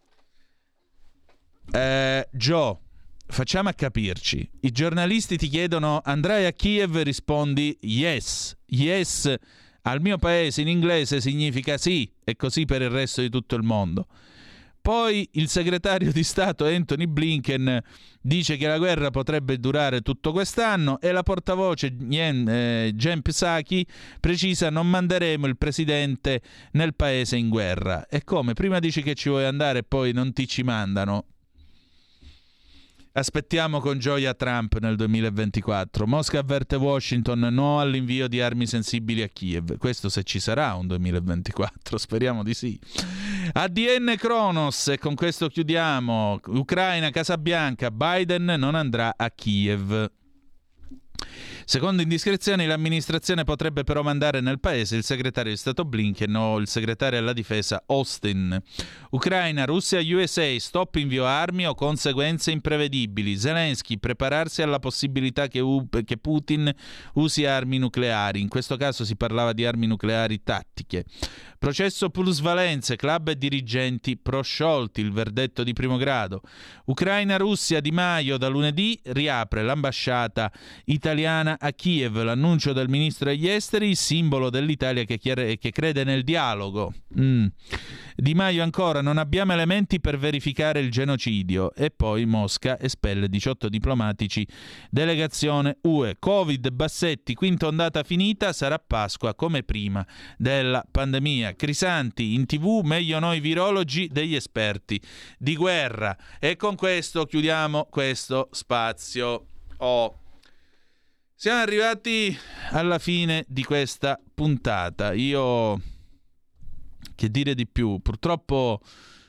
Eh, Joe, facciamo a capirci. I giornalisti ti chiedono andrai a Kiev, rispondi yes. Yes al mio paese in inglese significa sì, e così per il resto di tutto il mondo. Poi il segretario di Stato Anthony Blinken dice che la guerra potrebbe durare tutto quest'anno e la portavoce Jen, eh, Jen Psaki precisa non manderemo il presidente nel paese in guerra. E come? Prima dici che ci vuoi andare e poi non ti ci mandano. Aspettiamo con gioia Trump nel duemilaventiquattro. Mosca avverte Washington no all'invio di armi sensibili a Kiev. Questo se ci sarà un duemilaventiquattro, speriamo di sì. A D N Kronos, e con questo chiudiamo. Ucraina, Casa Bianca, Biden non andrà a Kiev. Secondo indiscrezioni, l'amministrazione potrebbe però mandare nel paese il segretario di Stato Blinken o il segretario alla difesa Austin. Ucraina, Russia, U S A, stop invio armi o conseguenze imprevedibili. Zelensky, prepararsi alla possibilità che, U- che Putin usi armi nucleari. In questo caso si parlava di armi nucleari tattiche. Processo plusvalenze, club e dirigenti prosciolti, il verdetto di primo grado. Ucraina-Russia, Di Maio da lunedì riapre l'ambasciata italiana a Kiev, l'annuncio del ministro degli esteri, simbolo dell'Italia che, chiare, che crede nel dialogo. Mm. Di Maio ancora, non abbiamo elementi per verificare il genocidio. E poi Mosca espelle diciotto diplomatici, delegazione U E. Covid, Bassetti, quinta ondata finita, sarà Pasqua come prima della pandemia. Crisanti, in tv meglio noi virologi degli esperti di guerra. E con questo chiudiamo questo spazio. Oh. Siamo arrivati alla fine di questa puntata. Io, che dire di più, purtroppo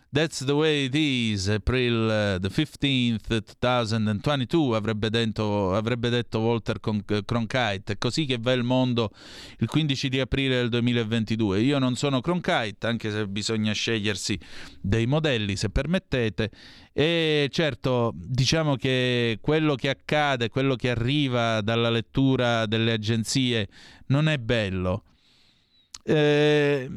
That's the way it is, April uh, the fifteenth, twenty twenty-two, avrebbe detto, avrebbe detto Walter Con- Cronkite. È così che va il mondo il quindici di aprile del duemilaventidue. Io non sono Cronkite, anche se bisogna scegliersi dei modelli, se permettete. E certo, diciamo che quello che accade, quello che arriva dalla lettura delle agenzie non è bello. Eh...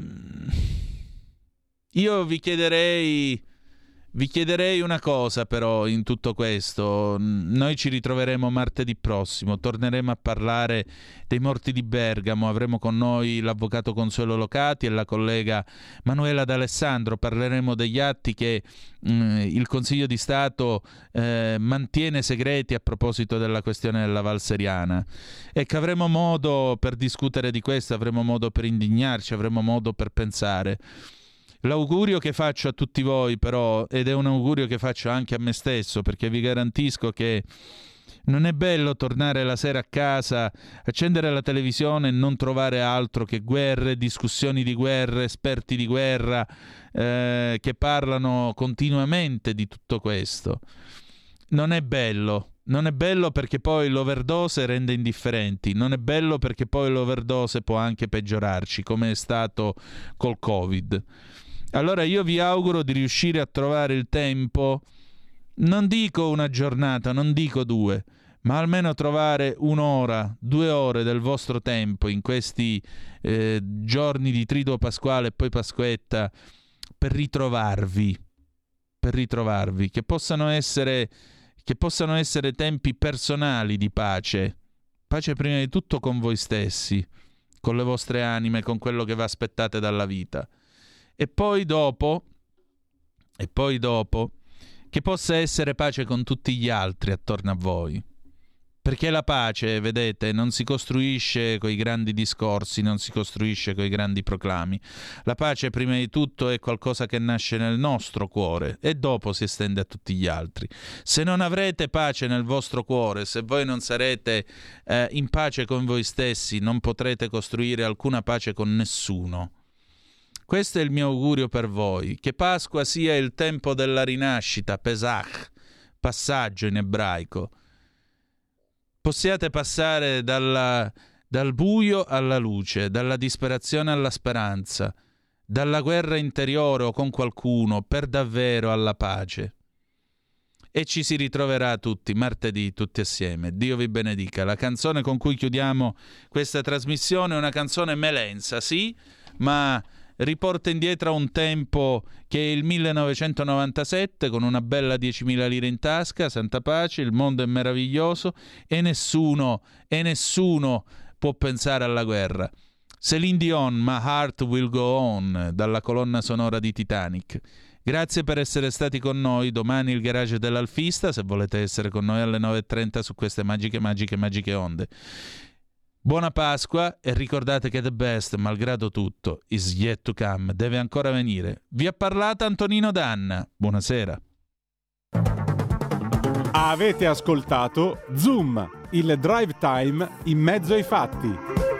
Io vi chiederei, vi chiederei una cosa però in tutto questo. Noi ci ritroveremo martedì prossimo, torneremo a parlare dei morti di Bergamo, avremo con noi l'avvocato Consuelo Locati e la collega Manuela D'Alessandro, parleremo degli atti che mh, il Consiglio di Stato eh, mantiene segreti a proposito della questione della Val Seriana, e che avremo modo per discutere di questo, avremo modo per indignarci, avremo modo per pensare. L'augurio che faccio a tutti voi però, ed è un augurio che faccio anche a me stesso, perché vi garantisco che non è bello tornare la sera a casa, accendere la televisione e non trovare altro che guerre, discussioni di guerra, esperti di guerra eh, che parlano continuamente di tutto questo. Non è bello. Non è bello perché poi l'overdose rende indifferenti, non è bello perché poi l'overdose può anche peggiorarci, come è stato col Covid. Allora io vi auguro di riuscire a trovare il tempo, non dico una giornata, non dico due, ma almeno trovare un'ora, due ore del vostro tempo in questi eh, giorni di Triduo Pasquale e poi Pasquetta per ritrovarvi, per ritrovarvi, che possano essere, che possano essere tempi personali di pace, pace prima di tutto con voi stessi, con le vostre anime, con quello che vi aspettate dalla vita. E poi dopo, e poi dopo, che possa essere pace con tutti gli altri attorno a voi. Perché la pace, vedete, non si costruisce coi grandi discorsi, non si costruisce coi grandi proclami. La pace, prima di tutto, è qualcosa che nasce nel nostro cuore e dopo si estende a tutti gli altri. Se non avrete pace nel vostro cuore, se voi non sarete eh, in pace con voi stessi, non potrete costruire alcuna pace con nessuno. Questo è il mio augurio per voi, che Pasqua sia il tempo della rinascita, Pesach, passaggio in ebraico. Possiate passare dalla, dal buio alla luce, dalla disperazione alla speranza, dalla guerra interiore o con qualcuno, per davvero alla pace. E ci si ritroverà tutti, martedì, tutti assieme. Dio vi benedica. La canzone con cui chiudiamo questa trasmissione è una canzone melenza, sì, ma riporta indietro a un tempo che è il millenovecentonovantasette, con una bella diecimila lire in tasca, santa pace, il mondo è meraviglioso e nessuno, e nessuno può pensare alla guerra. Céline Dion, My Heart Will Go On, dalla colonna sonora di Titanic. Grazie per essere stati con noi. Domani il garage dell'Alfista, se volete essere con noi alle nove e trenta su queste magiche, magiche, magiche onde. Buona Pasqua e ricordate che the best, malgrado tutto, is yet to come, deve ancora venire. Vi ha parlato Antonino Danna. Buonasera. Avete ascoltato Zoom, il drive time in mezzo ai fatti.